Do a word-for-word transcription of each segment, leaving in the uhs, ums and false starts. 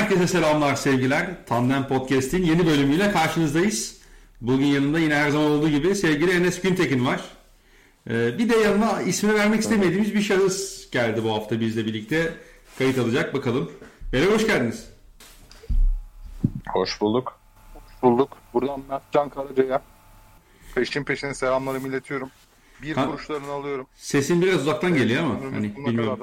Herkese selamlar, sevgiler. Tandem Podcast'in yeni bölümüyle karşınızdayız. Bugün yanında yine her zaman olduğu gibi sevgili Enes Güntekin var. Ee, bir de yanına ismini vermek istemediğimiz bir şahıs geldi bu hafta bizle birlikte. Kayıt alacak bakalım. Merhaba, hoş geldiniz. Hoş bulduk. Hoş bulduk. Buradan Mertcan Karaca'ya peşin peşine selamlarımı iletiyorum. Bir ha, kuruşlarını alıyorum. Sesin biraz uzaktan geliyor ama hani bilmiyorum.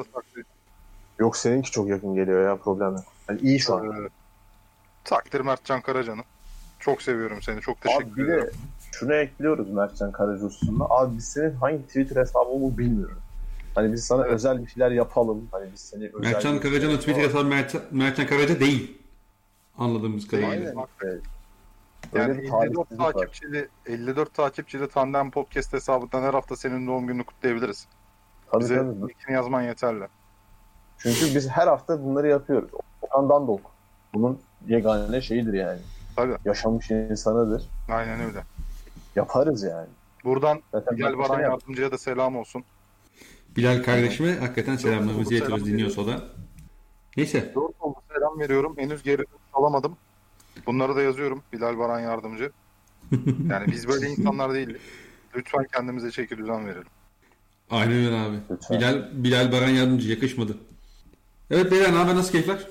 Yok, seninki çok yakın geliyor ya, problem yok. Yani iyi şu an. Ee, takdir Mertcan Karaca'nın. Çok seviyorum seni. Çok teşekkür abi, bir ederim. de şunu ekliyoruz Mertcan Karaca hususunda. Abi biz senin hangi Twitter hesabı olduğunu bilmiyorum. Hani biz sana evet. özel bir şeyler yapalım. Hani biz seni özel Mertcan Karaca'nın Twitter hesabı Mertcan, Mertcan Karaca değil. Anladığımız kadarıyla. Evet. Yani elli dört takipçili, elli dört takipçili Tandem Podcast hesabından her hafta senin doğum gününü kutlayabiliriz. Tabii, bize tabii. linkini yazman yeterli. Çünkü biz her hafta bunları yapıyoruz. Okan Dandok bunun yegane şeyidir yani. Tabii. Yaşamış insanıdır. Aynen öyle. Yaparız yani. Buradan zaten Bilal Baran Yardımcı'ya da selam olsun. Bilal kardeşime evet. hakikaten selamlarımızı iletiyoruz, dinliyorsa o da. Neyse. Dört oldu, selam veriyorum. Henüz geri alamadım. Bunları da yazıyorum. Bilal Baran Yardımcı. Yani biz böyle insanlar değiliz. Lütfen kendimize çeki düzen verelim. Aynen öyle abi. Lütfen. Bilal, Bilal Baran Yardımcı yakışmadı. Evet beyler, ne haber, nasıl keyifler?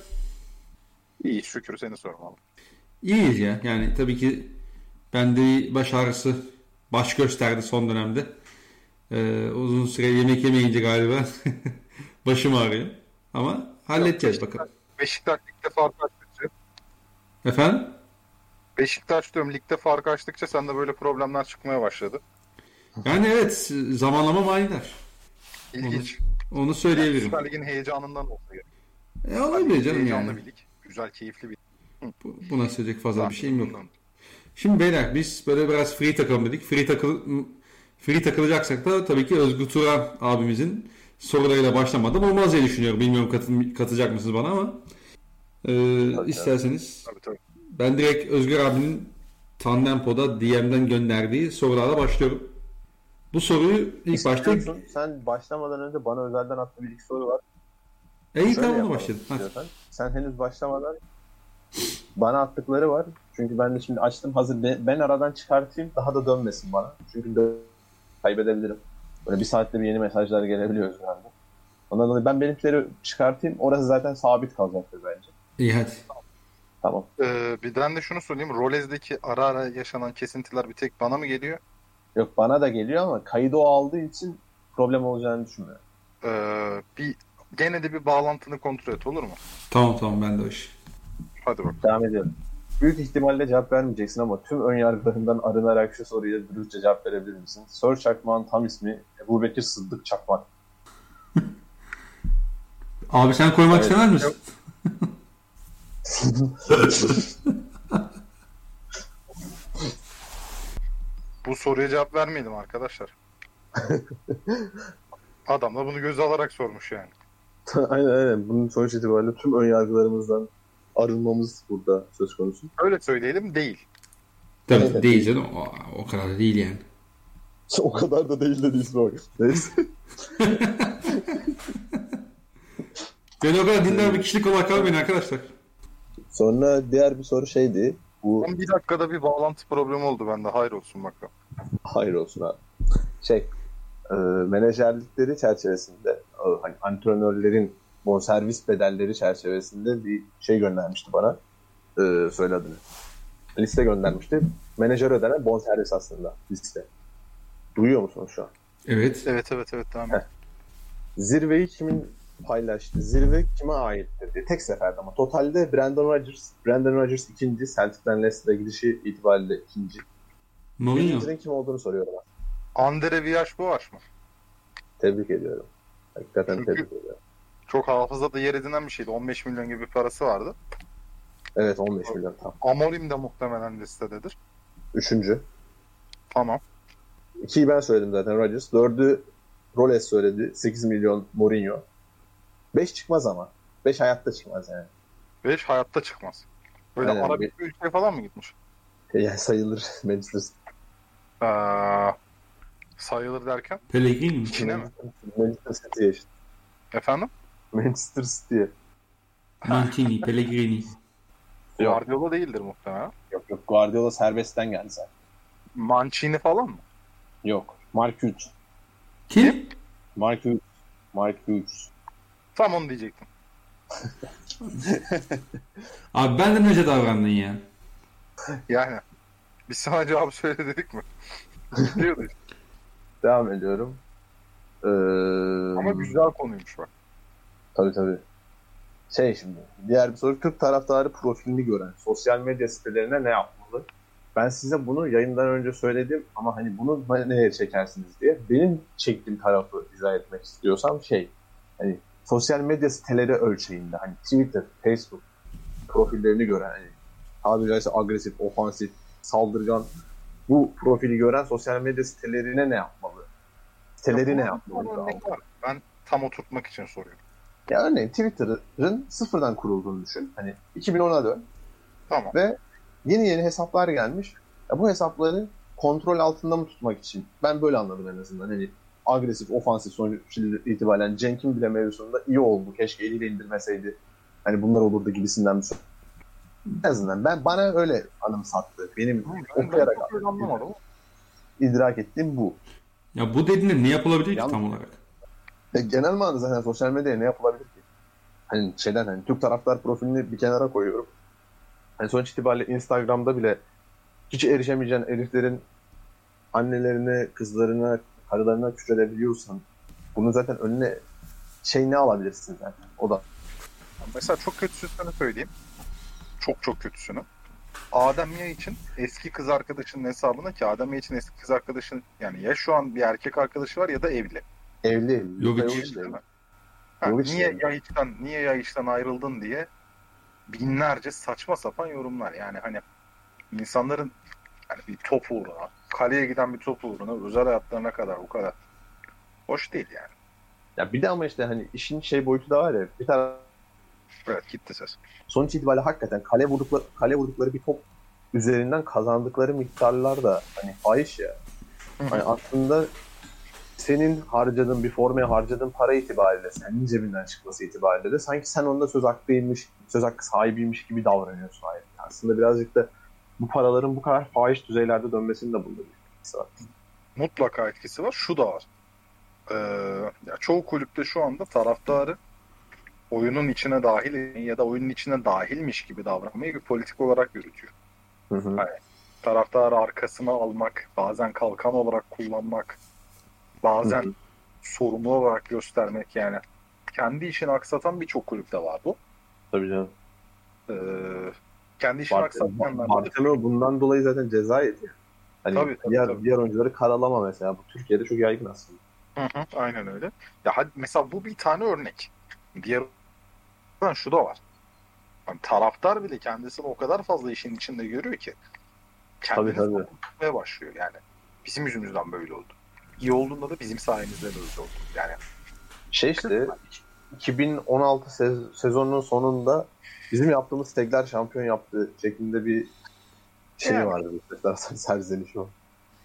İyi şükür, seni sormalı. İyiyiz ya. Yani tabii ki bende baş ağrısı baş gösterdi son dönemde. Ee, uzun süre yemek yemeyince galiba başım ağrıyor. Ama halledeceğiz Beşiktaş, bakalım. Beşiktaş ligde fark açtıkça. Efendim? Beşiktaş diyorum, ligde fark açtıkça sende böyle problemler çıkmaya başladı. Yani evet, zamanlama manidar. İlginç. Onu, onu söyleyebilirim. Yani Süper Lig'in heyecanından olsa gerek. E olabilir canım heyecanlı yani. Bir lig. Güzel, keyifli bir lig. Bu, buna söyleyecek fazla Zaten bir şeyim yok. bundan. Şimdi beyler, biz böyle biraz free takılım dedik. Free takıl free takılacaksak da tabii ki Özgür Turan abimizin sorularıyla başlamadan olmaz diye düşünüyorum. Bilmiyorum katı, katacak mısınız bana ama e, tabii isterseniz tabii, tabii. Ben direkt Özgür abinin Tandempo'da D M'den gönderdiği sorularla başlıyorum. Bu soruyu ilk başta... Sen başlamadan önce bana özelden attığı bir iki soru var. E iyi, tamam, ona başladım. Sen henüz başlamadan bana attıkları var. Çünkü ben de şimdi açtım hazır. Ben aradan çıkartayım, daha da dönmesin bana. Çünkü dön- kaybedebilirim. Böyle bir saatte bir yeni mesajlar gelebiliyor Özgür'den. Ondan dolayı ben benimkileri çıkartayım. Orası zaten sabit kalacaktır bence. İyi, hadi. Tamam. Ee, bir de şunu söyleyeyim. Rolez'deki ara ara yaşanan kesintiler bir tek bana mı geliyor? Yok, bana da geliyor ama kaydı o aldığı için problem olacağını düşünmüyorum. Ee, bir gene de bir bağlantını kontrol et, olur mu? Tamam tamam, ben de o iş. Hadi bakalım. Devam ediyorum. Büyük ihtimalle cevap vermeyeceksin ama tüm ön yargılarından arınarak şu soruya dürüstçe cevap verebilir misin? Sör Çakmak'ın tam ismi Ebubekir Sıddık Çakmak. Abi sen koymak evet. istemez misin? Bu soruya cevap vermeyelim arkadaşlar. Adam da bunu göze alarak sormuş yani. aynen aynen. Bunun sonuç itibariyle tüm ön yargılarımızdan arınmamız burada söz konusu. Öyle söyleyelim, değil. Tabii evet, değil canım. O, o kadar da değil yani. O kadar da değil de değil bu. Neyse. Beni o kadar dinler bir kişilik olarak kalmayın arkadaşlar. Sonra diğer bir soru şeydi. Bu... Son bir dakikada bir bağlantı problemi oldu bende. Hayır olsun bakalım. Hayır olsun abi. Şey, e, menajerlikleri çerçevesinde, e, hani antrenörlerin bonservis bedelleri çerçevesinde bir şey göndermişti bana. E, söyle adını. Liste göndermişti. Menajer ödenen bonservis aslında liste. Duyuyor musunuz şu an? Evet. Evet evet evet tamam. Heh. Zirveyi kimin paylaştı? Zirve kime aittir diye. Tek seferde ama. Totalde Brandon Rodgers. Brandon Rodgers ikinci. Celtic'ten Leicester'a gidişi itibariyle ikinci. Birincinin kim olduğunu soruyorum ben. Andre Villas-Boas mı? Tebrik ediyorum. Hakikaten Çünkü tebrik ediyorum. Çok hafızada yer edinen bir şeydi. on beş milyon gibi bir parası vardı. Evet, on beş milyon tam. Amorim de muhtemelen listededir. Üçüncü. Tamam. İkiyi ben söyledim zaten, Rodgers. Dördü Roles söyledi. sekiz milyon Mourinho. Beş çıkmaz ama. Beş hayatta çıkmaz yani. Beş hayatta çıkmaz. Böyle aynen, Arabik bir ülkeye falan mı gitmiş? Yani sayılır Manchester City. Ee, sayılır derken? Pellegrini mi? Çin'e mi? Manchester City'ye işte. Efendim? Manchester City'ye. Mancini, Pellegrini. Yok. Guardiola değildir muhtemelen. Yok yok. Guardiola serbestten geldi zaten. Mancini falan mı? Yok. Mark Hughes. Kim? Mark Hughes. Mark Hughes. Tam onu diyecektim. Abi benden önce davrandın ya. Yani biz sana cevabı söyle dedik mi? Diyordu işte. Devam ediyorum. Ee, Ama güzel konuymuş bak. Tabii tabii. Şey şimdi. Diğer bir soru. Türk taraftarı profilini gören sosyal medya sitelerine ne yapmalı? Ben size bunu yayından önce söyledim ama hani bunu nereye çekersiniz diye. Benim çektiğim tarafı izah etmek istiyorsam şey. Hani sosyal medya siteleri ölçeğinde. Hani Twitter, Facebook profillerini gören. Hani tabiri caizse agresif, ofansif, saldırgan bu profili gören sosyal medya sitelerine ne yapmalı? Siteleri ne yapmalı? Örnek var. Ben tam oturtmak için soruyorum. Ya örneğin Twitter'ın sıfırdan kurulduğunu düşün. Hani iki bin ona dön. Tamam. Ve yeni yeni hesaplar gelmiş. Ya bu hesapları kontrol altında mı tutmak için? Ben böyle anladım en azından. Hani agresif, ofansif sonuç itibaren Cenk'in bile mevzusunda iyi oldu. Keşke eliyle indirmeseydi. Hani bunlar olurdu gibisinden bir soru. En azından ben bana öyle anımsattı. Benim Ben, okuyarak ben çok anlamadım. idrak ettiğim bu. Ya bu dediğinde ne yapılabilir ki Yalnız- tam olarak? E, genel manada zaten sosyal medyaya ne yapılabilir ki? Hani şeyden hani Türk taraftar profilini bir kenara koyuyorum. Hani sonuç itibariyle Instagram'da bile hiç erişemeyeceğin heriflerin annelerine, kızlarına, karılarına küçülebiliyorsan bunun zaten önüne şey ne alabilirsin zaten. O da. Mesela çok kötüsünü söyleyeyim. Çok çok kötüsünü. Adem Yayıç'ın eski kız arkadaşının hesabına ki Adem Yayıç'ın eski kız arkadaşın yani ya şu an bir erkek arkadaşı var ya da evli. Evli. Yok, Luka hiç. Jovic de evli. Ha, Jovic de niye evli. Yayıç'tan niye Yayıç'tan ayrıldın diye binlerce saçma sapan yorumlar. Yani hani insanların yani bir top uğruna, kaleye giden bir top uğruna özel hayatlarına kadar bu kadar hoş değil yani. Ya bir de ama işte hani işin şey boyutu da var ya. Bir taraf Evet gitti ses. sonuç itibariyle hakikaten kale vurdukları kale vurdukları bir top üzerinden kazandıkları miktarlar da hani fahiş ya. Hani aslında senin harcadığın bir formaya harcadığın para itibariyle senin cebinden çıkması itibariyle de sanki sen onda söz hakkıymış, söz hakkı sahibiymiş gibi davranıyorsun. Yani aslında birazcık da bu paraların bu kadar fahiş düzeylerde dönmesinin de bunda bir etkisi var. Mutlaka etkisi var. Şu da var. Ee, ya çoğu kulüpte şu anda taraftarı oyunun içine dahil ya da oyunun içine dahilmiş gibi davranmayı bir politik olarak yürütüyor. Hı hı. Yani taraftarı arkasına almak, bazen kalkan olarak kullanmak, bazen Hı hı. sorumlu olarak göstermek yani. Kendi işini aksatan birçok kulüpte var bu. Tabii canım. Ee, kendi işini aksatmayanlar da Barcelona bundan dolayı zaten ceza yedi. Hani Tabii, tabii, diğer, tabii. diğer oyuncuları karalama mesela. Bu Türkiye'de çok yaygın aslında. Hı hı, aynen öyle. Ya hadi mesela bu bir tane örnek. Diğer ben şu da var. Yani taraftar bile kendisini o kadar fazla işin içinde görüyor ki Tabii kendini tabii. tutmaya başlıyor yani. Bizim yüzümüzden böyle oldu. İyi olduğunda da bizim sayemizde böyle oldu. Yani Şey işte iki bin on altı sez- sezonunun sonunda bizim yaptığımız Stegler şampiyon yaptı şeklinde bir şey Yani. vardı. Mesela serzenişi o.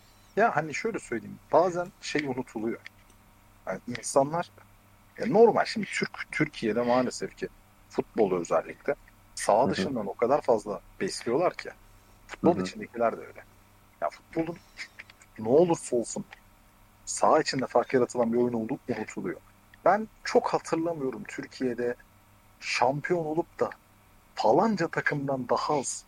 ya hani şöyle söyleyeyim. Bazen şey unutuluyor. Yani insanlar ya normal şimdi Türk Türkiye'de maalesef ki futbolu özellikle saha Hı hı. dışından o kadar fazla besliyorlar ki futbol Hı hı. içindekiler de öyle. Ya futbolun ne olursa olsun saha içinde fark yaratılan bir oyun olduğu unutuluyor. Ben çok hatırlamıyorum Türkiye'de şampiyon olup da falanca takımdan daha az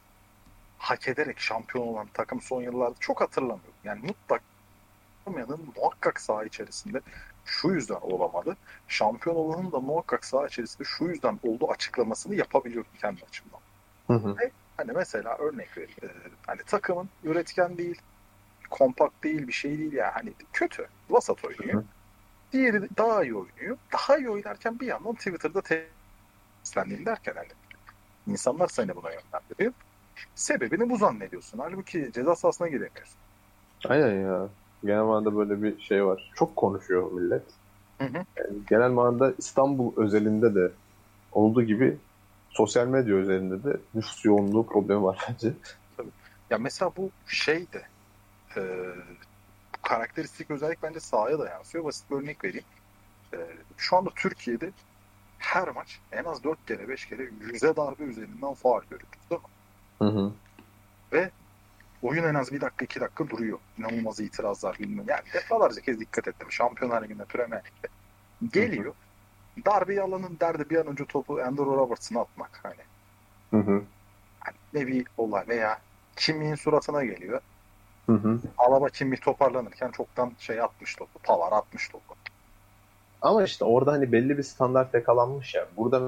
hak ederek şampiyon olan takım son yıllarda çok hatırlamıyorum. Yani mutlaka olmayanın muhakkak saha içerisinde şu yüzden olamadı. Şampiyon olanın da muhakkak saha içerisinde şu yüzden olduğu açıklamasını yapabiliyorum kendi açımdan. Hı hı. Ve hani mesela örnek vereyim. Ee, hani takımın üretken değil, kompakt değil, bir şey değil yani. Hani kötü, vasat oynuyor. Hı hı. Diğeri daha iyi oynuyor. Daha iyi oynarken bir yandan Twitter'da teslendiğini derken hani insanlar seni buna yönlendiriyor. Sebebini bu zannediyorsun. Halbuki ceza sahasına giremiyorsun. Aynen ya. Genel manada böyle bir şey var. Çok konuşuyor millet. Hı hı. Yani genel manada İstanbul özelinde de olduğu gibi sosyal medya özelinde de nüfus yoğunluğu problemi var bence. Ya mesela bu şey de e, bu karakteristik özellik bence sahaya da yansıyor. Basit bir örnek vereyim. E, şu anda Türkiye'de her maç en az dört kere beş kere yüze darbe üzerinden faul görüyoruz değil mi? Hı hı. Ve oyun en az bir dakika iki dakika duruyor. İnanılmaz itirazlar bilmem. Yani defalarca kez dikkat ettim. Şampiyonlar Ligi'nde, Premier Lig'de. Geliyor. Darbeyi alanın derdi bir an önce topu Andrew Robertson'a atmak. Hani. Hı hı. Hani ne bir olay veya Kimmih'in suratına geliyor. Hı hı. Alaba Kimmih toparlanırken çoktan şey atmış topu. Pavar atmış topu. Ama işte orada hani belli bir standart yakalanmış ya. Burada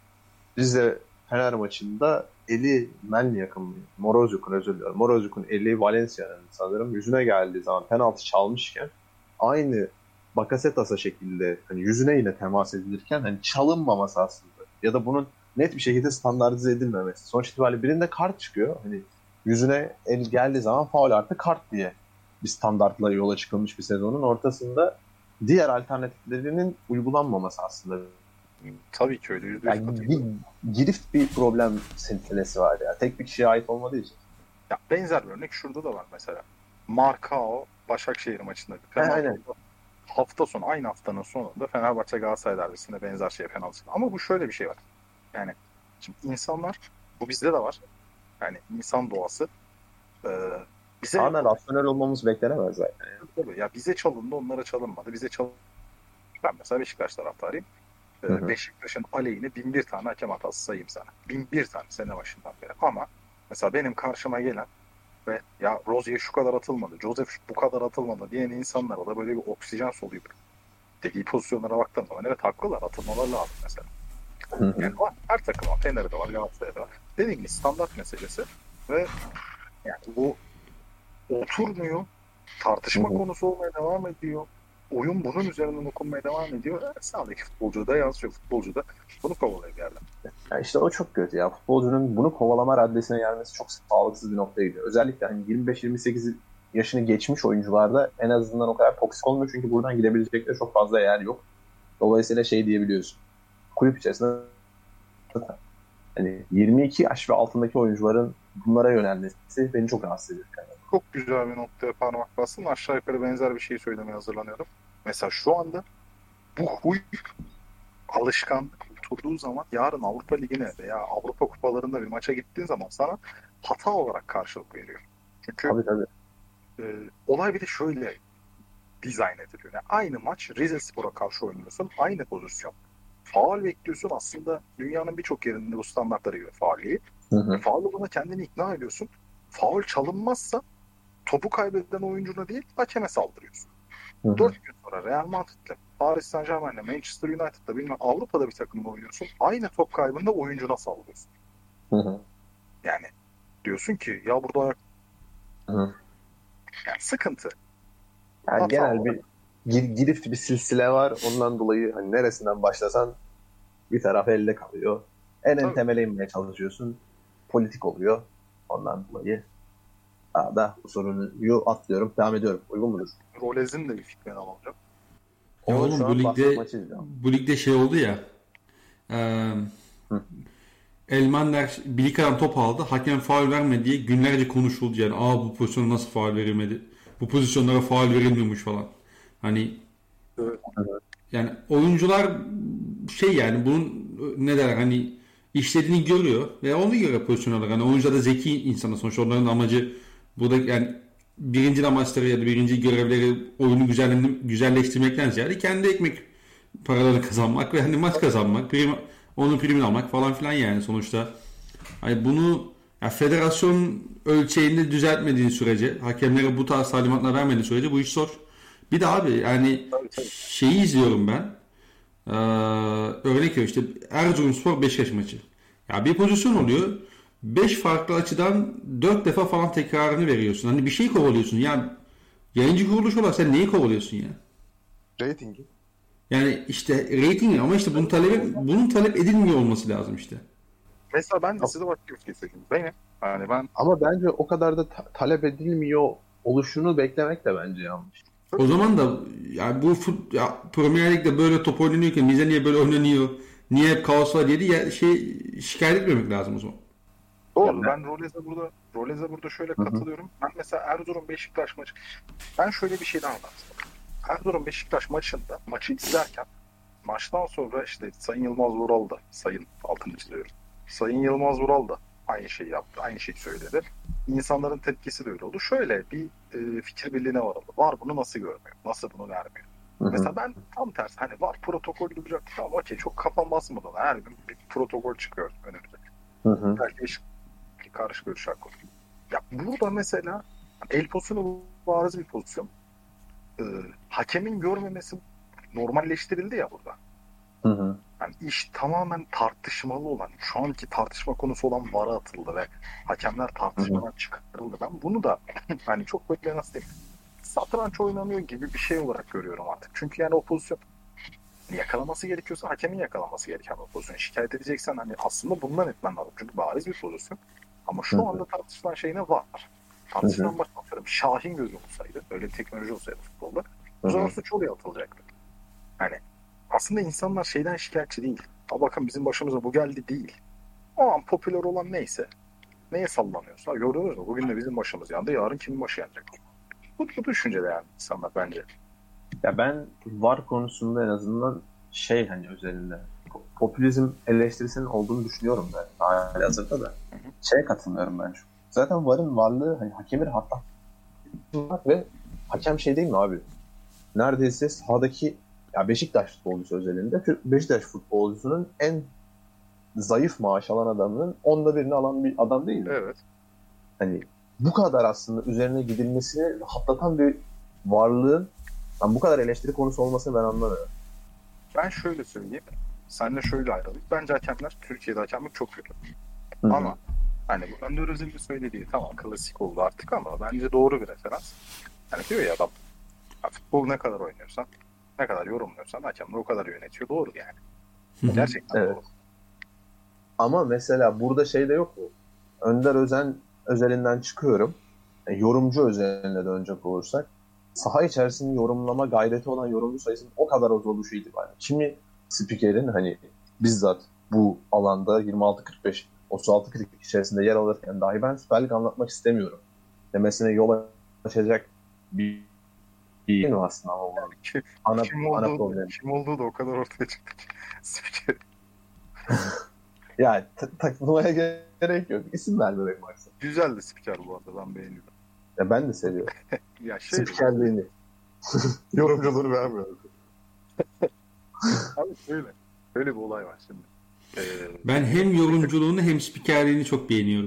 Rize Fener maçında eli Melniak'ın mı? Morozcuk'un özür diliyorum. Morozcuk'un eli Valencia'nın sanırım yüzüne geldiği zaman penaltı çalmışken aynı Bakasetas'a şekilde hani yüzüne yine temas edilirken hani çalınmaması aslında. Ya da bunun net bir şekilde standartize edilmemesi. Sonuç itibariyle birinde kart çıkıyor. Hani yüzüne el geldiği zaman faul artı kart diye bir standartla yola çıkılmış bir sezonun ortasında diğer alternatiflerinin uygulanmaması aslında. Tabii ki öyle. yüzde yüz Yani katılıyorum. bir girift bir problem silsilesi var ya. Tek bir kişiye ait olmadığı için. Ya benzer bir örnek şurada da var mesela. Markao Başakşehir maçında bir He, penaltı. aynen. Hafta sonu, aynı haftanın sonunda Fenerbahçe Galatasaray derbisinde benzer şeye penaltı. Ama bu şöyle bir şey var. Yani şimdi insanlar, bu bizde de var. Yani insan doğası. Ee, bize Tamamen rasyonel olmamız beklenemez zaten. Tabii, ya bize çalındı, onlara çalınmadı. Bize çalındı. Ben mesela Beşiktaş taraftarıyım. Ee, Hı hı. Beşiktaş'ın aleyhine bin bir tane hakem hatası sayayım sana. Bin bir tane sene başından beri. Ama mesela benim karşıma gelen ve ya Rozier'e şu kadar atılmadı, Joseph bu kadar atılmadı diyen insanlara da böyle bir oksijen soluyor. Dediği pozisyonlara baktığım zaman evet haklılar, atılmalar lazım mesela. Hı hı. Yani var, her takım var, Fener'de var, Galatasaray'da var. Dediğim gibi standart meselesi ve yani bu oturmuyor, tartışma Hı hı. konusu olmaya devam ediyor. Oyun bunun üzerinden okunmaya devam ediyor. Yani sağdaki futbolcu da yansıyor, futbolcu da bunu kovalıyor bir yerden. Yani işte o çok kötü ya. Futbolcunun bunu kovalama raddesine gelmesi çok sağlıksız bir noktaya gidiyor. Özellikle hani yirmi beş yirmi sekiz yaşını geçmiş oyuncularda en azından o kadar toksik olmuyor. Çünkü buradan gidebilecekleri çok fazla yer yok. Dolayısıyla şey diyebiliyorsun. Kulüp içerisinde hani yirmi iki yaş ve altındaki oyuncuların bunlara yönelmesi beni çok rahatsız ediyor. Yani. Çok güzel bir noktaya parmak bastın. Aşağı yukarı benzer bir şey söylemeye hazırlanıyorum. Mesela şu anda bu huy alışkanlık oturduğu zaman yarın Avrupa Ligi'ne veya Avrupa Kupalarında bir maça gittiğin zaman sana hata olarak karşılık veriyor. Çünkü Tabii tabii. e, olay bir de şöyle dizayn ediliyor. Yani aynı maç Rizespor'a karşı oynuyorsun. Aynı pozisyon. Faul bekliyorsun. Aslında dünyanın birçok yerinde bu standartlara göre faulliği. Hı hı. Faul olana kendini ikna ediyorsun. Faul çalınmazsa topu kaybeden oyuncuna değil hakeme saldırıyorsun. Hı hı. Dört gün sonra Real Madrid'le, Paris Saint-Germain'le, Manchester United'la bilmem Avrupa'da bir takımla oynuyorsun. Aynı top kaybında oyuncuna saldırıyorsun. Hı hı. Yani diyorsun ki ya burada ayak... Hı hı. Yani sıkıntı. Yani Hata genel olarak. bir gir, girift bir silsile var. Ondan dolayı hani neresinden başlasan bir taraf elde kalıyor. En en Tabii. temele inmeye çalışıyorsun. Politik oluyor. Ondan dolayı daha da bu sorunu atlıyorum. Devam ediyorum. Uygun mudur? Rolez'in de bir fikrini alacağım. Ya Onu oğlum şu bu an basket ligde maçı izliyorum. bu ligde şey oldu ya. E, Hı. Elmander Bilika'dan top aldı. Hakem faul vermedi diye günlerce konuşuldu yani. Aa bu pozisyona nasıl faul verilmedi? Bu pozisyonlara faul verilmiyormuş falan. Hani Evet. yani oyuncular şey yani bunun ne derler hani işlediğini görüyor ve onu göre pozisyon alır. Hani oyuncular da zeki insanlar sonuçta onların amacı burada yani birinci amaçları ya da birinci görevleri oyunu güzelleştirmek, güzelleştirmekten ziyade kendi ekmek paraları kazanmak ve hani maç kazanmak, prim, onun primini almak falan filan yani sonuçta. Hani bunu ya federasyon ölçeğinde düzeltmediğin sürece, hakemlere bu tarz talimatlar vermediğin sürece bu iş zor. Bir de abi yani Tabii, tabii. şeyi izliyorum ben. Ee, örnek veriyorum işte Erzurumspor Beşiktaş maçı. Ya bir pozisyon oluyor. beş farklı açıdan dört defa falan tekrarını veriyorsun. Hani bir şey kovalıyorsun. Ya yayıncı kuruluş olarak sen neyi kovalıyorsun ya? Ratingi. Yani işte rating ama işte bunun talep bunun talep edilmiyor olması lazım işte. Mesela ben de size başka bir şey söyleyeyim. Benim yani ben Ama bence o kadar da ta- talep edilmiyor oluşunu beklemek de bence yanlış. O zaman da ya bu fut, ya Premier Lig'de böyle top oynanıyorken bize niye böyle oynanıyor? Niye hep kaos var diye de ya, şey şikayet etmemek lazım o zaman. doğru. Yani- Ben Rolez'e burada Rolez'e burada şöyle Hı hı. katılıyorum. Ben mesela Erzurum Beşiktaş maçı ben şöyle bir şeyden anlattım. Erzurum Beşiktaş maçında maçı izlerken maçtan sonra işte Sayın Yılmaz Vural da, Sayın altını çiziyorum. Sayın Yılmaz Vural da aynı şeyi yaptı, aynı şeyi söyledi. İnsanların tepkisi de öyle oldu. Şöyle bir e, fikir birliğine varıldı. Var bunu nasıl görmüyor? Nasıl bunu vermiyor? Hı hı. Mesela ben tam tersi hani var protokol duracak. Tamam okey çok kafam basmadan her gün bir protokol çıkıyor önümüze. Hı hı. Belki karşı görüş hakkı. Ya burada mesela el pozisyonu bariz bir pozisyon. Ee, hakemin görmemesi normalleştirildi ya burada. Hı hı. Yani iş tamamen tartışmalı olan, şu anki tartışma konusu olan VAR'a atıldı ve hakemler tartışmadan hı hı. çıkarıldı. Ben bunu da hani çok böyle nasıl diyeyim, satranç oynanıyor gibi bir şey olarak görüyorum artık. Çünkü yani o pozisyon yakalaması gerekiyorsa hakemin yakalaması gereken o pozisyon. Şikayet edeceksen hani aslında bundan etmen lazım. Çünkü bariz bir pozisyon. Ama şu hı hı. anda tartışılan şey ne var? Tartışılan başlıyorum. Şahin gözü olsaydı, öyle bir teknoloji olsaydı futbolda, o zaman suç oraya atılacaktı. Yani aslında insanlar şeyden şikayetçi değil. Ha bakın bizim başımıza bu geldi değil. O an popüler olan neyse, neye sallanıyorsa gördünüz mü? Bugün de bizim başımız yandı, yarın kimin başı yanacak? Bu, bu düşüncede yani insanlar bence. Ya ben VAR konusunda en azından şey hani özelinde popülizm eleştirisinin olduğunu düşünüyorum ben. Hali hazırda da. Hı hı. Şeye katılmıyorum ben şu. Zaten VAR'ın varlığı hani hakemi hatta ve hakem şey değil mi abi? Neredeyse sahadaki ya Beşiktaş futbolcusu özelinde Beşiktaş futbolcusunun en zayıf maaş alan adamının onda birini alan bir adam değil mi? Evet. Hani bu kadar aslında üzerine gidilmesini rahatlatan bir varlığın yani bu kadar eleştiri konusu olmasını ben anlamıyorum. Ben şöyle söyleyeyim. Seninle şöyle ayrılayım. Bence hakemler, Türkiye'de hakemlik çok kötü. Hı-hı. Ama hani bu Önder Özel'in söylediği tamam klasik oldu artık ama bence doğru bir referans. Hani diyor ya adam futbol ne kadar oynuyorsan, ne kadar yorumluyorsan hakemler o kadar yönetiyor. Doğru yani. Hı-hı. Gerçekten evet. Doğru. Ama mesela burada şey de yok mu? Önder Özen özelinden çıkıyorum. Yani yorumcu özeline dönecek olursak saha içerisinde yorumlama gayreti olan yorumcu sayısının o kadar az oluşu itibariyle. Kimi spikerin hani bizzat bu alanda yirmi altı kırk beş otuz altı kırk içerisinde yer alırken dahi ben Süper Lig anlatmak istemiyorum demesine yol açacak bir bir mi aslında ama yani kim, ana, kim, olduğu, ana problem. Kim olduğu da o kadar ortaya çıktı ki spiker. Yani t- takılmaya gerek yok. İsim vermemek maksat. Güzel de spiker bu arada ben beğeniyorum. Ya ben de seviyorum. Ya şey spikerliğini. Yorumculuğunu vermiyorum. Abi şöyle. Böyle bir olay var şimdi. Ee, ben hem yorumculuğunu hem spikerliğini çok beğeniyorum.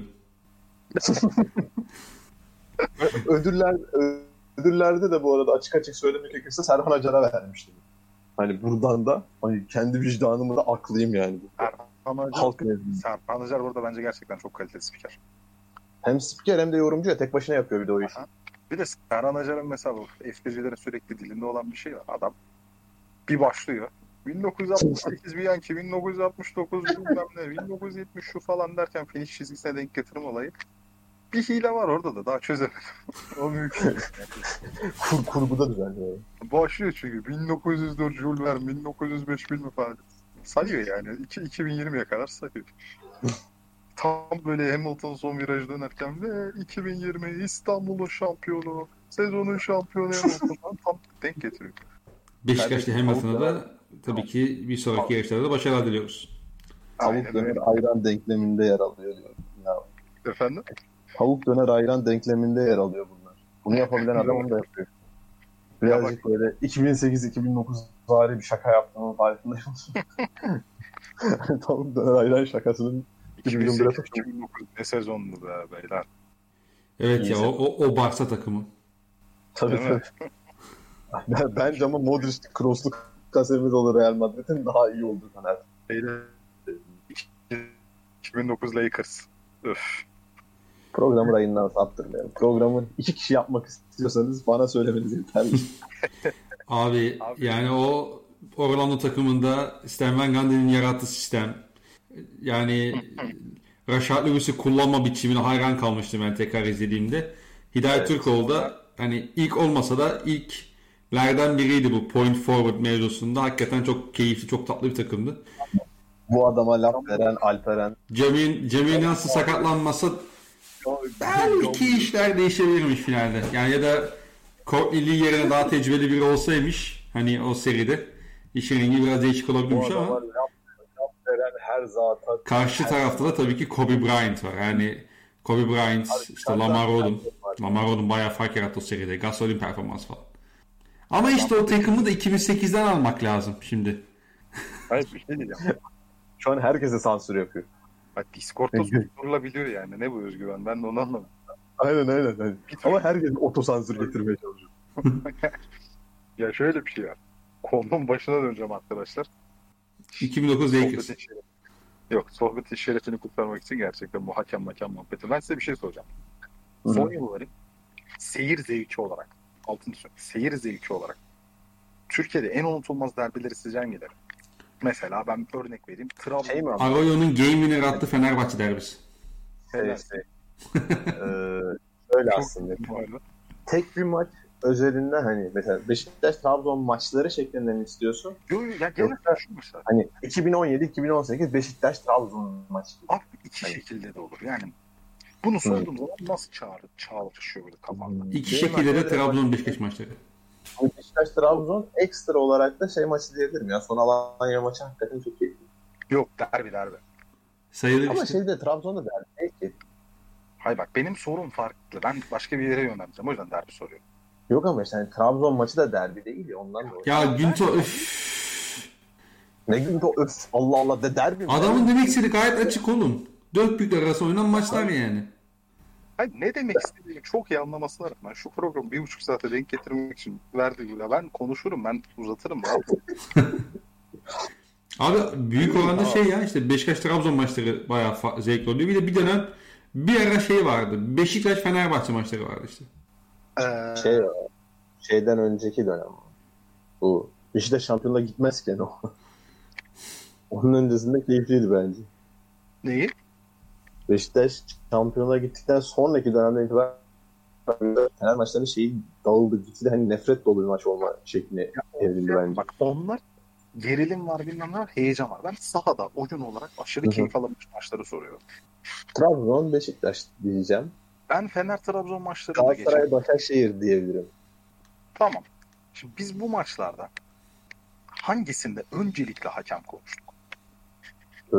Ödüller ödüllerde de bu arada açık açık söylemek gerekirse Serhan Acar'a vermiştim. Hani buradan da hani kendi vicdanımı da aklayayım yani. Serhan Acar, Serhan Acar burada bence gerçekten çok kaliteli spiker. Hem spiker hem de yorumcu ya tek başına yapıyor bir de o işi. Aha. Bir de Serhan Acar'ın mesela F bir C'lerin sürekli dilinde olan bir şey var. Adam bir başlıyor. bin dokuz yüz altmış sekiz Bianchi, bin dokuz yüz altmış dokuz bilmem ne, bin dokuz yüz yetmiş şu falan derken finish çizgisine denk getirim olayı. Bir hile var orada da daha çözemedim. O mümkün. Kur, kurguda düzenliyor. Başlıyor çünkü. bin dokuz yüz dört Jules Verne, bin dokuz yüz beş bilmem falan. Sayıyor yani. iki bin yirmiye kadar sayıyor. Tam böyle Hamilton son viraj dönerken ve iki bin yirmi İstanbul'un şampiyonu, sezonun şampiyonu Hamilton'dan tam denk getiriyor. Beşiktaş'ta Hamilton'a da tabii ki bir sonraki yarışlarda da başarılar diliyoruz. Tavuk döner ayran denkleminde yer alıyor diyor. Ya. Efendim? Tavuk döner ayran denkleminde yer alıyor bunlar. Bunu yapabilen adam onu da yapıyor. Birazcık ya böyle iki bin sekiz iki bin dokuz vari bir şaka yaptığımın farkındayım. Tavuk döner ayran şakasının iki bin sekiz iki bin dokuz ne sezondu be beyler. Evet İyi ya sezon. o o, o Barça takımı. Tabii tabii. ben, bence ama Modric Kroos'lu Casemiro Real Madrid'in daha iyi olduğu kanaat. iki bin dokuz Lakers. Öf. Programı rayından saptırmayalım. Programı iki kişi yapmak istiyorsanız bana söylemeniz yeterli. Abi, Abi yani o Orlando takımında Stan Van Gundy'nin yarattığı sistem, yani Rashard Lewis'i kullanma biçimine hayran kalmıştım ben tekrar izlediğimde. Hidayet evet, Türkoğlu da hani ilk olmasa da ilklerden biriydi bu point forward mevzusunda. Hakikaten çok keyifli, çok tatlı bir takımdı. Bu adama laf veren Alperen. Cemil, Cemil nasıl sakatlanmasa belki işler değişebilirmiş finalde. Yani ya da Courtney Lee yerine daha tecrübeli biri olsaymış hani o seride İşin rengi biraz değişik olabilirmiş Bu ama adamlar laf, laf veren her zata. karşı her tarafta da tabii ki Kobe Bryant var. Yani Kobe Bryant, Abi, işte Lamar Odom. Lamar Odom bayağı fark yarattı o seride. Gasol'ün performans falan. Ama işte o takımı da iki bin sekizden almak lazım şimdi. Hayır bir şey diyeceğim. Şu an herkese sansür yapıyor. Bak Discord'da susturulabiliyor yani. Ne bu özgüven? Ben de onu anlamadım. Aynen aynen. aynen. Ama herkes otosansür getirmeye çalışıyor. Ya şöyle bir şey var. Konunun başına döneceğim arkadaşlar. iki bin dokuz Lakers. Sohbetin şerefini- Yok, sohbetin şerefini kurtarmak için gerçekten bu hakem makem muhabbeti. Ben size bir şey soracağım. Hı hı. Son yılların seyir zevki olarak, altını söyleyeyim, seyir zevki olarak Türkiye'de en unutulmaz derbileri sizce hangileri? Mesela ben örnek vereyim. Trabzon. Şey mi ama? Arroyo'nun Game Winner adlı Fenerbahçe derbisi. Şey, Fener. şey. Ee, Öyle Çok aslında. vardı. Tek bir maç özelinde hani mesela Beşiktaş Trabzon maçları şeklinde mi istiyorsun? Yo, yo, ya gene şu mesela. Hani iki bin on yedi iki bin on sekiz Beşiktaş Trabzon maçı. Abi iki Hayır. şekilde de olur. Yani bunu sorduğum zaman nasıl çağrı, çağrışıyor böyle kafamda. İki Benim şekilde de aklıma Trabzon Beşiktaş maçları. direkt Beşiktaş Trabzon ekstra olarak da şey maçı diyebilirim ya. Son Alanya maçı hakikaten çok keyifli. Yok, derbi derbi. Sayılır Ama işte. şeyde Trabzon'da derbi değil ki. Hayır bak, benim sorum farklı. Ben başka bir yere yönlendireceğim. O yüzden derbi soruyorum. Yok ama işte hani Trabzon maçı da derbi değil ya ondan dolayı. Ya Günto öf. Ne gün o öf Allah Allah de derbi mi? Adamın demek istediği gayet açık oğlum. Dört büyükler arası oynanan maçlar yani. Hayır, ne demek istediğimi çok iyi anlamasına rağmen şu programı bir buçuk saate denk getirmek için verdiği bile ben konuşurum, ben uzatırım. Abi büyük oranda şey ya işte Beşiktaş Trabzon maçları bayağı fa- zevkli oluyor. Bir de bir dönem bir ara şey vardı. Beşiktaş Fenerbahçe maçları vardı işte. Ee, Şey şeyden önceki dönem. Bu Beşiktaş şampiyonluğa gitmezken o. Onun öncesinde keyifliydi bence. neyi? Beşiktaş şampiyonluğa gittikten sonraki dönemde itibaren Fener maçlarının şeyi dağıldı. Gitti de hani nefret dolu bir maç olma şekline evrildi bence. Bak onlar gerilim var, bilmem ne var, heyecan var. Ben sahada oyun olarak aşırı Hı hı. keyif alamış maçları soruyorum. Trabzon, Beşiktaş diyeceğim. Ben Fener Trabzon maçları da geçer. Galatasaray, Başakşehir diyebilirim. Tamam. Şimdi biz bu maçlarda hangisinde öncelikle hakem konuştuk? Ee,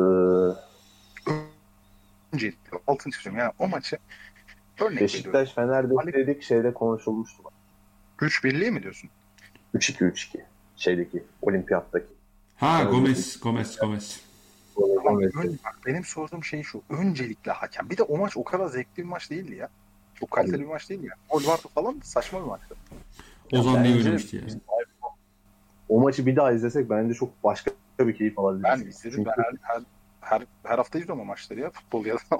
Öncelikle altını çiziyorum. Yani o maçı örnek veriyorum. Beşiktaş, Fener'de dedik şeyde konuşulmuştu. üç birliği mi diyorsun? üç iki üç iki şeydeki olimpiyattaki. Ha Gomez, Gomez, Gomez. Ama ön- bak, benim sorduğum şey şu. Öncelikle hakem. Bir de o maç o kadar zevkli bir maç değildi ya. Çok kaliteli bir maç değil ya. Gol vardı falan, saçma bir maçtı. Ozan ne bence- oynamıştı ya. O maçı bir daha izlesek bence çok başka bir keyif alabiliriz. Ben izledim. Çünkü, Ben her, her, her, her hafta izliyorum o maçları ya. Futbol ya da.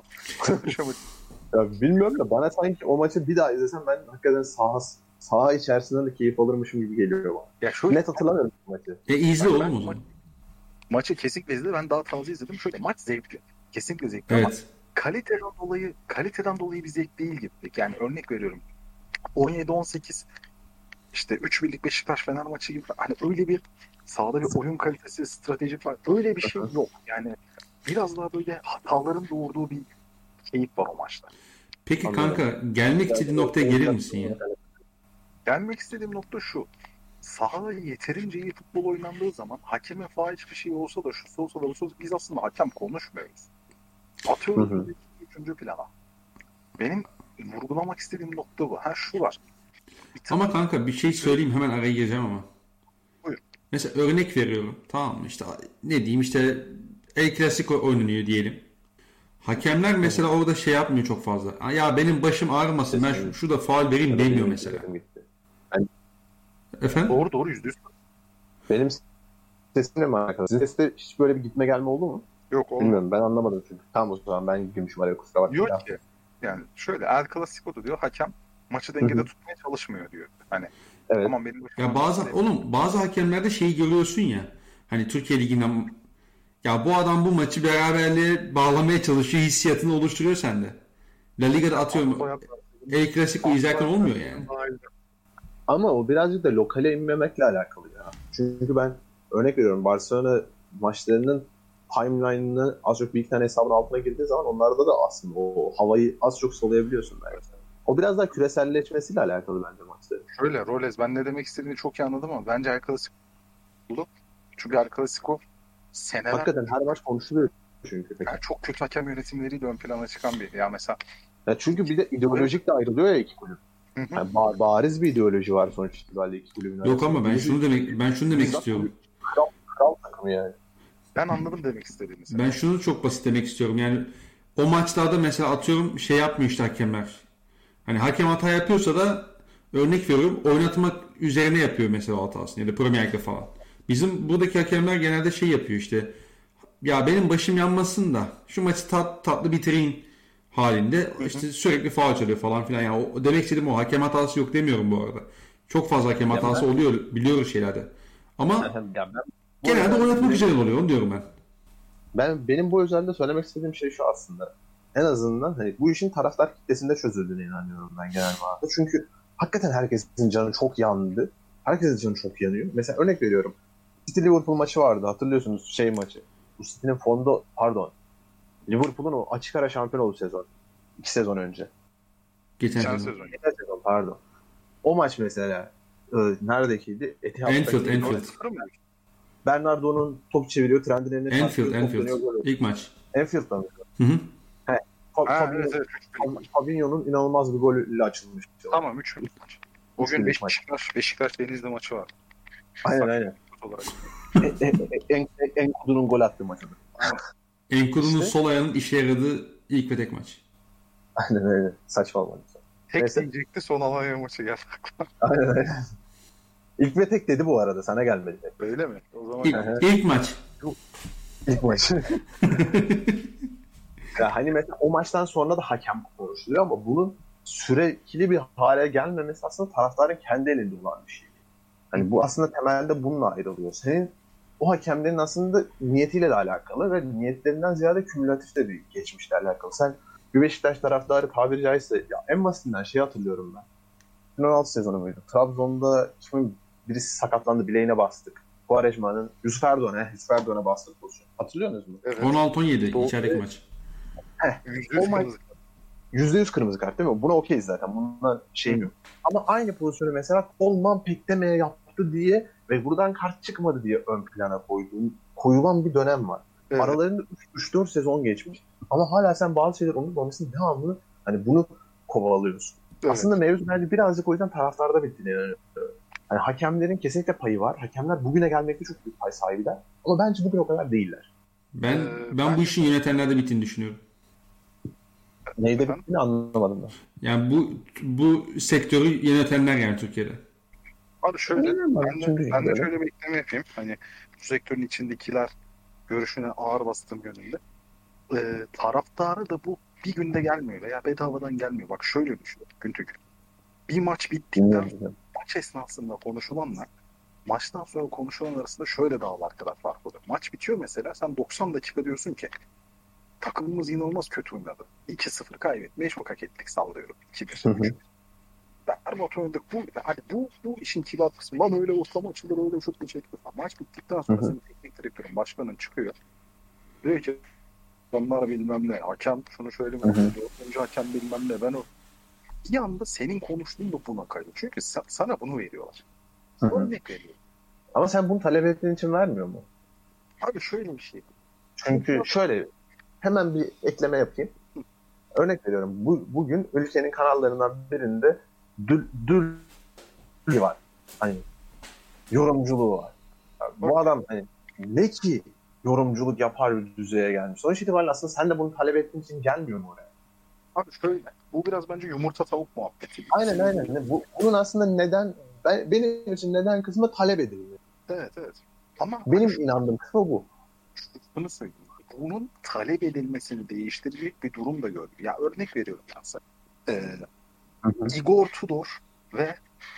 ya bilmiyorum da bana sanki o maçı bir daha izlesem ben hakikaten saha, saha içerisinden de keyif alırmışım gibi geliyor bana. Ya şöyle, Net hatırlamıyorum bu maçı. E izle Ben- oğlum ben o zaman. maçı kesinlikle izledim. Ben daha taze izledim. Şöyle, maç zevkli. Kesinlikle zevkli ama Evet. kaliteden dolayı kaliteden dolayı bir zevk değil gibi. Yani örnek veriyorum. on yedi on sekiz işte üç birlik Beşiktaş Fener maçı gibi, hani öyle bir sahada bir oyun kalitesi, strateji falan, öyle bir şey yok. Yani biraz daha böyle hataların doğurduğu bir keyif var o maçta. Peki Anladım. kanka gelmek istediğin noktaya gelir misin ya? Gelmek istediğim nokta şu. Sahada yeterince iyi futbol oynandığı zaman hakemin faal hiçbir şey olsa da, şu olsa da, bu olsa da, biz aslında hakem konuşmuyoruz. Atıyoruz Hı hı. bunu ikinci, üçüncü plana. Benim vurgulamak istediğim nokta bu. Ha şu var. Bir tane- Ama kanka bir şey söyleyeyim, hemen araya gireceğim ama. Buyur. Mesela örnek veriyorum. Tamam mı? İşte ne diyeyim, işte El Clasico oynanıyor diyelim. Hakemler mesela orada şey yapmıyor çok fazla. Ya benim başım ağrımasın, ben şu, şu da faul vereyim demiyor mesela. Efendim? Doğru doğru yüzde yüz. Benim sesimle mi alakalı? Sizin seste hiç böyle bir gitme gelme oldu mu? Yok olmuyor. Bilmiyorum, ben anlamadım çünkü. Tamam, o zaman ben girmişim araya, kusura bakmayın. Diyor ki yani şöyle, El Clasico'da diyor hakem maçı dengede tutmaya çalışmıyor diyor. Hani Evet. tamam benim başıma Ya bazı ağrımasın. oğlum bazı hakemlerde şeyi görüyorsun ya. Hani Türkiye Ligi'nden ya bu adam bu maçı beraberliğe bağlamaya çalışıyor hissiyatını oluşturuyor sende. La Liga'da atıyorum El Clasico izlerken olmuyor yani. Ama o birazcık da lokale inmemekle alakalı ya. Çünkü ben örnek veriyorum, Barcelona maçlarının timeline'ını az çok bir iki tane hesabın altına girdiği zaman onlarda da aslında o havayı az çok soluyabiliyorsun bence. O biraz daha küreselleşmesiyle alakalı bence maçta. Şöyle Roles, ben ne demek istediğini çok iyi anladım ama bence El Clasico Çünkü El Clasico seneler Hakikaten her maç konuşuluyor çünkü. yani çok kötü hakem yönetimleriyle ön plana çıkan bir. Ya mesela Ya çünkü bir de ideolojik de ayrılıyor ya iki kulüp. hı hı. Yani ba- bariz bir ideoloji var sonuç itibariyle iki kulübün Yok ama ben Birisi şunu demek ben şunu demek istiyorum. Kral, kral takımı yani. Ben anladım demek istediğinizi. Ben şunu çok basit demek istiyorum. Yani o maçlarda mesela atıyorum şey yapmıyor işte hakemler. Hani hakem hata yapıyorsa da örnek veriyorum oynatmak üzerine yapıyor mesela o hatasını ya da Premier Lig'de falan. Bizim buradaki hakemler genelde şey yapıyor işte. Ya benim başım yanmasın da şu maçı tat, tatlı bitireyim halinde işte sürekli faul çalıyor falan filan. Yani o, demek istediğim o hakem hatası yok demiyorum bu arada. Çok fazla hakem Ya hatası ben- oluyor biliyoruz şeylerde. Ama Ya ben, genelde oynatmak üzerine oluyor onu diyorum ben. Ben benim bu özelde söylemek istediğim şey şu aslında. En azından hani bu işin taraftar kitlesinde çözüldüğüne inanıyorum ben genel manada. Çünkü hakikaten herkesin canı çok yandı. Herkesin canı çok yanıyor. Mesela örnek veriyorum. City Liverpool maçı vardı. Hatırlıyorsunuz şey maçı. Bu City'nin fonda pardon. Liverpool'un o açık ara şampiyon oldu sezon. İki sezon önce. Geçen Geçen sezon. sezon. Geçen sezon pardon. O maç mesela e, neredekiydi? Etihad'daki. Anfield, Anfield. Bernardo'nun top çeviriyor. Trendin eline Anfield, çarpıyor, top dönüyor, Anfield. gol oluyor. İlk maç. Anfield'da mı? Hı hı. Fa- Ha, Fabinho- evet, evet. Fabinho'nun inanılmaz bir golüyle açılmış. Tamam üç maç. O Üç gün birlik maç. Beşiktaş, Beşiktaş Denizli maçı var. Aynen aynen. Olarak. en, en, en, en kudunun gol attığı maçı. Enkudu'nun İşte. sol ayağının işe yaradığı ilk ve tek maç. Aynen öyle. Saçmalama. Tek Neyse. diyecekti son Alanya maçı geldi aklıma. Aynen aynen. İlk ve tek dedi bu arada. Sana gelmedi. Öyle mi? O zaman İlk, Hı hı. ilk maç. İlk maç. Ya hani mesela o maçtan sonra da hakem konuşuluyor ama bunun sürekli bir hale gelmemesi aslında taraftarın kendi elinde olan bir şey. Hani bu aslında temelde bununla ayrılıyor. Senin o hakemlerin aslında niyetiyle de alakalı ve niyetlerinden ziyade kümülatif de bir geçmişle alakalı. Sen bir Beşiktaş taraftarı tabiri caizse ya en basitinden şey hatırlıyorum ben. iki bin on altı sezonu muydu? Trabzon'da kimin birisi sakatlandı, bileğine bastık. Quaresma'nın Yusuf Erdoğan'a, Yusuf Erdoğan'a bastık pozisyon. Hatırlıyor musunuz? evet. on altı on yedi Doğru. içerideki maç. Yüzde O yüz maç- kırmızı. yüzde yüz kırmızı kart değil mi? Buna okeyiz zaten. Bundan şeyim yok. Ama aynı pozisyonu mesela Coleman Pekteme'ye yaptı diye ve buradan kart çıkmadı diye ön plana koyduğum, koyulan bir dönem var. Evet. Aralarında üç dört sezon geçmiş. Ama hala sen bazı şeyler unutmamışsın. Devamlı hani bunu kovalıyorsun. Evet. Aslında mevzu bence birazcık o yüzden taraftarda bittiğine inanıyorum. Yani hakemlerin kesinlikle payı var. Hakemler bugüne gelmekte çok büyük pay sahibiler. Ama bence bugün o kadar değiller. Ben Ee, ben ben- bu işin yönetenlerde bittiğini düşünüyorum. Neyde Efendim? bittiğini anlamadım ben. Yani bu bu sektörü yönetenler yani Türkiye'de. Abi şöyle, Bilmiyorum ben, ben de, çünkü ben de böyle. şöyle bir ekleme yapayım. Hani bu sektörün içindekiler görüşüne ağır bastığım yönünde. Ee, taraftarı da bu bir günde gelmiyor veya bedavadan gelmiyor. Bak şöyle düşün Güntük. Bir maç bittikten Bilmiyorum. maç esnasında konuşulanla maçtan sonra konuşulan arasında şöyle dağlar kadar fark oluyor. Maç bitiyor mesela sen doksan dakika diyorsun ki takımımız inanılmaz kötü oynadı. iki sıfır kaybetmeyi çok hak ettik sallıyorum. iki bir. Hı hı. Berbat oynadık. Bu, hani bu, bu işin kibar kısmı. Lan öyle ortam açılır öyle şut mu çekti falan. Maç bittikten sonra Hı hı. senin teknik direktörün başkanın çıkıyor. Diyor ki onlar bilmem ne. Hakem şunu söyleme. Hı hı. Önce hakem bilmem ne. Ben o bir anda senin konuştuğun da buna kayıyor. Çünkü sa- sana bunu veriyorlar. Hı hı. Örnek veriyor. Ama sen bunu talep ettiğin için vermiyor mu? Abi şöyle bir şey. Çünkü şöyle hemen bir ekleme yapayım. Örnek veriyorum. Bu, bugün ülkenin kanallarından birinde dül, dül var. Hani yorumculuğu var. Yani bu adam hani ne ki yorumculuk yapar bir düzeye gelmiş. Sonuç itibariyle aslında sen de bunu talep ettiğin için gelmiyor mu oraya? Abi şöyle. Bu biraz bence yumurta tavuk muhabbeti. Aynen aynen. Ne- Bu, bunun aslında neden ben, benim için neden kısmı talep edilmiyor. Evet evet. Ama Benim inandığım kısmı bu. bunu söyleyeyim. Bunun talep edilmesini değiştirecek bir durum da gördüm. Ya örnek veriyorum ben sana. Ee, Hı hı. Igor Tudor ve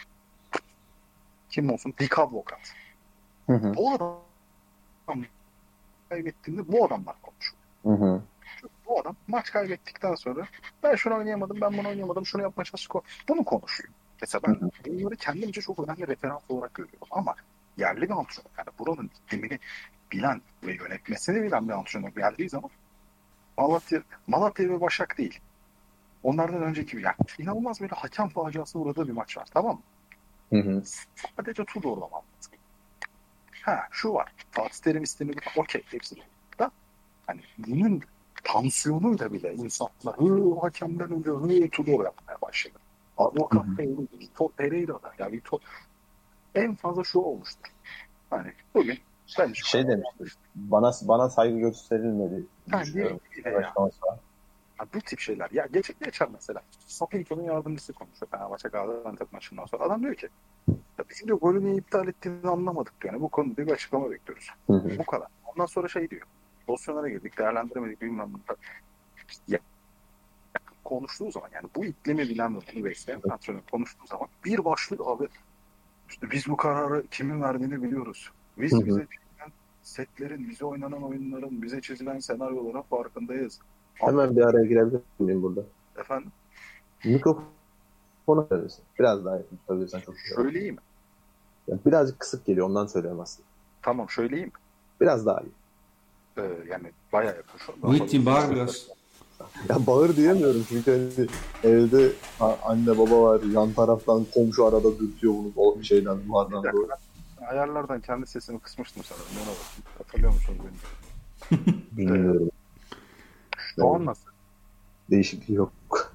kim olsun? Dick Advokat. Hı hı. Bu adam kaybettiğinde bu adamlar konuşuyor. Hı hı. Çünkü bu adam maç kaybettikten sonra ben şunu oynayamadım, ben bunu oynayamadım, şunu yapmaya çalıştık. Bunu konuşuyor. Mesela ben Hı hı. bunları kendimce çok önemli referans olarak görüyorum. Ama yerli bir antrenör, yani buranın iklimini bilen ve yönetmesini bilen bir antrenör geldiği zaman Malatya, Malatya ve Başak değil. Onlardan önceki bir yani inanılmaz böyle hakem faciası uğradığı bir maç var. Tamam mı? Hı hı. Sadece Tudor'la anlatayım. ha şu var. Fatih Terim isteniyor. Okey. Hepsi da hani bunun tansiyonuyla bile insanlar hı hakemden ölüyor, hı Tudor yapmaya başladı. Avukat Bey, Vitor Pereira'da. Ya Vitor en fazla şu olmuştur. Hani bugün ben Şey demiştim. Bana bana saygı gösterilmedi. Yani düşünüyorum. ya. Ya bu tip şeyler. Ya geç, geçer mesela. Sapinko'nun yardımcısı konuşuyor Fenerbahçe Gaziantep maçından sonra. Adam diyor ki ya bizim diyor golü niye iptal ettiğini anlamadık diyor. Yani bu konuda bir açıklama bekliyoruz. Hı hı. Bu kadar. Ondan sonra şey diyor. Pozisyonlara girdik, değerlendiremedik bilmem ne. Ya, konuştuğu zaman yani bu iklimi bilen ve bunu besleyen antrenör konuştuğu zaman bir başlıyor abi. İşte biz bu kararı kimin verdiğini biliyoruz. Biz Hı hı. bize çizilen setlerin, bize oynanan oyunların, bize çizilen senaryoların farkındayız. Hemen bir araya girebilir miyim burada? Efendim? Mikrofonu verirsin. Biraz daha yakın tutabilirsen çok güzel. Söyleyeyim mi? Yani birazcık kısık geliyor. Ondan söylüyorum aslında. Tamam söyleyeyim mi? Biraz daha iyi. Ee, yani bayağı yakın şu anda. Muhittin bağır biraz. Ya bağır diyemiyorum çünkü hani evde anne baba var. Yan taraftan komşu arada dürtüyor bunu o şeyden duvardan doğru. Ayarlardan kendi sesimi kısmıştım sanırım. Ona bakayım. Hatırlıyor musunuz beni? Bilmiyorum. Şu an nasıl? Değişikliği yok.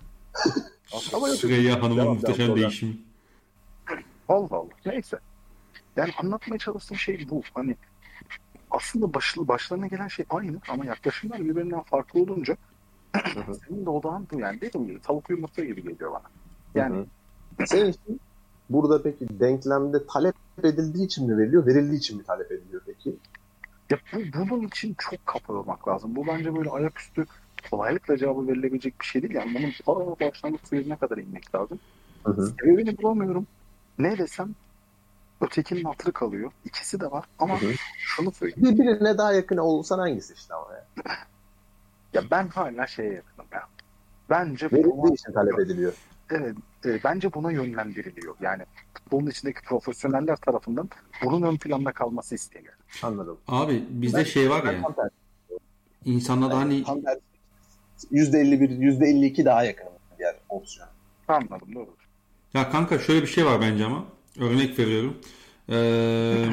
Ama yok. Süreyya Hanım'ın Devam, muhteşem devam, değişimi. Allah Allah. Neyse. Yani anlatmaya çalıştığım şey bu. Hani aslında başlı, başlarına gelen şey aynı ama yaklaşımlar birbirinden farklı olunca senin de odağın bu yani. Dediğim gibi tavuk yumurta gibi geliyor bana. Yani Hı hı. Senin için burada peki denklemde talep edildiği için mi veriliyor, verildiği için mi talep ediliyor peki? ya bu, bunun için çok kafa yormak lazım. Bu bence böyle ayaküstü kolaylıkla cevabı verilebilecek bir şey değil. Yani bunun ta başlangıç sürecine kadar inmek lazım. Hı hı. Sebebini bulamıyorum. Ne desem ötekinin hatırı kalıyor. İkisi de var ama Hı hı. şunu söyleyeyim. Birbirine daha yakın olsan hangisi işte ama ya? Ya ben hala şeye yakınım ya. Bence Verildiği buna, için talep ediliyor. evet, e, bence buna yönlendiriliyor. Yani bunun içindeki profesyoneller tarafından bunun ön planda kalması isteniyor. Anladım. Abi bizde Ben- şey var ben ya. tam tersi. İnsanlarda hani Tam tersi. yüzde elli bir, yüzde elli iki daha yakınım diğer opsiyon. Anladım doğru. ya kanka şöyle bir şey var bence ama. Örnek veriyorum. Ee,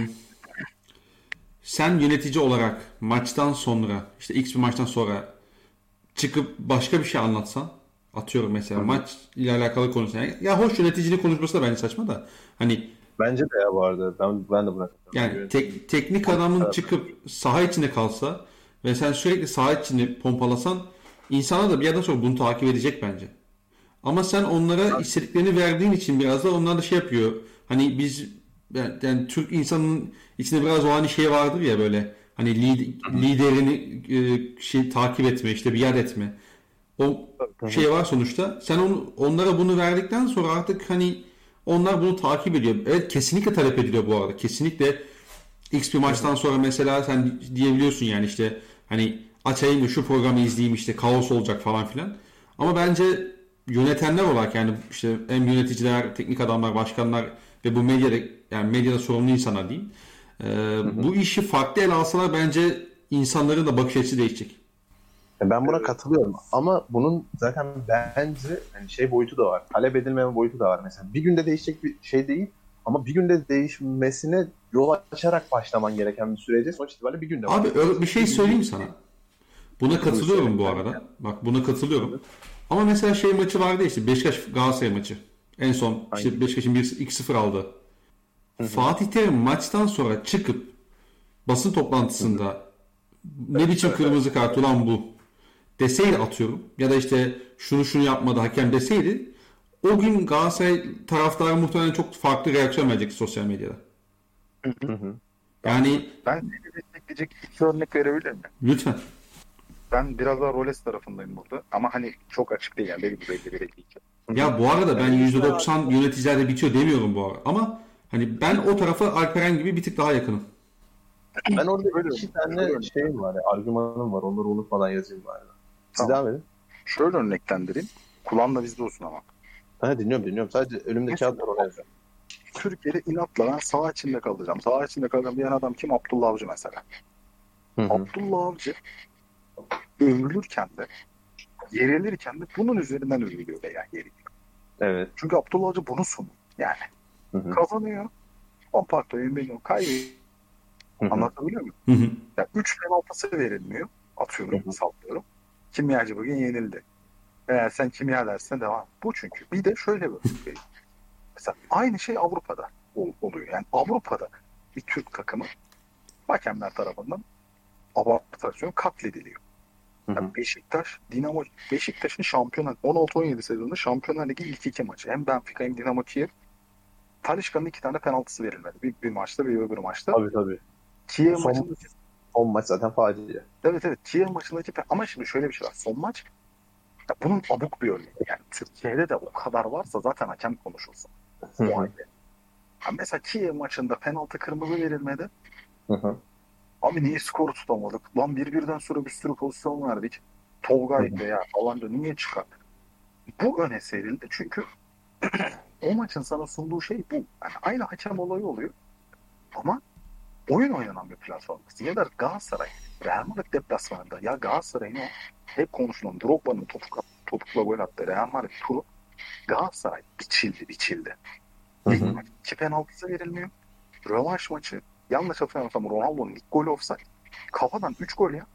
sen yönetici olarak maçtan sonra işte X bir maçtan sonra çıkıp başka bir şey anlatsan atıyorum mesela maç ile alakalı konuşsan. Ya, ya hoş yöneticinin konuşması da bence saçma da. Hani Bence de ya bu arada. Ben, ben de bırakıyorum. yani tek, teknik adamın çıkıp saha içinde kalsa ve sen sürekli saha içinde pompalasan insana da bir yerden sonra bunu takip edecek bence. Ama sen onlara istediklerini verdiğin için biraz da onlar da şey yapıyor. Hani biz yani, yani Türk insanının içinde biraz o hani şey vardır ya böyle hani lider, liderini e, şey takip etme işte bir yer etme. O şey var sonuçta. Sen onu, onlara bunu verdikten sonra artık hani onlar bunu takip ediyor. Evet kesinlikle talep ediliyor bu arada. Kesinlikle X bir maçtan sonra mesela sen diyebiliyorsun yani işte hani açayım da şu programı izleyeyim işte kaos olacak falan filan. Ama bence yönetenler olarak yani işte hem yöneticiler, teknik adamlar, başkanlar ve bu medyada yani medyada sorumlu insanlar diyeyim. Ee, hı hı. Bu işi farklı ele alsalar bence insanların da bakış açısı değişecek. Ben buna katılıyorum ama bunun zaten bence yani şey boyutu da var. Talep edilmeme boyutu da var. Mesela bir günde değişecek bir şey değil ama bir günde değişmesine yol açarak başlaman gereken bir sürece sonuç itibariyle bir günde var. Abi öyle bir şey söyleyeyim sana. Buna katılıyorum bu arada. Bak buna katılıyorum. Ama mesela şey maçı vardı işte Beşiktaş Galatasaray maçı. En son işte Beşiktaş'ın iki sıfır aldı. Hı hı. Fatih Terim maçtan sonra çıkıp basın toplantısında hı hı. ne biçim kırmızı kart ulan bu deseydi atıyorum ya da işte şunu şunu yapmadı hakem deseydi o gün Galatasaray taraftarı muhtemelen çok farklı reaksiyon verecekti sosyal medyada. Hı hı. Yani ben seni destekleyecek iki örnek verebilir miyim? Lütfen. Ben biraz daha Roles tarafındayım burada. Ama hani çok açık değil yani. Belli belli belli iki. Ya bu arada ben yüzde doksan yöneticilerde bitiyor demiyorum bu arada. Ama hani ben o tarafa Alperen gibi bir tık daha yakınım. Ben orada öyle iki tane şeyim var ya, argümanım var. Onları unutmadan yazayım bari. Siz tamam. devam edin. Şöyle örneklendireyim. Kulağın da bizde olsun ama. Ha, dinliyorum dinliyorum. Sadece önümde kağıt var oraya yazıyorum. Türkiye'de inatla ben sağ içinde kalacağım. Sağ içinde kalacağım diyen adam kim? Abdullah Avcı mesela. Hı hı. Abdullah Avcı övülürken de yerilirken de bunun üzerinden övülüyor veya yeriliyor. Evet. Çünkü Abdullah Avcı bunu sunuyor. Yani hı hı. Kazanıyor. on partoyu milyon kaybediyor. Anlatabiliyor muyum? Hı hı. Yani üç penaltısı verilmiyor. Atıyorum, sallıyorum. Kimyacı bugün yenildi. Eğer sen kimya dersine devam. Bu çünkü. Bir de şöyle bir şey. Mesela aynı şey Avrupa'da ol- oluyor. Yani Avrupa'da bir Türk takımı hakemler tarafından abartarak katlediliyor. Hı hı. Yani Beşiktaş, Dinamo, Beşiktaş'ın Şampiyonlar on altı on yedi sezonunda Şampiyonlar Ligi ilk iki maçı. Hem Benfica hem Dinamo Kiev. Talisca'nın iki tane penaltısı verilmedi. Bir, bir maçta bir öbür maçta. Tabii tabii. Kiev Son, maçındaki son maç zaten facia. evet evet Kiev maçındaki ama şimdi şöyle bir şey var. Son maç ya bunun abuk bir örneği. Yani Türkiye'de de o kadar varsa zaten hakem konuşulsun. Hı hı. O halde. Ya mesela Kiev maçında penaltı kırmızı verilmedi. Hı hı. Abi niye skoru tutamadık? Lan bir birden sonra bir sürü pozisyon verdik. Tolgay veya falan da niye çıkar? Bu öne serildi çünkü o maçın sana sunduğu şey bu. Yani aynı hakem olayı oluyor ama oyun oynanan bir platform. Ya da Galatasaray, Real Madrid deplasmanında ya Galatasaray'ın o hep konuşulan Drogba'nın topuk, topukla gol attığı Real Madrid turu Galatasaray biçildi biçildi. Hı İlk hı. maç iki penaltısı verilmiyor. Rövanş maçı yanlış hatırlamıyorsam Ronaldo'nun ilk golü offside. Kafadan üç gol ya.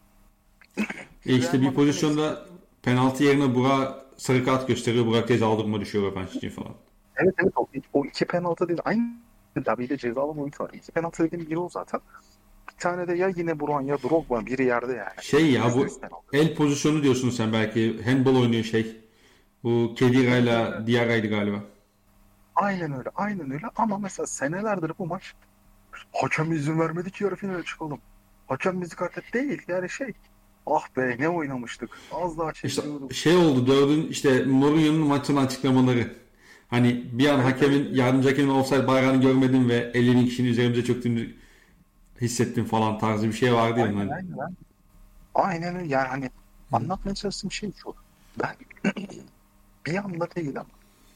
E işte bir pozisyonda penaltı yerine Burak sarı kart gösteriyor. Burak ceza aldırma düşüyor rövanş için falan. Evet evet o, o iki penaltı değil. Aynı tabii de cezalı boyut var. İki penaltı dediğim biri o zaten. Bir tane de ya yine Buran ya Drogba biri yerde yani. Şey ya bu Yüzde yüz penaltı. el pozisyonu diyorsun sen belki. Handball oynuyor şey. Bu Kedira'yla Diarra'ydı galiba. Aynen öyle aynen öyle ama mesela senelerdir bu maç hakem izin vermedi ki yarı finale çıkalım. Hakem bizi katlet değil yani şey. Ah be ne oynamıştık. Az daha İşte çekiyorduk. şey oldu dördün işte Mourinho'nun maçın açıklamaları. Hani bir an hakemin yardımcı hakemin offside bayrağını görmedim ve elli bin kişinin üzerimize çöktüğünü hissettim falan tarzı bir şey vardı ya. Aynen Hani. aynen. aynen. Aynen öyle yani hani anlatmaya çalıştığım şey şu. Ben bir anda değil ama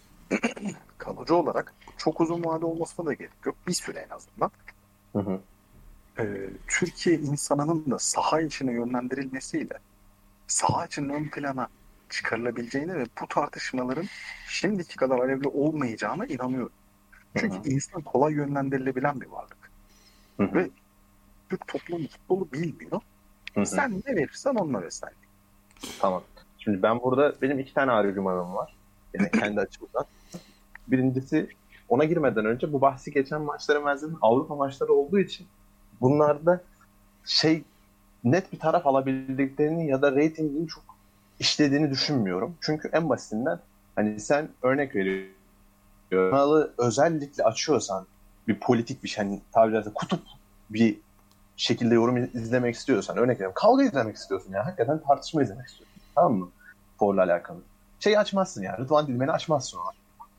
kalıcı olarak çok uzun vade olmasına da gerek yok. Bir süre en azından. Hı hı. Ee, Türkiye insanının da saha içine yönlendirilmesiyle saha içinin ön plana çıkarılabileceğine ve bu tartışmaların şimdiki kadar alevli olmayacağına inanıyorum. Çünkü Hı hı. insan kolay yönlendirilebilen bir varlık. Hı hı. Ve Türk toplumu futbolu bilmiyor. Hı hı. Sen ne verirsen onunla beslen. Tamam. Şimdi ben burada benim iki tane argümanım var. Yani kendi açımdan. Birincisi ona girmeden önce bu bahsi geçen maçların benzerin Avrupa maçları olduğu için bunlarda şey net bir taraf alabildiklerini ya da reytingini çok işlediğini düşünmüyorum. Çünkü en basitinden hani sen örnek veriyorsun. Kanalı özellikle açıyorsan bir politik bir şey hani tabiri caizse kutup bir şekilde yorum izlemek istiyorsan örnek veriyorum kavga izlemek istiyorsun ya hakikaten tartışma izlemek istiyorsun. Tamam mı? Sporla alakalı. Şeyi açmazsın yani. Rıdvan Dilmen'i açmazsın ona.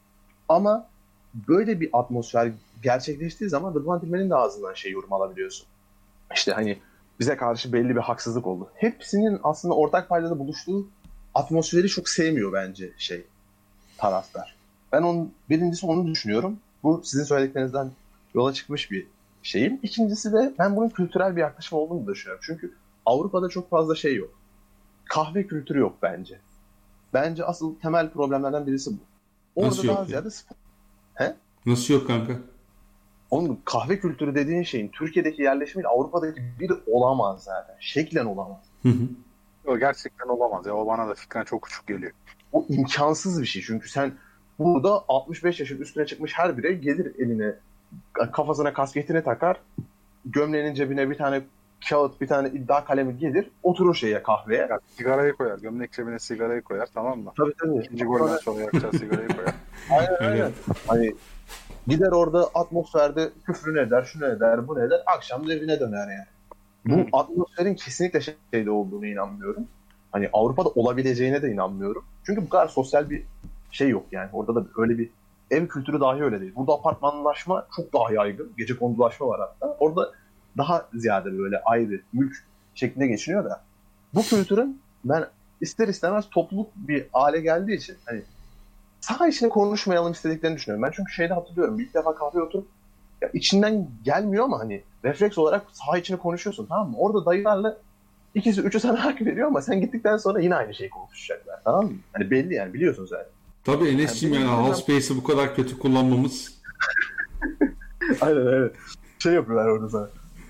Ama böyle bir atmosfer gerçekleştiği zaman Rıdvan Dilmen'in de ağzından şey yorum alabiliyorsun. İşte hani bize karşı belli bir haksızlık oldu. Hepsinin aslında ortak paydada buluştuğu atmosferi çok sevmiyor bence şey taraftar. Ben onun birincisi onu düşünüyorum. Bu sizin söylediklerinizden yola çıkmış bir şeyim. İkincisi de ben bunun kültürel bir yaklaşım olduğunu düşünüyorum. Çünkü Avrupa'da çok fazla şey yok. Kahve kültürü yok bence. Bence asıl temel problemlerden birisi bu. Orada Nasıl yok daha ya? ziyade spor. He? Nasıl yok kanka? Onun kahve kültürü dediğin şeyin Türkiye'deki yerleşimiyle Avrupa'daki biri olamaz zaten. Şeklen olamaz. Hı hı. O gerçekten olamaz ya. O bana da fikren çok uçuk geliyor. O imkansız bir şey. Çünkü sen burada altmış beş yaşın üstüne çıkmış her birey gelir eline kafasına kasketini takar. Gömleğinin cebine bir tane kağıt, bir tane iddia kalemi gelir. Oturur şeye kahveye. Ya, sigarayı koyar. Gömlek cebine sigarayı koyar. Tamam mı? Tabii tabii. İkinci golden sonra yakacağı sigarayı koyar. Aynen aynen. Evet. Hani gider orada atmosferde küfrünü eder, şunu eder, bunu eder. Akşam da evine döner yani. Bu atmosferin kesinlikle şeyde olduğunu inanmıyorum. Hani Avrupa'da olabileceğine de inanmıyorum. Çünkü bu kadar sosyal bir şey yok yani. Orada da öyle bir ev kültürü dahi öyle değil. Burada apartmanlaşma çok daha yaygın. Gecekondulaşma var hatta. Orada daha ziyade böyle ayrı, mülk şeklinde geçiniyor da. Bu kültürün ben ister istemez topluluk bir hale geldiği için hani saha içine konuşmayalım istediklerini düşünüyorum. Ben çünkü şeyde hatırlıyorum. Bir defa kahveye oturup ya içinden gelmiyor ama hani refleks olarak saha içine konuşuyorsun tamam mı? Orada dayılarla ikisi üçü sana hak veriyor ama sen gittikten sonra yine aynı şeyi konuşacaklar tamam mı? Hani belli yani biliyorsun zaten. Tabii Enes'ciğim yani, yani house space'i bu kadar kötü kullanmamız. Aynen aynen. Şey yapıyorlar orada sana.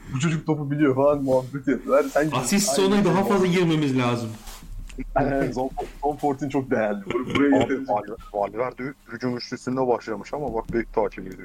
Bu çocuk topu biliyor falan muhabbet yapıyorlar. Sence Asist sonu daha fazla girmemiz lazım. Yani Zon Fort'un çok değerli. Bur- Buraya Abi Val- Valverde hücum üçlüsünde başlamış ama bak büyük takip ediyor.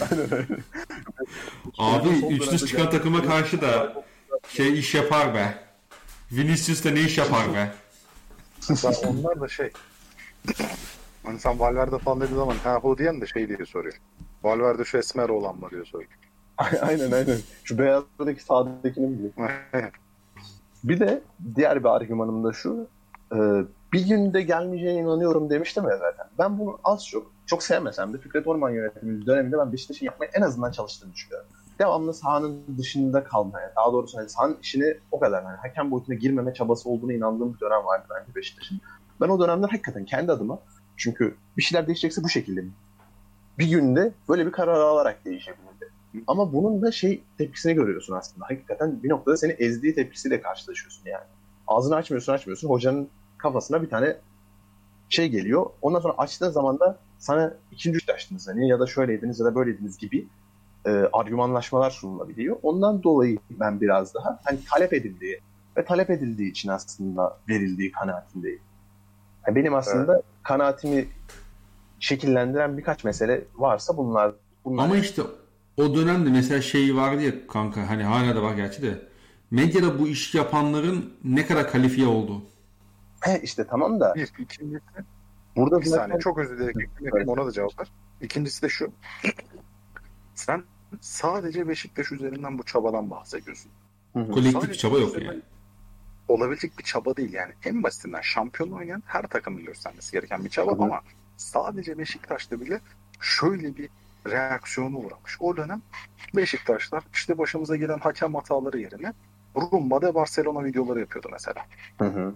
Abi Son üçlü dönemde çıkan takıma karşı da şey iş yapar be. Vinicius da ne iş yapar be. Mesela onlar da şey hani sen Valverde falan dediğin zaman ha o diyen de şey diye soruyor. Valverde şu esmer olan mı diye soruyor. Aynen aynen. Şu beyazdaki sağdakini mi biliyor? Bir de diğer bir argümanım da şu. E, bir günde gelmeyeceğine inanıyorum demiştim ya zaten. Ben bunu az çok, çok sevmesem de Fikret Orman yönetimimiz döneminde ben Beşiktaş'ın yapmaya en azından çalıştığını düşünüyorum. Devamlı sahanın dışında kalmaya, daha doğrusu hani sahanın işine o kadar yani hakem boyutuna girmeme çabası olduğuna inandığım bir dönem vardı bence Beşiktaş'ın. Ben o dönemler hakikaten kendi adıma, çünkü bir şeyler değişecekse bu şekilde bir günde böyle bir karar alarak değişebilirdi. Ama bunun da şey tepkisini görüyorsun aslında. Hakikaten bir noktada seni ezdiği tepkisiyle karşılaşıyorsun yani. Ağzını açmıyorsun açmıyorsun. Hocanın kafasına bir tane şey geliyor. Ondan sonra açtığın zaman da sana ikinci üç açtınız hani ya da şöyleydiniz ya da böyleydiniz gibi e, argümanlaşmalar sunulabiliyor. Ondan dolayı ben biraz daha hani talep edildiği ve talep edildiği için aslında verildiği kanaatindeyim. Yani benim aslında evet. kanaatimi şekillendiren birkaç mesele varsa bunlar. bunlar Ama işte o dönemde mesela şey vardı ya kanka, hani hala da var gerçi de, medyada bu iş yapanların ne kadar kalifiye olduğu. He işte tamam da. Bir, ikincisi. Burada bir saniye çok özür dilerim. Ona da cevap ver. İkincisi de şu. Sen sadece Beşiktaş üzerinden bu çabadan bahsediyorsun. Hı hı. Kolektif bir çaba yok yani. Olabilecek bir çaba değil yani. En basitinden şampiyon oynayan her takımın göstermesi gereken bir çaba, hı hı. Ama sadece Beşiktaş'ta bile şöyle bir reaksiyonu uğramış. O dönem Beşiktaşlar işte başımıza gelen hakem hataları yerine Rumba'da Barcelona videoları yapıyordu mesela. Hı hı.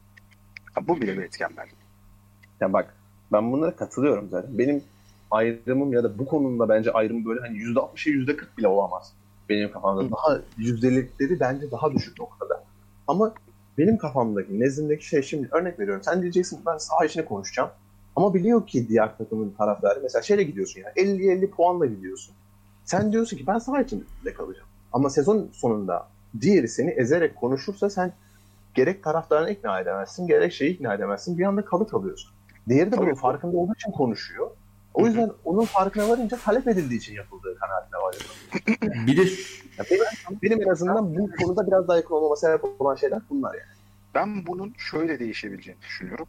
Ya bu bile bir etken bence. Ya bak ben bunlara katılıyorum zaten. Benim ayrımım ya da bu konuda bence ayrımı böyle hani yüzde altmışa yüzde kırk bile olamaz. Benim kafamda. Hı. Daha yüzdelikleri bence daha düşük noktada. Ama benim kafamdaki, nezdimdeki şey, şimdi örnek veriyorum. Sen diyeceksin ben saha içine konuşacağım. Ama biliyor ki diğer takımın taraftarı. Mesela şeyle gidiyorsun ya. elli elli puanla gidiyorsun. Sen diyorsun ki ben saha içinde kalacağım. Ama sezon sonunda diğeri seni ezerek konuşursa sen gerek taraftarını ikna edemezsin, gerek şeyi ikna edemezsin. Bir anda kalıp alıyorsun. Diğeri de bunun farkında olduğu için konuşuyor. O yüzden onun farkına varınca talep edildiği için yapıldığı kanaatine varıyorum. Bir de benim, benim en azından bu konuda biraz daha yakın olmama sebep olan şeyler bunlar yani. Ben bunun şöyle değişebileceğini düşünüyorum.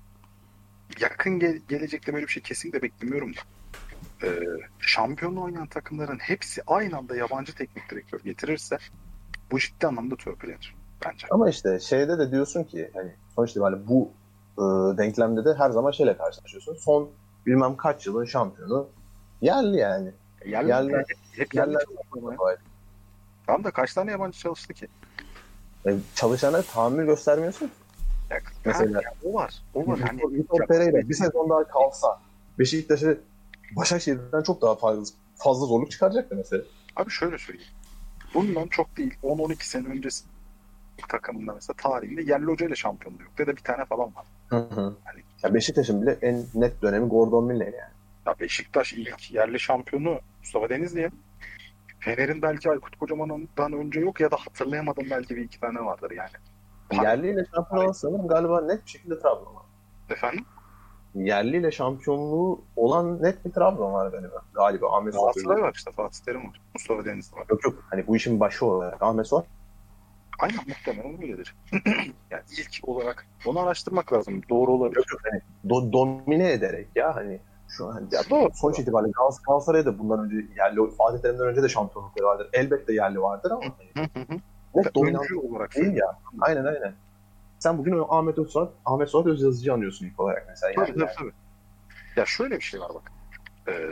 Yakın ge- gelecekte böyle bir şey kesinlikle beklemiyorum da. Ee, şampiyonluğu oynayan takımların hepsi aynı anda yabancı teknik direktör getirirse bu ciddi anlamda törpülenir bence. Ama işte şeyde de diyorsun ki hani sonuçta böyle bu e, denklemde de her zaman şeyle karşılaşıyorsun. Son bilmem kaç yılın şampiyonu yerli yani. Yerli, yerli, hep yerli çalışıyor. Tamam da kaç tane yabancı çalıştı ki? E, çalışana tahammül göstermiyorsun. Ya, mesela ya, o var. O var. Hani Vitor Pereira bir sezon daha kalsa Beşiktaş'ı Başakşehir'den çok daha fazla, fazla zorluk çıkaracaktı mesela. Abi şöyle söyleyeyim. Bundan çok değil. on on iki sene öncesi takımında mesela tarihinde yerli hocayla şampiyonluğu yok. Ya da bir tane falan var. Hı hı. Yani, ya Beşiktaş'ın bile en net dönemi Gordon Miller yani. Ya Beşiktaş ilk yerli şampiyonu Mustafa Denizli. Fener'in belki Aykut Kocaman'dan önce yok ya da hatırlayamadım, belki bir iki tane vardır yani. Yerliyle şampiyon olan sanırım galiba net bir şekilde Trabzon var. Efendim? Yerliyle şampiyonluğu olan net bir Trabzon var galiba. Galiba Ahmet Suat. Galatasaray var işte, Fatih Terim var. Mustafa Denizli var. Yok yok. Hani bu işin başı olarak Ahmet Suat. Aynen, muhtemelen öyledir. Yani ilk olarak onu araştırmak lazım. Doğru olabilir. Yok yok. Hani do- domine ederek ya hani şu an ya doğru. Sonuç itibariyle Gal- Galatasaray'da bundan önce yerli, Fatih Terim'den önce de şampiyonlukları vardır. Elbette yerli vardır ama hani net dominant olarak değil ya. Aynen aynen. Sen bugün Ahmet Özsuat, Ahmet Suat Özyazıcı anıyorsun ilk olarak mesela. Tabii yani. tabii tabii. Ya şöyle bir şey var bak. Ee,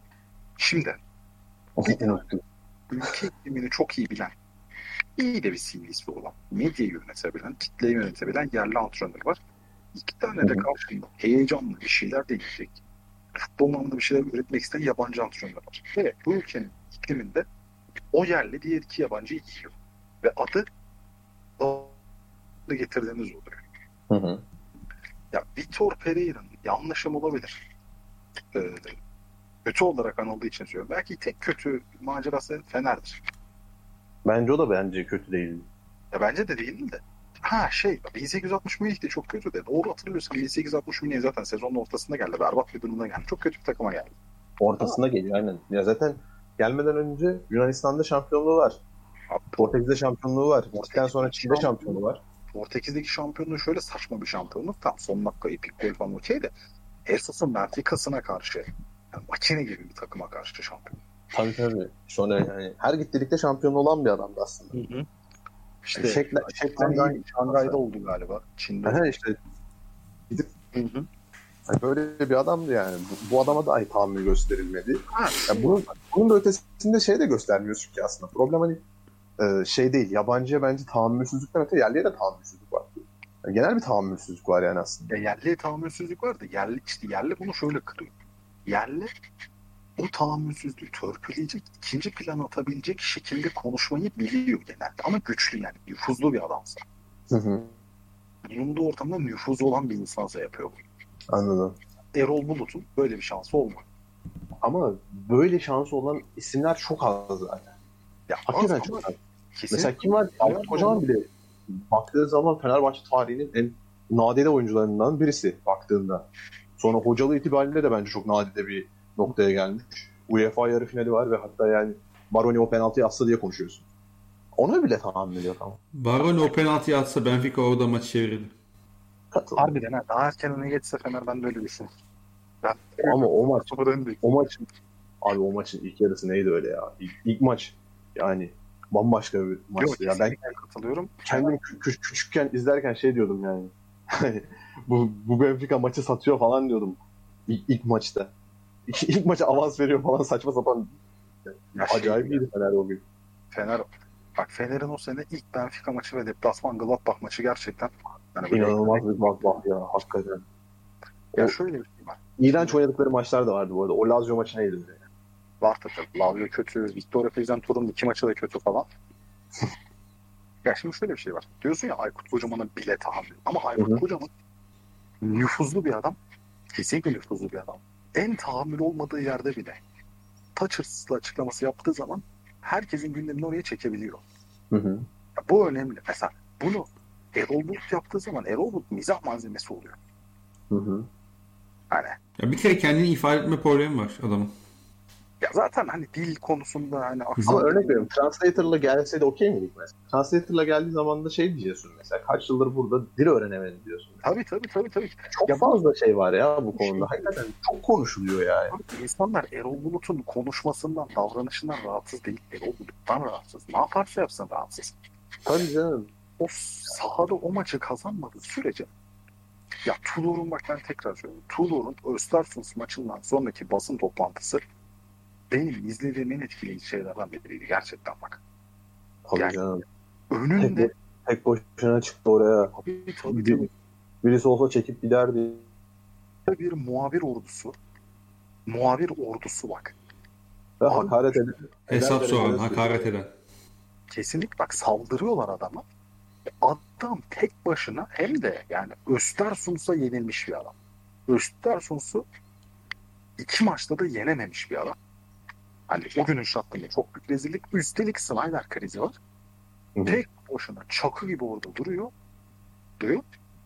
şimdi ülke iklimini çok iyi bilen, iyi de bir C V'si olan, medyayı yönetebilen, kitleyi yönetebilen yerli antrenör var. İki tane de karşında heyecanlı bir şeyler deneyecek, futbol anlamında bir şeyler üretmek isteyen yabancı antrenör var. Ve bu ülkenin ikliminde o yerli diğer iki yabancıyı yiyor. Ve adı da getirdiğiniz oluyor. Hı hı. Ya Vitor Pereira'nın yanlışım olabilir. Ee, kötü olarak anıldığı için söylüyorum. Belki tek kötü macerası Fener'dir. Bence o da bence kötü değildi. Ya bence de değildi de. Ha şey bin sekiz yüz altmış Münih de çok kötü de. Doğru hatırlıyorsam bin sekiz yüz altmış Münih zaten sezonun ortasında geldi. Berbat bir durumda geldi. Çok kötü bir takıma geldi. Ortasında geliyor aynen. Ya zaten gelmeden önce Yunanistan'da şampiyonluğu var. Portekiz'de şampiyonluğu var. Portekiz'den sonra Çin'de şampiyonluğu var. Portekiz'deki şampiyonluğu şöyle saçma bir şampiyonluk. Tam son dakika epik gol falan okey de Esas'ın Benfica'sına karşı yani makine gibi bir takıma karşı şampiyon. Tabii tabii. Sonra yani her gittiğinde şampiyon olan bir adamdı aslında. Hı hı. İşte Yani Şekler, Şangay, Şangay'da oldu galiba. Çin'de. Aha işte gidip hı hı. yani böyle bir adamdı yani. Bu, bu adama dahi tahammül gösterilmedi. Ha, yani bunun, bunun da ötesinde şey de göstermiyorsun ki aslında. Problem hani e, şey değil. Yabancıya bence tahammülsüzlükten öte yerliye de tahammülsüzlük var. Yani genel bir tahammülsüzlük var yani aslında. Ya yerliye tahammülsüzlük var da yerli işte yerli bunu şöyle kırıyor. Yerli o tahammülsüzlüğü törpüleyecek, ikinci plana atabilecek şekilde konuşmayı biliyor genelde. Ama güçlü yani. Nüfuzlu bir adamsa. Hı hı. Bulunduğu ortamda nüfuzu olan bir insansa yapıyor bu. Anladım. Erol Bulut'un böyle bir şansı olmadı. Ama böyle şansı olan isimler çok az zaten. Ya Hakikaten az çok az. Kesin. Mesela kim var? Aykut Kocaman bile baktığı zaman Fenerbahçe tarihinin en nadide oyuncularından birisi baktığında. Sonra hocalığı itibariyle de bence çok nadide bir noktaya gelmiş. UEFA yarı finali var ve hatta yani Baroni o penaltıyı atsa diye konuşuyorsun. Ona bile tahammül yok ama. Baroni o penaltıyı atsa Benfica orada maçı çevirirdi. Harbiden ha. Daha erken öne geçse Fener ben de öyle düşünüyorum. Ben ama o maç o, o maçın abi o maçın ilk yarısı neydi öyle ya? İlk, ilk maç yani bambaşka bir maçtı ya. Ben katılıyorum. Kendim kü- kü- küçükken izlerken şey diyordum yani. bu bu Benfica maçı satıyor falan diyordum. İlk, ilk maçta. İlk, ilk maça avans veriyor falan saçma sapan. Ya acayip şey, iyiydi Fener o gün. Fener bak Fener'in o sene ilk Benfica maçı ve deplasman Gladbach maçı gerçekten yani İnanılmaz bir bak bak ya hakikaten. Ya o, şöyle bir şey var. İğrenç oynadıkları maçlar da vardı bu arada. O Lazio maçı neydi öyle? Var tabii. Lazio kötü. Victoria Pilsen Turun iki maçı da kötü falan. Ya şimdi şöyle bir şey var. Diyorsun ya Aykut Kocaman'ın bile tahammül. Ama Aykut Hı-hı. Kocaman nüfuzlu bir adam. Kesinlikle nüfuzlu bir adam. En tahammül olmadığı yerde bile taç hırsızlığı açıklaması yaptığı zaman herkesin gündemini oraya çekebiliyor. Hı hı. Ya bu önemli. Mesela bunu Erol Bulut yaptığı zaman Erol Bulut mizah malzemesi oluyor. Hı hı. Hani. Ya bir kere kendini ifade etme problemi var adamın. Ya zaten hani dil konusunda hani ama örnek veriyorum. Translator'la gelseydi okey miydik mesela? Translator'la geldiği zaman da şey diyeceksin mesela. Kaç yıldır burada dil öğrenemedi diyorsun. Tabii tabii tabii. tabii. Çok ya fazla bu, şey var ya bu konuda. Hakikaten çok konuşuluyor yani. İnsanlar Erol Bulut'un konuşmasından, davranışından rahatsız değil. Erol Bulut'tan rahatsız. Ne yaparsa yapsın rahatsız. Tabii canım. O sahada o maçı kazanmadığı sürece ya Tudor'un bak ben tekrar söylüyorum. Tudor'un Östersund maçından sonraki basın toplantısı benim izlediğim en etkileyici şeylerden biriydi gerçekten bak. Tabii yani, canım. Önünde tek, tek boşuna çıktı oraya. Tabii tabii. Bir, tabii. Birisi olsa çekip giderdi. Bir muhabir ordusu. Muhabir ordusu bak. Ve hakaret eden. Hesap soran, hakaret eden. Kesinlikle bak saldırıyorlar adama. Adam tek başına hem de yani Östersund'a yenilmiş bir adam. Östersund'u iki maçta da yenememiş bir adam. Hani o günün şartlarında çok büyük rezillik. Üstelik Snyder krizi var. Hı-hı. Tek başına çakı gibi orada duruyor. Duruyor.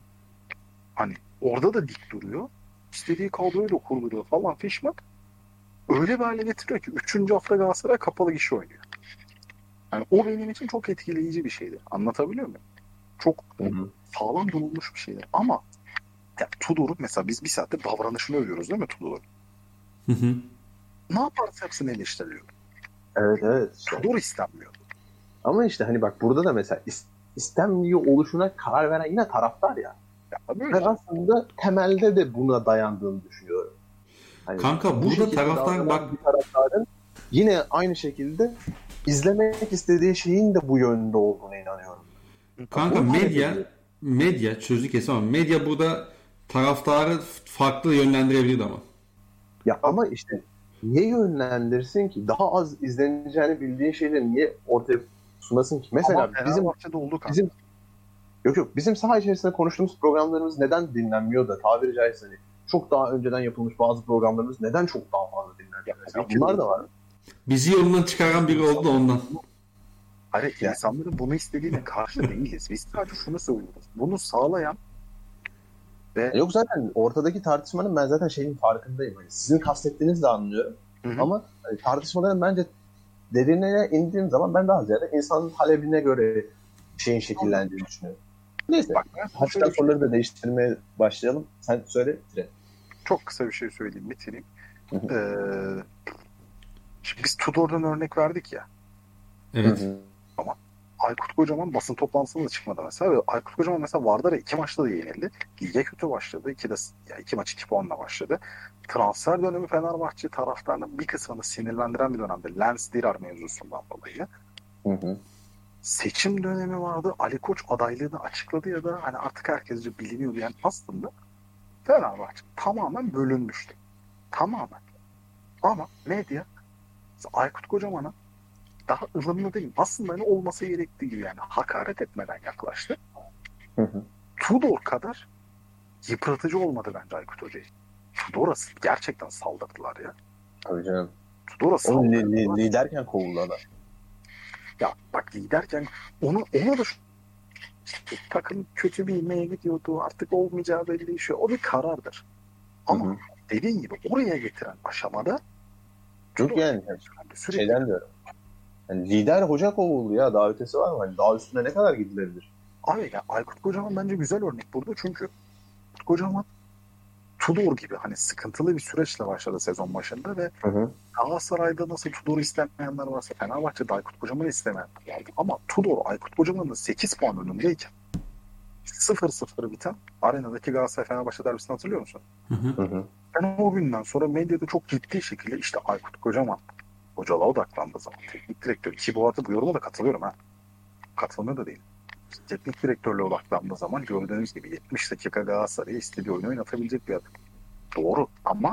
Hani orada da dik duruyor. İstediği kadroyla kuruluyor falan fişmak. Öyle bir hale getiriyor ki üçüncü hafta Galatasaray kapalı kişi oynuyor. Yani o benim için çok etkileyici bir şeydi. Anlatabiliyor muyum? Çok Hı-hı. sağlam durulmuş bir şeydi. Ama ya Tudor'un mesela biz bir saatte davranışını övüyoruz değil mi Tudor'un? Hı hı. Ne yaparsa yapsın eleştiriliyor. Evet evet. Işte. Tudor istenmiyor. Ama işte hani bak burada da mesela istenmiyor oluşuna karar veren yine taraftar ya. ya ben aslında temelde de buna dayandığını düşünüyorum. Hani Kanka bu burada taraftar bak. Bir taraftarın yine aynı şekilde izlemek istediği şeyin de bu yönde olduğuna inanıyorum. Kanka medya medya sözü kesin ama medya burada taraftarı farklı yönlendirebilir ama. Ya ama işte niye yönlendirsin ki? Daha az izleneceğini bildiğin şeyleri niye ortaya sunasın ki? Mesela ama bizim bizim yok yok bizim saha içerisinde konuştuğumuz programlarımız neden dinlenmiyor da tabiri caizse hani çok daha önceden yapılmış bazı programlarımız neden çok daha fazla dinlenmiyor? Mesela bunlar da var. Bizi yolundan çıkaran biri oldu ondan. Hani Yani. insanların bunu istediğine karşı değiliz. Biz sadece şunu söylüyoruz. Bunu sağlayan ve Yok zaten ortadaki tartışmanın ben zaten şeyin farkındayım. Hani sizin kastettiğinizi de anlıyorum. Hı hı. Ama hani tartışmaların bence derinine indiğim zaman ben daha ziyade insanın talebine göre şeyin şekillendiğini düşünüyorum. Neyse. bak ben sana Hatta şöyle bir şey- soruları da değiştirmeye başlayalım. Sen söyle. Tire. çok kısa bir şey söyleyeyim, bitireyim. Hı hı. Ee, şimdi biz Tudor'dan örnek verdik ya. Evet. Hı hı. Aykut Kocaman basın toplantısına da çıkmadı mesela. Ve Aykut Kocaman mesela Vardar'a iki maçta da yenildi. Lige kötü başladı. İki, de, ya iki maç iki puanla başladı. Transfer dönemi Fenerbahçe taraftarının bir kısmını sinirlendiren bir dönemde. Lens Dirar mevzusundan dolayı. Hı hı. Seçim dönemi vardı. Ali Koç adaylığını açıkladı ya da hani artık herkesce biliniyor yani aslında Fenerbahçe tamamen bölünmüştü. Tamamen. Ama medya Aykut Kocaman'a daha ılımlı değil. Aslında ne olması gerektiği gibi yani hakaret etmeden yaklaştı. Hı hı. Tudor kadar yıpratıcı olmadı bence Aykut Hoca'yı. Tudor'a gerçekten saldırdılar ya. Tabii canım. Tudor'a Onun li- saldırdılar. li- liderken kovuldu adam. Ya bak liderken onu, ona da şu, işte, takım kötü bir ilmeğe gidiyordu. Artık olmayacağı belli şu. O bir karardır. Ama Hı hı. dediğin gibi oraya getiren aşamada Yok yani sürekli şeyden diyorum. Yani lider hoca kovuldu ya. Daha ötesi var mı? Hani daha üstüne ne kadar gidilebilir? abi ya Aykut Kocaman bence güzel örnek burada. Çünkü Aykut Kocaman Tudor gibi hani sıkıntılı bir süreçle başladı sezon başında ve Hı hı. Galatasaray'da nasıl Tudor'u istemeyenler varsa Fenerbahçe'de Aykut Kocaman'ı istemeyenler vardı. Ama Tudor Aykut Kocaman'ın sekiz puan önündeyken sıfır sıfır biten arenadaki Galatasaray Fenerbahçe derbisini hatırlıyor musun? Hı hı. Hı hı. Ben o günden sonra medyada çok ciddi şekilde işte Aykut Kocaman hocalığa odaklandığı zaman teknik direktör ki bu arada bu yoruma da katılıyorum ha. Katılmıyor da değil. Teknik direktörle odaklandığı zaman gördüğünüz gibi yetmiş dakika Galatasaray'a istediği oyunu oynatabilecek bir adam. Doğru ama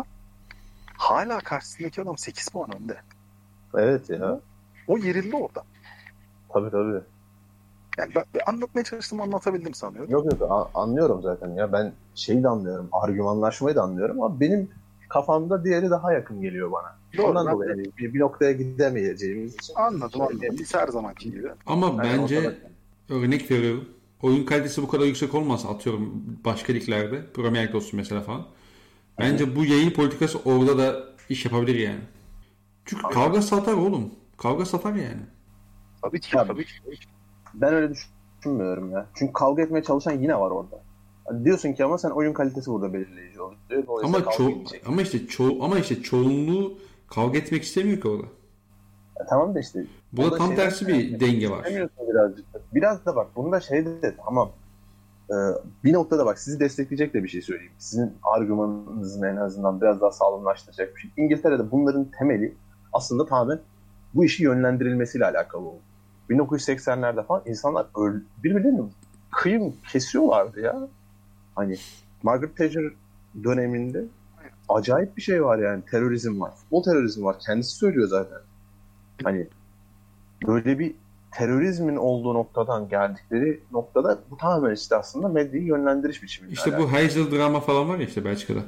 hala karşısındaki adam sekiz puan önde. Evet ya. O yerildi orada. Tabii tabii. Yani ben, ben anlatmaya çalıştım anlatabildim sanıyorum. Yok yok a- anlıyorum zaten ya. Ben şeyi de anlıyorum. Argümanlaşmayı da anlıyorum ama benim kafamda diğeri daha yakın geliyor bana. Doğru, Ondan ben dolayı de- yani bir, bir noktaya gidemeyeceğimiz için. Anladım anladım. Biz her zamanki gibi. Ama Yani bence ortada- örnek veriyorum. Oyun kalitesi bu kadar yüksek olmasa atıyorum başka liglerde. Premier Lig olsun mesela falan. Bence bu yayın politikası orada da iş yapabilir yani. Çünkü Tabii. kavga satar oğlum. Kavga satar yani. Tabii ki. Tabii. Tabii ki. Ben öyle düşünmüyorum ya. Çünkü kavga etmeye çalışan yine var orada. Hani diyorsun ki ama sen oyun kalitesi burada belirleyici oluyor. Dolayısıyla Ama kavga ço edecek. ama işte ço ama işte çoğunluğu kavga etmek istemiyor ki orada. Ya tamam da işte. Burada o da tam şeyden tersi bir denge var. istemiyorsun birazcık da. Biraz da bak bunda şey de tamam. Ee, bir noktada bak sizi destekleyecek de bir şey söyleyeyim. Sizin argümanınızın en azından biraz daha sağlamlaştıracak bir şey. İngiltere'de bunların temeli aslında tamamen bu işi yönlendirilmesiyle alakalı oldu. bin dokuz yüz seksenlerde falan insanlar öl- birbirlerini kıyım kesiyorlardı ya. Hani Margaret Thatcher döneminde acayip bir şey var yani. Terörizm var. Futbol terörizmi var. Kendisi söylüyor zaten. Hani böyle bir terörizmin olduğu noktadan geldikleri noktada bu tamamen işte aslında medyayı yönlendiriş biçimiyle İşte alakalı. bu Heysel drama falan var ya işte Belçika'da.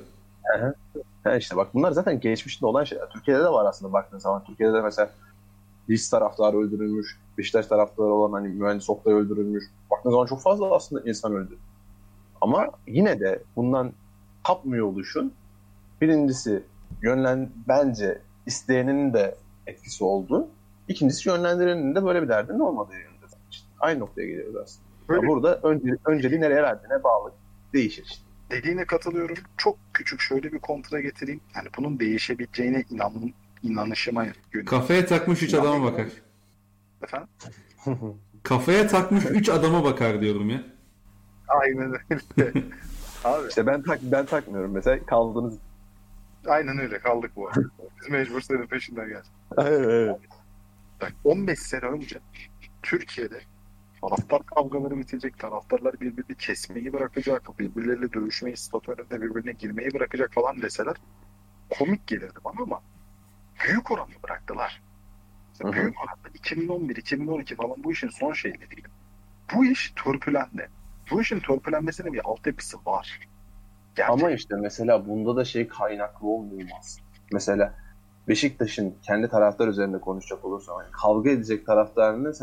Ha işte bak bunlar zaten geçmişte olan şeyler. Türkiye'de de var aslında baktığın zaman. Türkiye'de de mesela Leeds taraftarı öldürülmüş, Beşiktaş taraftarı olan hani mühendis Oktay öldürülmüş. Baktığın zaman çok fazla aslında insan öldü. Ama yine de bundan tapmıyor oluşun birincisi yönlen bence isteyenin de etkisi oldu. İkincisi yönlendirenin de böyle bir derdinin olmadığı yönünde. İşte aynı noktaya geliyoruz aslında. Böyle- Ya burada önce, önceliği nereye verdiğine bağlı. Değişir işte. Dediğine katılıyorum. Çok küçük şöyle bir kontra getireyim. Yani bunun değişebileceğine inan, inanışıma yönelik. Kafaya takmış üç adama bakar. Efendim? Kafaya takmış üç adama bakar diyorum ya. Aynen öyle. Abi İşte ben tak ben takmıyorum mesela kaldığınız. aynen öyle kaldık bu arada. Biz mecbur senin peşinden geldik. Evet, evet. Bak, on beş sene önce Türkiye'de taraftar kavgaları bitecek, taraftarlar birbirini kesmeyi bırakacak, birbirleriyle dövüşmeyi, stat önünde birbirine girmeyi bırakacak falan deseler komik gelirdi bana ama büyük oranda bıraktılar. İşte Hı hı. büyük oranda iki bin on bir iki bin on iki falan bu işin son şeyleriydi. Bu iş törpülendi. Bu işin törpülenmesinin bir altyapısı var. Gerçekten. Ama işte mesela bunda da şey kaynaklı olmaz. Mesela Beşiktaş'ın kendi taraftar üzerinde konuşacak olursam yani kavga edecek taraftarını sen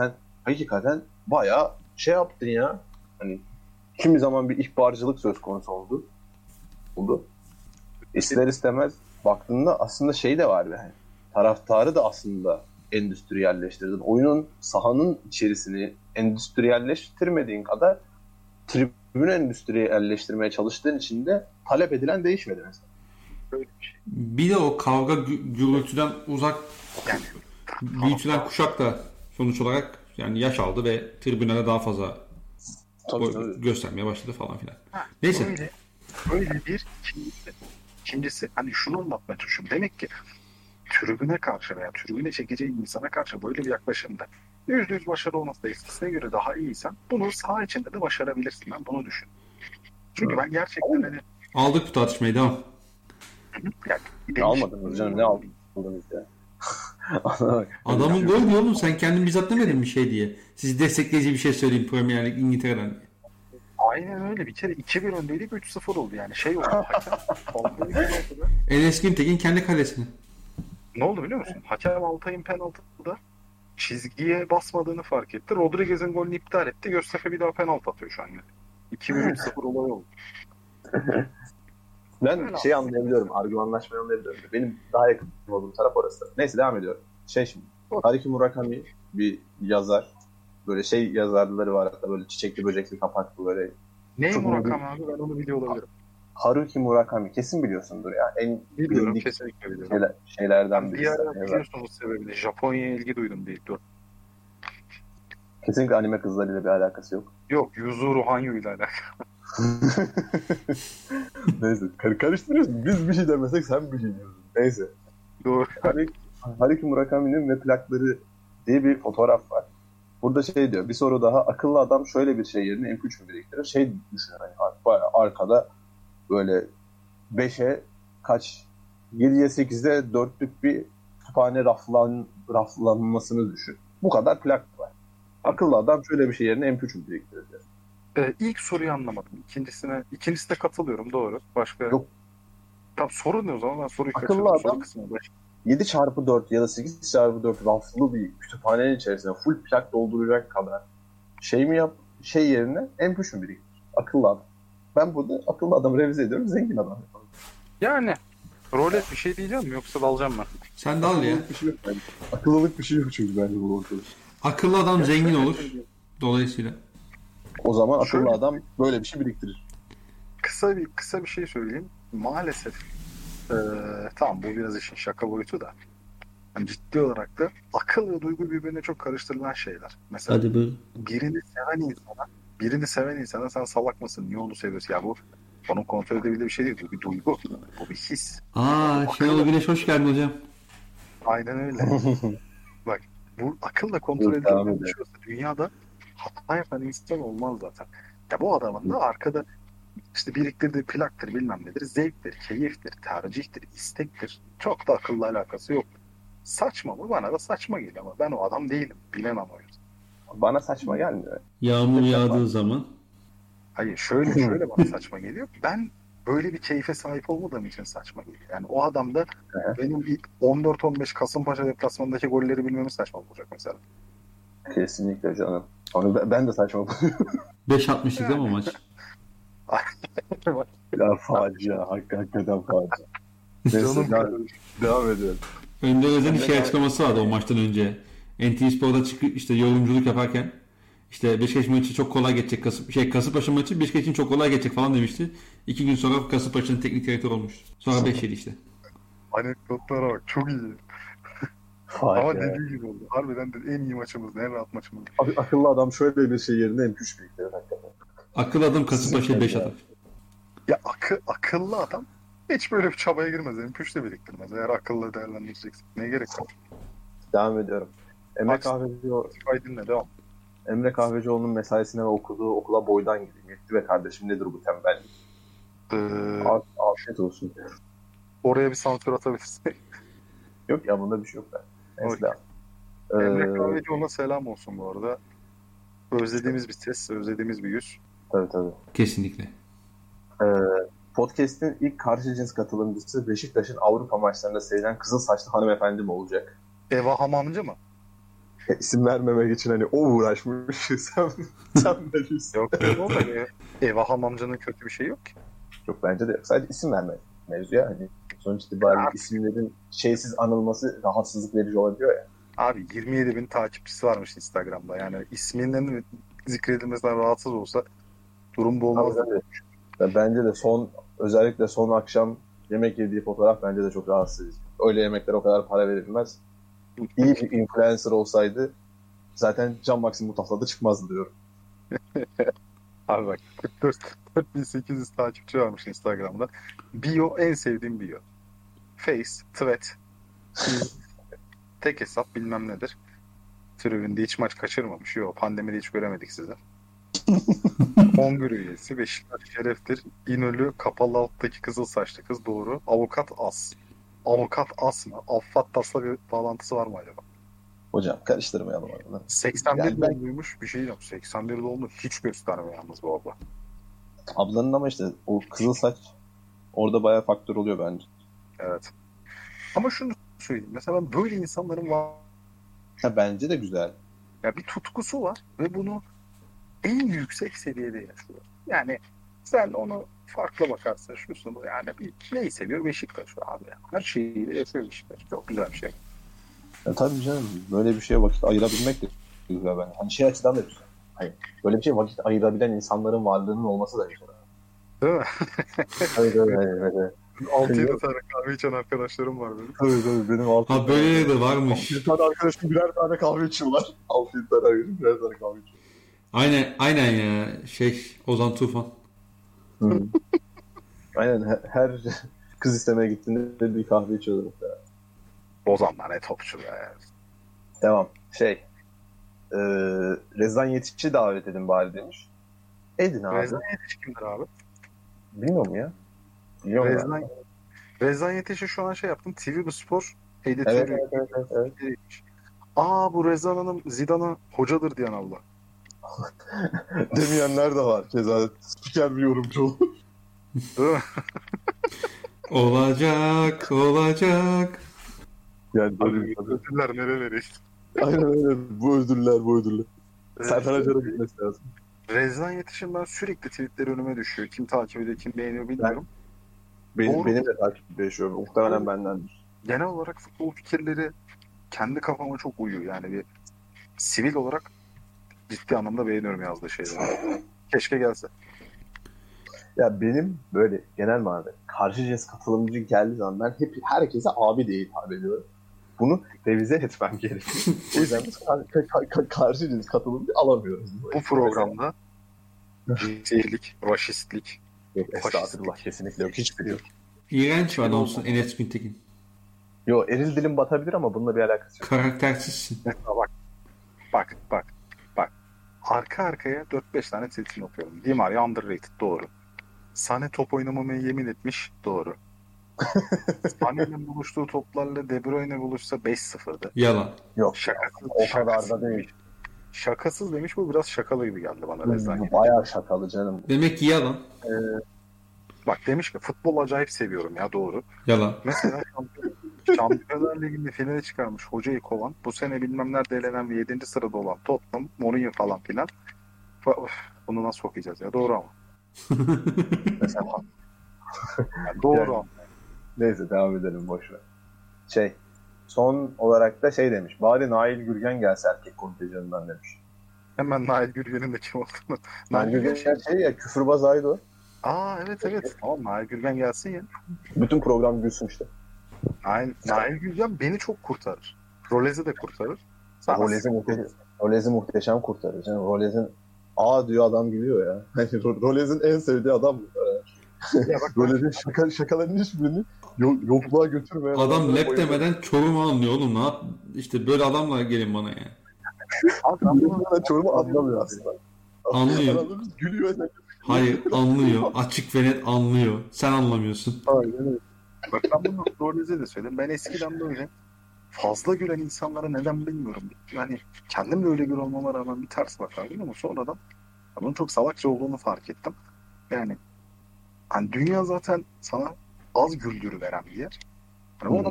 hakikaten bayağı şey yaptın ya. Hani kimi zaman bir ihbarcılık söz konusu oldu. Oldu. İster istemez baktığında aslında şey de var yani. Taraftarı da aslında endüstriyelleştirdin. Oyunun, sahanın içerisini endüstriyelleştirmediğin kadar tribünü endüstriyelleştirmeye çalıştığın için de talep edilen değişmedi mesela. Böyle bir şey. Bir de o kavga gü- gürültüden uzak Yani büyütülen kuşak da sonuç olarak yani yaş aldı ve tribünlere daha fazla Tabii, o- tabii. göstermeye başladı falan filan. Ha, Neyse. Böyle, böyle bir ikincisi. İkincisi hani şunu anlatmaya çalışıyorum. Demek ki tribüne karşı veya tribüne çekeceği insana karşı böyle bir yaklaşımda yüzde yüz başarı olması da eskisine göre daha iyiysen bunu saha içinde de başarabilirsin. Ben bunu düşün. Çünkü ben gerçekten hani Aldık bu tartışmayı, devam. yani Ne almadınız canım, ne aldınız ya? Adamın gol diyor oğlum, sen kendin bizzat demedin bir şey diye. Siz destekleyici bir şey söyleyin Premier Lig İngiltere'den. Aynen öyle. Bir kere iki bir öndeydik, üç sıfır oldu yani. Şey oldu. Hakem Altay'ın penaltıda. Enes Güntekin kendi kalesine. Ne oldu biliyor musun? Hakem Altay'ın penaltıda çizgiye basmadığını fark etti. Rodriguez'in golünü iptal etti. Göztepe bir daha penaltı atıyor şu an. iki bir üç sıfır olay oldu. Ben Öyle şey aslında. anlayabiliyorum, argümanlaşmayı anlayabiliyorum. Benim daha yakın olduğum taraf orası. Neyse devam ediyorum. Şey şimdi, Haruki Murakami bir yazar. Böyle şey yazarları var hatta, böyle çiçekli böcekli kapaklı böyle. Ney Çok Murakami abi? Ben onu biliyor olabilirim. Haruki Murakami kesin biliyorsundur ya. En Biliyorum. bilindik Kesinlikle biliyorum. şeyler, şeylerden Ben bir birisi. ara Yazar. biliyorsunuz sebebini. Japonya'ya ilgi duydum diye. Dur. Kesinlikle anime kızlarıyla bir alakası yok. Yok. Yuzuru Hanyu ile alakalı. Neyse kar- karıştırıyorsun. Biz bir şey demesek sen bir şey diyorsun. Neyse. Doğru. Haruki, Haruki Murakami'nin ve plakları diye bir fotoğraf var. Burada şey diyor, bir soru daha, akıllı adam şöyle bir şey yerine M P üç mü biriktirir? Şey düşünüyor hani bayağı arkada böyle beşe kaç, yediye sekize dörtlük bir kütüphane raflan, raflanmasını düşün. Bu kadar plak var. Akıllı adam şöyle bir şey yerine M P üç mü biriktirir diyor. Ee, ilk soruyu anlamadım. İkincisine, ikincisine katılıyorum, doğru. Başka Yok. Tamam, sorun ne o zaman? Ben soruyu Akıllı kaçırdım. adam- Soru kısmına baş. yedi çarpı dört ya da sekiz çarpı dört raflı bir kütüphanenin içerisine full plak dolduracak kadar şey mi yap, şey yerine M P üç mü biriktirir? Akıllı adam. Ben burada akıllı adamı revize ediyorum, zengin adam yapalım. Yani rolet bir şey diyeceğim mi yoksa dalacağım ben? Sen dal ya. Akıllılık bir şey yok bence. Akıllılık bir şey yok çünkü bence bu ortada. Akıllı adam zengin olur. Dolayısıyla. O zaman akıllı Şöyle- adam böyle bir şey biriktirir. Kısa bir kısa bir şey söyleyeyim. Maalesef ee, tamam, bu biraz işin şaka boyutu da. Yani ciddi olarak da akıl ve duygu birbirine çok karıştırılan şeyler. Mesela Hadi buyur. birini seven insana, birini seven insana sen salak mısın? Niye onu seviyorsun? Ya bu onun kontrol edebildiği bir şey değil. Bu bir duygu. Bu bir his. Aa, Şenol Güneş hoş geldin hocam. Aynen öyle. Bak, bu akılla kontrol Yok, devam edilen bir edelim. şey olsa dünyada hata yapan insan olmaz zaten. Ya bu adamın da arkada işte biriktirdiği plaktır, bilmem nedir, zevktir, keyiftir, tercihtir, istektir. Çok da akılla alakası yok. Saçma mı? Bana da saçma geliyor ama ben o adam değilim. Bilemem o yüzden. Bana saçma gelmiyor. Yağmur yağdığı zaman. Hayır, şöyle şöyle bana saçma geliyor. Ben böyle bir keyfe sahip olmadığım için saçma geliyor. Yani o adam da Hı. benim bir on dört on beş Kasımpaşa deplasmanındaki golleri bilmemiz saçma olacak mesela. Kesinlikle canım. Onu ben, ben de saçma buluyorum. beş altmışlık değil mi o maç? Ya facia. Hakikaten, hakikaten facia. Neyse, Canım devam, kardeşim. devam ediyorum. Önder Özen'in şey Ben de- açıklaması vardı o maçtan önce. N T V Spor'da çıkıp işte yorumculuk yaparken işte Beşiktaş maçı çok kolay geçecek. Kasıp, şey Kasımpaşa maçı Beşiktaş için çok kolay geçecek falan demişti. İki gün sonra Kasımpaşa'nın teknik direktörü olmuş. Sonra beş yedi işte. Anekdotlara bak, çok iyi. Facia. Ama dediği gibi oldu. Harbiden de en iyi maçımız, en rahat maçımız. Ak- akıllı adam şöyle bir şey yerine M P üç biriktirir hakikaten. Akıl adam Kasımpaşa'ya beş atar. Ya akı, akıllı adam hiç böyle bir çabaya girmez. M P üç de biriktirmez. Eğer akıllı değerlendireceksin. Ne gerek var? Devam ediyorum. Emre Bak- Kahvecioğlu, Aydın'la devam. Emre Kahvecioğlu'nun mesaisine ve okuduğu okula boydan gideyim. Yetti ve kardeşim nedir bu tembellik? Ee, Af- Afiyet olsun. oraya bir sansür atabilirsin. Yok ya, bunda bir şey yok ben. Neyse Okey. devam. Emre Ee, Kahvecioğlu'na selam olsun bu arada. Özlediğimiz bir ses, özlediğimiz bir yüz. tabii tabii. Kesinlikle. Ee, Podcast'in ilk karşı cins katılımcısı Beşiktaş'ın Avrupa maçlarında sevilen kızıl saçlı hanımefendi mi olacak? Eva Hamamcı mı? E, isim vermemek için hani o uğraşmış. sen sen veriyorsun. Yok yok o da e, Evaham amcanın kötü bir şey yok ki. Yok bence de yok. Sadece isim vermek mevzu ya. Hani sonuç itibariyle isimlerin şeysiz anılması rahatsızlık verici olabiliyor ya. Abi yirmi yedi bin takipçisi varmış Instagram'da. Yani isminin zikredilmesinden rahatsız olsa durum bu olmaz. Tabii, tabii. Bence de son özellikle son akşam yemek yediği fotoğraf bence de çok rahatsız edici. Öyle yemeklere o kadar para verilmez. İyi bir influencer olsaydı zaten Can Maxim Mutafa'da çıkmazdı diyorum. Abi bak kırk dört kırk bin sekiz yüz takipçi varmış Instagram'da. Bio en sevdiğim bio. Face, tweet, tek hesap bilmem nedir. Tribünde hiç maç kaçırmamış. Yok pandemide hiç göremedik sizi. Kongre üyesi, Beşiktaş şereftir. İnönü kapalı alttaki kızıl saçlı kız doğru. Avukat As. Avukat As mı? Affattas'la bir bağlantısı var mı acaba? Hocam karıştırmayalım adını. seksen bir Yani ben- doğumluymuş bir şey yok. seksen bir doğumlu hiç göstermiyor yalnız bu abla. Ablanın ama işte o kızıl saç orada bayağı faktör oluyor bence. Evet. Ama şunu söyleyeyim. Mesela ben böyle insanların var. Ha, bence de güzel. Ya bir tutkusu var ve bunu en yüksek seviyede yaşıyor. Yani sen onu farklı bakarsın şusun bu yani bir neyi seviyor Beşiktaş abi. Her şeyi yaşıyor Beşiktaş. Çok güzel bir şey. Ya tabii canım böyle bir şeye vakit ayırabilmek de güzel bence. Hani şey açıdan da güzel. Hani böyle bir şeye vakit ayırabilen insanların varlığının olması da güzel. Değil mi? Tabii tabii. Evet, evet. altı yedi tane kahve içen arkadaşlarım var benim. Tabii tabii benim altı Ha böyle de varmış. Bir tane arkadaşım birer tane kahve içiyorlar. altı yedi tane arkadaşım birer tane kahve içiyor. Aynen aynen ya şey Ozan Tufan. Hı. Aynen her, her kız istemeye gittiğinde bir kahve içiyorlar mesela. Ozanlar ne topçu be. Devam. Şey e, Rezan Yetiş'i davet edin bari demiş. Edin abi. Rezan Yetiş kimdir abi? Bilmiyorum ya. Biliyorum Rezan, ya. Rezan Yetiş'i şu an şey yaptım. T V Bu Spor Evet, editörü. evet, evet, evet, evet. Aa bu Rezan Hanım Zidane'a hocadır diyen abla. Demeyenler de var. Keza spiker bir yorumcu olur. Değil mi? Olacak olacak. Yani böyle Abi bir tabii. ödüller nereleri? Aynen öyle. Bu ödüller bu ödüller. Serkan Acar'a gitmesi lazım. Rezan Yetiş'in ben sürekli tweetleri önüme düşüyor. Kim takip ediyor, kim beğeniyor bilmiyorum. Benim, Doğru. benim de takipçide yaşıyor. Muhtemelen bendendir. Genel olarak futbol fikirleri kendi kafama çok uyuyor. Yani bir sivil olarak ciddi anlamda beğeniyorum yazdığı şeyleri. Keşke gelse. Ya benim böyle genel manada karşı cins katılımcı geldiği zaman ben hep herkese abi diye hitap ediyorum. Bunu revize etmem gerekiyor. O yüzden biz kar- kar- kar- karşı cins katılımcı alamıyoruz. Bu programda cinsiyetlik, raşistlik, Yok, estağfurullah kesinlikle yok. Hiçbiri yok. İğrenç bir adamsın Enes Güntekin. Yo eril dilim batabilir ama bununla bir alakası yok. Karaktersizsin. mesela bak, bak, bak, bak. Arka arkaya dört beş tane tweetini okuyorum. Di Maria underrated, doğru. Sane top oynamamaya yemin etmiş, doğru. Sane'nin buluştuğu toplarla De Bruyne buluşsa beş sıfırdı. Yalan. Yok. Şakasız, O kadar şakasız da değil. demiş. Şakasız demiş, bu biraz şakalı gibi geldi bana Rezan Yetiş'in. Bayağı şakalı canım. Demek ki yalan. Bak demiş ki futbol acayip seviyorum ya, doğru. Yalan. Mesela Şampiyon- Şampiyonlar Ligi'nde finale çıkarmış hocayı kovan, bu sene bilmem nerede elenen ve yedinci sırada olan Tottenham, Mourinho falan filan. Of, bunu nasıl okuyacağız ya, doğru ama. Mesela Yani doğru Yani- ama. neyse devam edelim boşver. Şey son olarak da şey demiş. Bari Nail Gürgen gelse erkek kontenjanından demiş. Hemen Nail Gürgen'in de kim olduğunu. Nail Nail Gürgen Gürgen şey ya küfürbaz Aydo. Aa evet evet. Tamam, Nail Gürgen gelsin ya. Bütün program gülsün işte. Nail, Nail Gürgen beni çok kurtarır. Rolez'i de kurtarır. Sana Rolez'i muhteşem, Rolez'i muhteşem kurtarır. Yani Rolez'in A diyor adam gülüyor ya. Hani Ro- Rolez'in en sevdiği adam bu. Ya bak, Rolez'in şaka, şakalarının hiçbirini yok, yokluğa götürmeyen Adam lep bayılıyor. demeden Çorum'u anlıyor oğlum. Ne yap? İşte böyle adamla gelin bana ya. abi ben bunu Muhtemelen Çorum'u anlamıyor aslında. Anlıyor. Anladınız? Gülüyor. Sen... Hayır anlıyor. Açık ve net anlıyor. Sen anlamıyorsun. Aynen öyle. Bak ben bunu Rolez'e de söyledim. Ben eskiden böyle fazla gülen insanlara neden bilmiyorum. Yani kendim de öyle gül olmama rağmen bir ters bakardım ama sonradan bunun çok salakça olduğunu fark ettim. Yani hani dünya zaten sana az güldürü veren bir yer. Hani o Hı. adamda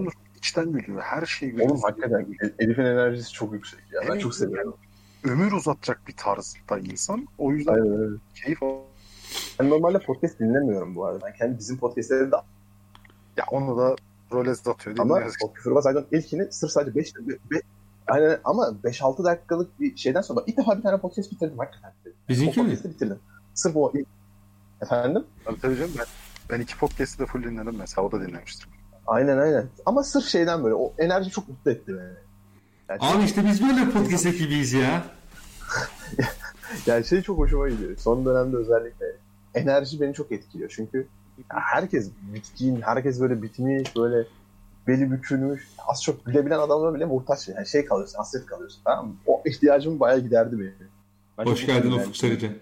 içten gülüyor. Her şey Oğlum gülüyor. hakikaten Elif'in enerjisi çok yüksek ya. Ben Evet, çok seviyorum. Ömür uzatacak bir tarzda insan. O yüzden Aynen öyle. keyif al. Ben normalde podcast dinlemiyorum bu arada. Ben kendi bizim podcastleri de Ya onu da role atıyor değil ama mi? o Küfürbaz Aydın ilkini sırf sadece beş aynen ama beş altı dakikalık bir şeyden sonra ilk defa bir tane podcast bitirdim hakikaten. Bizimki o mi? podcast'i bitirdim. Sırf o ilk... Efendim? Tabii tabii canım. Ben, ben iki podcast'i de full dinledim mesela. O da dinlemiştim. Aynen aynen. Ama sırf şeyden böyle o enerji çok mutlu etti beni. Yani Abi şey, işte biz böyle podcast ekibiyiz ya. yani şey çok hoşuma gidiyor. Son dönemde özellikle enerji beni çok etkiliyor. Çünkü herkes bitkin, herkes böyle bitmiş, böyle beli bükülmüş, az çok gülebilen adamlara bile muhtaç. Yani şey kalıyorsun, hasret kalıyorsun. Tamam mı? O ihtiyacımı bayağı giderdi benim. Ben Hoş çok geldin mutluyum Ufuk yani. Sarıca.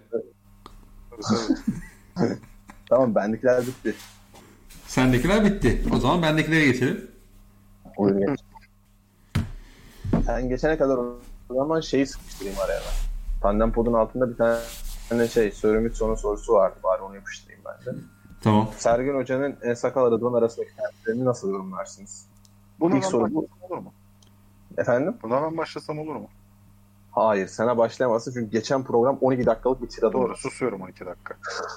Tamam bendekiler bitti. Sendekiler bitti. O zaman bendekilere geçelim. Buyur geç. Sen geçene kadar o zaman şeyi sıkıştırayım araya ben. Tandem Pod'un altında bir tane şey, Sörümüt sonu sorusu vardı. Bari onu yapıştırayım ben de. Tamam. Sergen Hoca'nın En Sakal Rıdvan arasındaki tercihlerini nasıl yorumlarsınız? Buna İlk ben soru bu. başlasam olur mu? Efendim? Buna ben başlasam olur mu? Hayır, sana başlayamazsın çünkü geçen program on iki dakikalık bir tiradı. Doğru, susuyorum on iki dakika.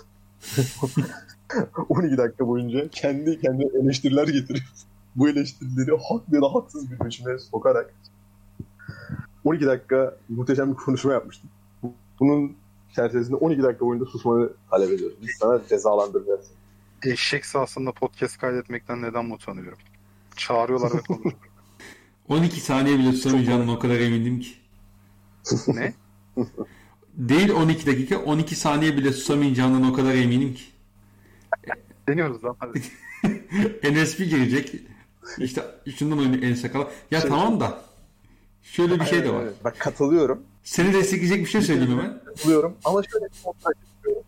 on iki dakika boyunca kendi kendine eleştiriler getirip bu eleştirileri haklı ya da haksız bir biçimde sokarak on iki dakika muhteşem bir konuşma yapmıştık. Bunun çerçevesinde on iki dakika boyunca susmanı talep ediyoruz. Biz sana cezalandıracağız. Eşek sahasında podcast kaydetmekten neden utanıyorum? Çağırıyorlar ve konuşuyorlar. on iki saniye bile tutamayacağından o kadar emindim ki. Ne? Değil on iki dakika, on iki saniye bile susamayacağından o kadar eminim ki. Deniyoruz lan hadi. N S P girecek. İşte şundan oyunu en sakala. Ya Şey- tamam da şöyle bir şey de var. Evet, bak katılıyorum. Seni destekleyecek bir şey söyleyeyim hemen. Katılıyorum ama şöyle bir kontrol istiyorum.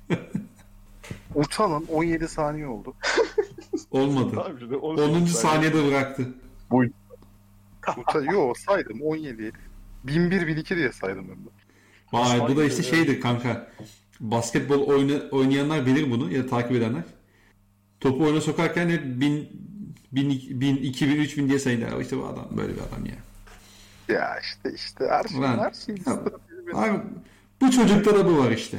Utanın on yedi saniye oldu. Olmadı. onuncu saniyede bıraktı. Utan Yo saydım on yedi. bin bir bin iki diye saydım ben de. Vay bu da işte şeydir kanka. Basketbol oyna, oynayanlar bilir bunu ya da takip edenler. Topu oyuna sokarken hep bin, bin, bin, iki bin, üç bin diye sayılır. İşte bu adam böyle bir adam ya. Ya işte işte her şey Ulan, her şey. Abi, bu çocukta da bu var işte.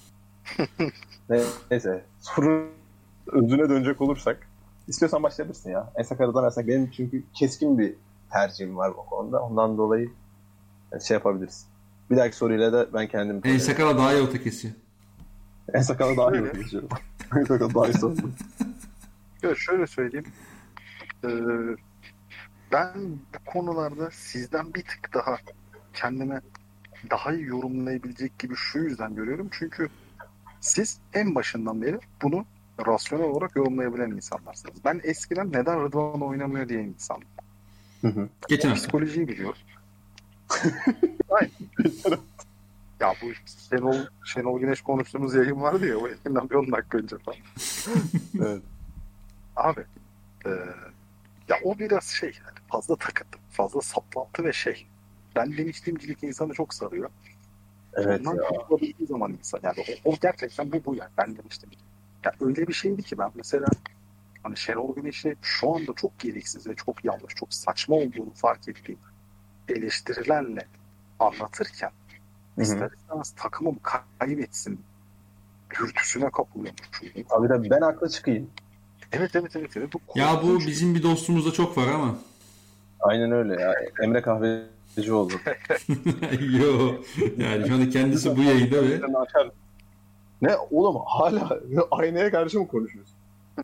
Neyse. Sorunun özüne dönecek olursak istiyorsan başlayabilirsin ya. En Sakara'dan mesela benim çünkü keskin bir tercihim var bu konuda. Ondan dolayı şey yapabiliriz. Bir dahaki soruyla da ben kendim... En sakala daha iyi orta kesiyor. En Sakar'a daha iyi bakıyorum. En Sakar'a daha iyi sorun. Ya şöyle söyleyeyim. Ee, ben bu konularda sizden bir tık daha kendime daha iyi yorumlayabilecek gibi şu yüzden görüyorum. Çünkü siz en başından beri bunu rasyonel olarak yorumlayabilen insanlarsınız. Ben eskiden neden Rıdvan oynamıyor diye insandım. Geçen O hafta. psikolojiyi biliyor. Aynen. Ya bu Şenol, Şenol Güneş konuştuğumuz yayın vardı ya, o yayından bir on dakika önce falan. Evet. Abi e, ya o biraz şey yani fazla takıntı, fazla saplantı ve şey. Ben demiştimcilik insanı çok sarıyor. Evet Ondan ya. kurtulabildiği zaman insan yani o, o gerçekten bu bu yani ben demiştim. Ya öyle bir şeydi ki ben mesela hani Şenol Güneş'i şu anda çok gereksiz ve çok yanlış, çok saçma olduğunu fark ettiğim eleştirilerle anlatırken ister istemez takımım kaybetsin dürtüsüne kapılıyormuşum. Abi de ben haklı çıkayım. Evet evet evet. evet. Bu Ya bu bizim bir dostumuzda çok var ama. Aynen öyle ya. Emre Kahveci oldu. Yo. Yani şu anda kendisi bu yayında ve Ne oğlum hala aynaya karşı mı konuşuyorsun?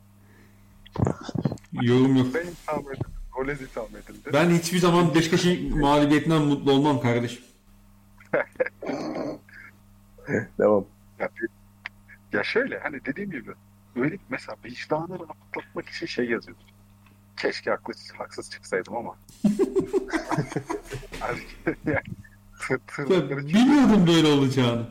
yorum yok. ben itham edildim. Golez itham edildi. Ben hiçbir zaman Beşiktaş'ın mağlubiyetinden mutlu olmam kardeşim. Devam. Ya, ya şöyle hani dediğim gibi öyle mesela vicdanı rahatlatmak için şey yazıyordum. Keşke haklı, haksız çıksaydım ama. yani, yani, tır, tır, Ya, bilmiyordum böyle olacağını.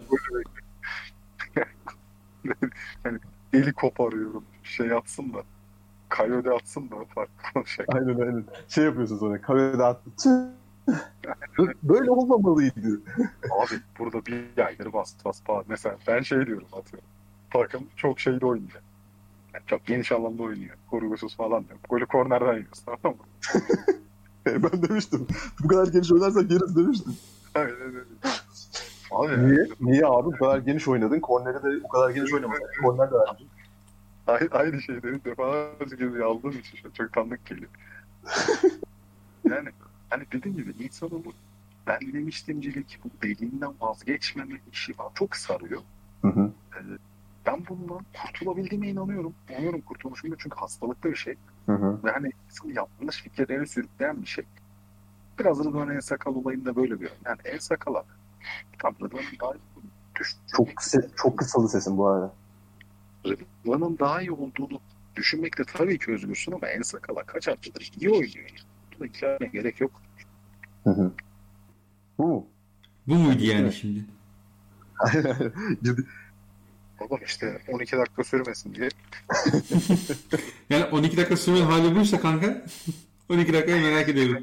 hani eli koparıyorum. Şey atsın da. Kayode atsın da farklı konuşacak. Aynen aynen. Şey yapıyorsun sonra. Kahvede attı. Böyle olmamalıydı. Abi burada bir aydır bas bas bağır. Mesela ben şey diyorum atıyorum. Takım çok şeyli oynayacak. Yani çok geniş alanda oynuyor. Kurgusuz falan diyor. Golü kornerden yiyoruz, tamam mı? Ben demiştim. Bu kadar geniş oynarsak yeriz demiştim. Aynen öyle. Abi Niye? yani, Niye abi? Bu kadar geniş oynadın. Korneri de o kadar geniş oynamadın. Korner de verdin. aynı, aynı şeyleri defalarca kez aldığım için şu an çok tanıdık geliyor. Yani hani dediğim gibi insanın bu benlemiştimcilik, bu dediğinden vazgeçmeme işi var. Çok sarıyor. Hı hı. Ben bundan kurtulabildiğime inanıyorum. İnanıyorum kurtuluşumda, çünkü hastalıklı bir şey. Hı hı. Ve hani insanı yanlış fikirlere sürükleyen bir şey. Biraz Rıdvan En Sakal olayında böyle bir. Yani En Sakal'a tam Rıdvan'ın daha iyi düştüğünü, Çok kısa, çok kısalı sesin bu arada. Rıdvan'ın daha iyi olduğunu düşünmekte tabii ki özgürsün, ama En Sakal'a kaç haftadır iyi oynuyor. Yani. Buna ikna gerek yok. Hı hı. Bu. Bu muydu yani Evet. şimdi? Babam işte on iki dakika sürmesin diye. Yani on iki dakika süren hali buysa kanka on iki dakikayı merak ediyorum.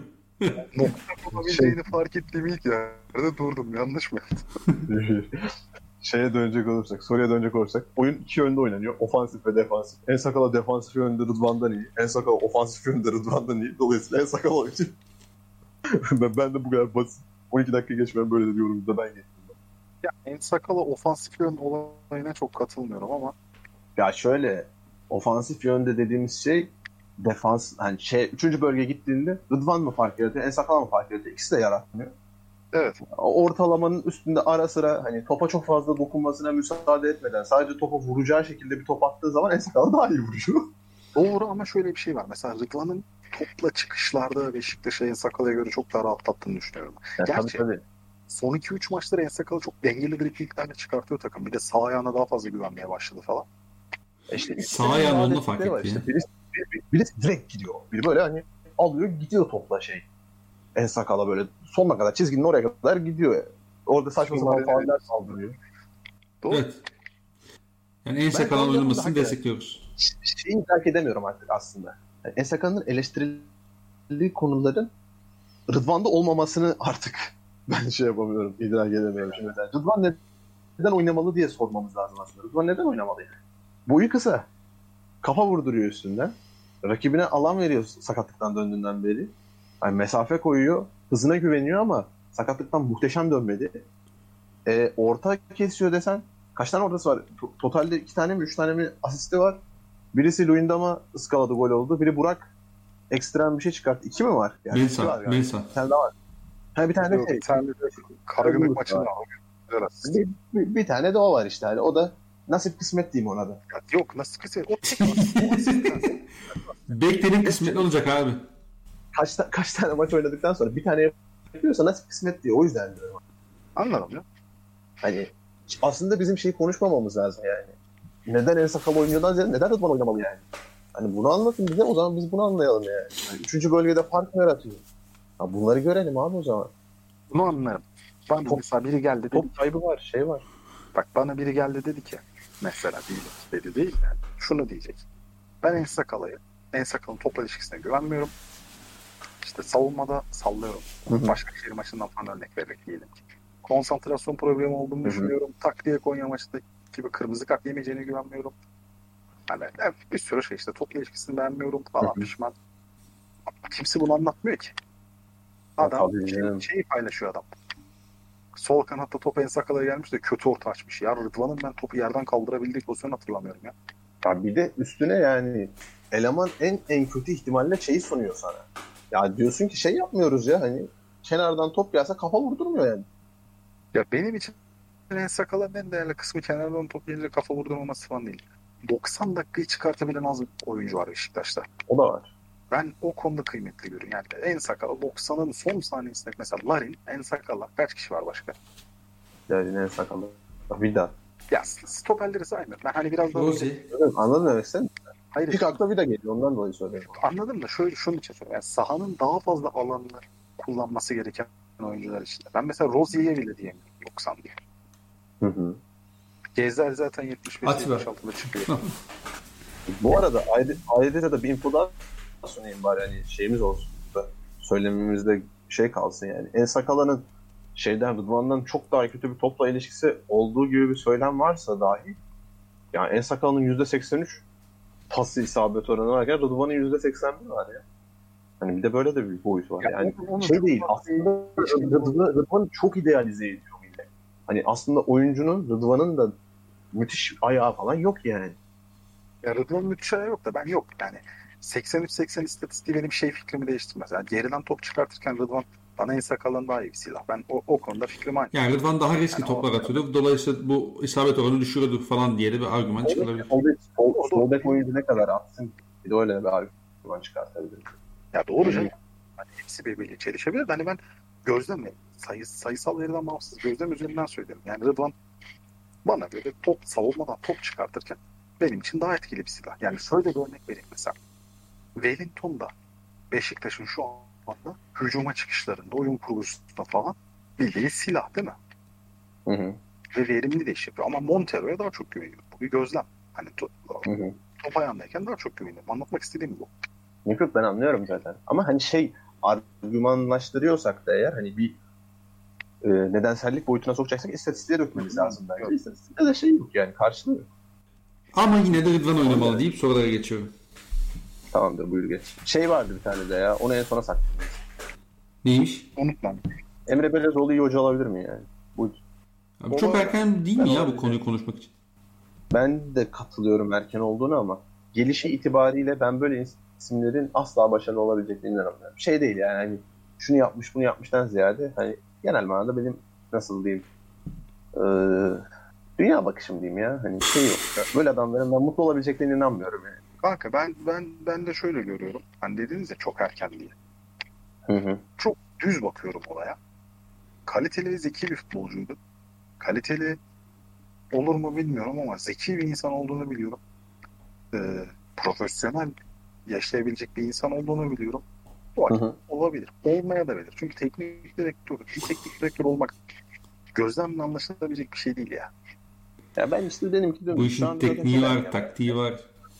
Nokta olabileceğini fark ettiğim ilk yerde durdum. Yanlış mı? Şeye dönecek olursak, soruya dönecek olursak, oyun iki yönde oynanıyor. Ofansif ve defansif. En Sakala defansif yönde Rıdvan'dan iyi. En Sakala ofansif yönde Rıdvan'dan iyi. Dolayısıyla En Sakala için ben, ben de bu kadar basit. on iki dakika geçmem böyle de bir yorumda ben geçtim. Ya En Sakal'a ofansif yön olayına çok katılmıyorum ama Ya şöyle, ofansif yönde dediğimiz şey defans, hani şey, üçüncü bölge gittiğinde Rıdvan mı fark yaratıyor, En Sakala mı fark yaratıyor? İkisi de yaratmıyor. evet. Ortalamanın üstünde ara sıra hani topa çok fazla dokunmasına müsaade etmeden sadece topa vuracağı şekilde bir top attığı zaman En Sakala daha iyi vuruyor. Doğru, ama şöyle bir şey var. Mesela Rıdvan'ın topla çıkışlarda Beşiktaş'a En Sakal'a göre çok daha rahatlattığını düşünüyorum. Ya, Gerçi tabii tabii. son iki üç maçları En Sakal'ı çok dengeli driplinglerle çıkartıyor takım. Bir de sağ ayağına daha fazla güvenmeye başladı falan. İşte Sağ ayağını onunla fark etti ya. işte. Birisi, bir, birisi direkt gidiyor. Biri böyle hani alıyor gidiyor topla şey. En Sakala böyle sonuna kadar, çizginin oraya kadar gidiyor. Orada saçma sapan fauller saldırıyor. Doğru. Evet. Yani En Sakal'ın oynamasını destekliyoruz. Şeyi idrak edemiyorum artık aslında. Yani En Sakal'ın eleştirildiği konuların Rıdvan'da olmamasını artık ben şey yapamıyorum, idrak edemiyorum. Şimdi mesela Rıdvan neden oynamalı diye sormamız lazım aslında. Rıdvan neden oynamalı yani? Boyu kısa. Kafa vurduruyor üstünden. Rakibine alan veriyor sakatlıktan döndüğünden beri. Yani mesafe koyuyor. Hızına güveniyor ama sakatlıktan muhteşem dönmedi. E, orta kesiyor desen. Kaç tane ortası var? To- totalde iki tane mi, üç tane mi asisti var? Birisi Luyendam'a ıskaladı, gol oldu. Biri Burak ekstrem bir şey çıkarttı. İki mi var? Yani iki Melisa. var yani. Melisa. Bir tane daha var. Ha, bir tane de Yok, şey. bir tane de Karagümrük maçında var. Güzel asist. Bir, bir, bir tane de o var işte. Yani o da nasip kısmet diyeyim ona da. Ya yok, nasıl kısa? O tek asist. Beklerin kısmetli olacak abi. Kaç, ta- kaç tane maç oynadıktan sonra bir tane yapıyorsa nasip kısmet diyor. O yüzden diyorum. Anladım ya. Hani aslında bizim şeyi konuşmamamız lazım yani. Neden En Sakal oynuyordan ziyade neden Rıdvan oynamalı yani? Hani bunu anlatın bize, o zaman biz bunu anlayalım yani. yani üçüncü bölgede fark mı yaratıyor? Ya bunları görelim abi o zaman. Bunu anlarım. Bana Top- mesela biri geldi dedi. Top kaybı var, şey var. Bak bana biri geldi dedi ki, mesela değil dedi değil yani. Şunu diyecek. Ben En Sakal'ı, En Sakal'ın topla ilişkisine güvenmiyorum. İşte savunmada sallıyorum. Hı hı. Başakşehir maçından falan örnek vererek diyelim ki. Konsantrasyon problemi olduğunu Hı hı. düşünüyorum. Tak diye Konya maçında gibi kırmızı kart yemeyeceğine güvenmiyorum. Hani bir sürü şey, işte topla ilişkisini beğenmiyorum falan, Hı hı. pişman. Kimse bunu anlatmıyor ki. Ya Adam tabii şey, canım. şeyi paylaşıyor adam. Sol kanatta top En Sakal'a gelmiş de kötü orta açmış. Ya Rıdvan'ın ben topu yerden kaldırabildiği pozisyonu hatırlamıyorum ya. Ya bir de üstüne yani eleman en en kötü ihtimalle şeyi sunuyor sana. Ya diyorsun ki şey yapmıyoruz ya, hani kenardan top gelse kafa vurdurmuyor yani. Ya benim için En Sakal'ın en değerli kısmı kenardan top gelince kafa vurdurmaması falan değil. doksan dakikayı çıkartabilen az bir oyuncu var Beşiktaş'ta. O da var. Ben o konuda kıymetli görüyorum. Yani En Sakal'a doksanın son saniyesinde mesela Larin, En Sakal'a kaç kişi var başka? Yani En Sakal'ı. Vida. Ya stoperleri saymıyorum. Ben hani biraz daha Rozi. Anladın mı demek istedim? hayır, İlk akla Vida geliyor, ondan dolayı söylüyorum. anladım da şöyle, şunun için söylüyorum. Yani sahanın daha fazla alanını kullanması gereken oyuncular için. Ben mesela Rozier'e bile diyemiyorum doksan diye. Hı hı. Gezer zaten yetmiş beş Atiba. yetmiş altıda çıkıyor. Bu arada ayrı, ayrıca da bir info daha sunayım bari, hani şeyimiz olsun da söylememizde şey kalsın yani. En Sakala'nın şeyden, Rıdvan'dan çok daha kötü bir topla ilişkisi olduğu gibi bir söylem varsa dahi, yani En Sakala'nın yüzde seksen üç pas isabet oranı varken Rıdvan'ın yüzde seksen bir var ya. Hani bir de böyle de bir boyut var. Ya Yani onu- onu şey çok değil. fazla Aslında hiç- Rıdvan, Rıdvan'ı çok idealize ediyor millet. Hani aslında oyuncunun Rıdvan'ın da müthiş ayağı falan yok yani. Ya Rıdvan müthiş ayağı yok da ben yok. Yani seksen üç seksen istatistiği benim şey fikrimi değiştirmez. Yani geriden top çıkartırken Rıdvan bana en sakalından daha iyi bir silah. Ben o, o konuda fikrim aynı. Yani Rıdvan daha riskli Yani toplar o- atıyordu. Dolayısıyla bu isabet oranı düşürüyordu falan diye de bir argüman çıkılabilir. Sol, sol, sol bek oyuncu ne kadar atsın bir de öyle bir argüman çıkartabilir. Ya doğru canım. Hani hepsi birbiriyle çelişebilir de hani ben gözlem sayı, sayısal veriden bağımsız gözlem üzerinden söylüyorum. Yani Rıdvan bana göre top savunmadan top çıkartırken benim için daha etkili bir silah. Yani şöyle bir örnek vereyim mesela. Wellington'da Beşiktaş'ın şu anda hücuma çıkışlarında, oyun kuruluşunda falan bildiği silah değil mi? Hı hı. Ve verimli de iş yapıyor. Ama Montero'ya daha çok güveniyorum. Bu bir gözlem. Hani to, Hı hı. top ayağındayken daha çok güveniyorum. Anlatmak istediğim bu. Yok yok ben anlıyorum zaten. Ama hani şey argümanlaştırıyorsak da eğer hani bir e, nedensellik boyutuna sokacaksak istatistiğe dökmemiz lazım bence. İstatistikte de şey yok yani karşılığı yok. Ama yine de Rıdvan oynamalı deyip sorulara geçiyorum. Tamamdır buyur geç. Şey vardı bir tane de ya onu en sona saklı. Neymiş? Unutma. Emre Belezoğlu iyi hoca olabilir mi yani? Bu, Abi çok erken değil mi ya bu konuyu konuşmak için? ben de katılıyorum erken olduğunu ama gelişi itibariyle ben böyle isimlerin asla başarılı olabileceklerini inanamıyorum. Şey değil yani hani şunu yapmış bunu yapmıştan ziyade hani genel manada benim nasıl diyeyim e, dünya bakışım diyeyim ya. Hani şey yok. Böyle adamların ben mutlu olabileceklerine inanmıyorum yani. Kanka ben ben ben de şöyle görüyorum. Hani dediniz ya çok erken diye. Hı hı. Çok düz bakıyorum olaya. Kaliteli ve zeki bir futbolcuydu. Kaliteli olur mu bilmiyorum ama zeki bir insan olduğunu biliyorum. Ee, profesyonel yaşayabilecek bir insan olduğunu biliyorum. Bu Hı hı. olabilir. Olmaya da bilir. Çünkü teknik direktör, bir teknik direktör olmak gözlemle anlaşılabilecek bir şey değil ya. Ya ben işte dedim ki diyorum, Bu şu işin an zaten tekniği çok var, erken. taktiği var.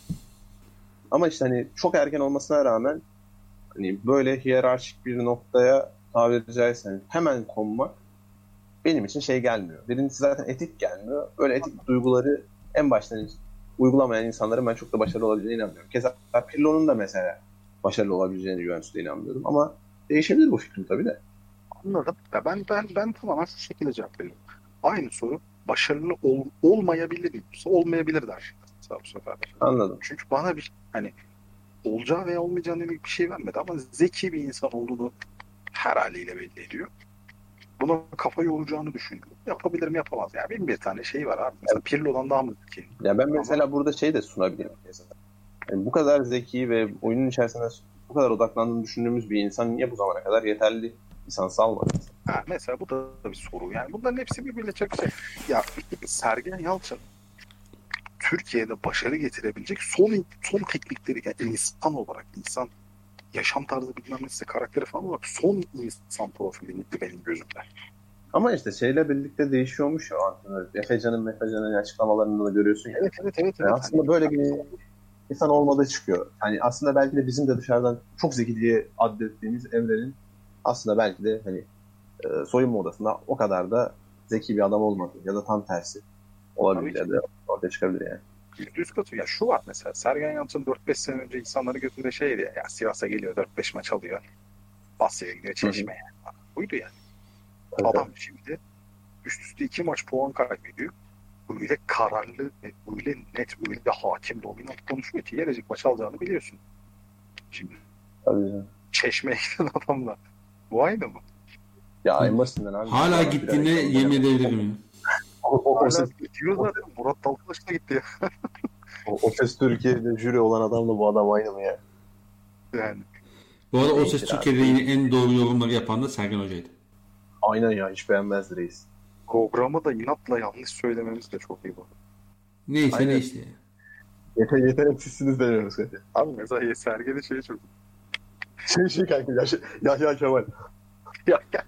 Ama işte hani çok erken olmasına rağmen hani böyle hiyerarşik bir noktaya tabiri caizse hani hemen konmak benim için şey gelmiyor. Birincisi zaten etik gelmiyor. Öyle etik duyguları en baştan uygulamayan insanların ben çok da başarılı olabileceğine inanmıyorum. Keza Pirlo'nun da mesela başarılı olabileceğine Juventus'ta inanmıyorum. Ama değişebilir bu fikrim tabii de. Anladım. Ya ben ben ben tamamen şu şekilde cevap veriyorum. Aynı soru başarılı ol, olmayabilir mi? Olmayabilir der. Mesela bu sefer. Anladım. Çünkü bana bir hani olacağı veya olmayacağına yönelik bir şey vermedi ama zeki bir insan olduğunu her haliyle belli ediyor. Buna kafa yoracağını düşünüyorum. Yapabilir mi yapamaz. Yani benim bir tane şey var abi. Mesela Pirlo'dan daha mı zeki? Ya ben mesela burada şey de sunabilirim. Mesela. Yani bu kadar zeki ve oyunun içerisinde bu kadar odaklandığını düşündüğümüz bir insan niye bu zamana kadar yeterli lisans almadı? Ha, mesela bu da bir soru. Yani bunların hepsi birbiriyle çakışıyor. Ya Sergen Yalçın Türkiye'de başarı getirebilecek son son teknikleri yani insan olarak insan yaşam tarzı bilmem neyse karakteri falan olarak son insan profiliydi benim gözümde. Ama işte şeyle birlikte değişiyormuş ya antrenör. Efecan'ın Efecan'ın açıklamalarında da görüyorsun ya. Evet evet evet. Yani evet. aslında böyle bir insan olmadığı çıkıyor. Hani aslında belki de bizim de dışarıdan çok zeki diye adettiğimiz Emre'nin aslında belki de hani e, soyunma odasında o kadar da zeki bir adam olmadı ya da tam tersi olabilir ya da ortaya çıkabilir yani. Yüzde yüz katı. Ya şu var mesela Sergen Yalçın dört beş sene önce insanları gözünde şeydi ya, ya Sivas'a geliyor dört beş maç alıyor. Basya'ya gidiyor Çeşme'ye. Buydu yani. Evet. Adam şimdi üst üste iki maç puan kaybediyor. Öyle kararlı, öyle net, öyle hakim, dominant konuşuyor ki gelecek maç alacağını biliyorsun. Şimdi Tabii canım. Çeşme'ye giden adamla. Bu aynı mı? Ya en basitinden abi. Hala gittiğine yemin edebilirim ya. O, o, o, Hala ses, gidiyor zaten. Murat Dalkılıç'la gitti ya. o, o ses Türkiye'de jüri olan adamla bu adam aynı mı ya? Yani. Bu arada O Değişir Ses abi. Türkiye'de yine en doğru yorumları yapan da Sergen Hoca'ydı. Aynen ya hiç beğenmezdi reis. Programı da inatla yanlış söylememiz de çok iyi bu. Neyse Aynen. neyse. Yeter yeteneksizsiniz demiyoruz zaten. Abi mesela Sergen'in şeyi çok Şey şey kanka ya, şey, Yahya Kemal. ya, ya.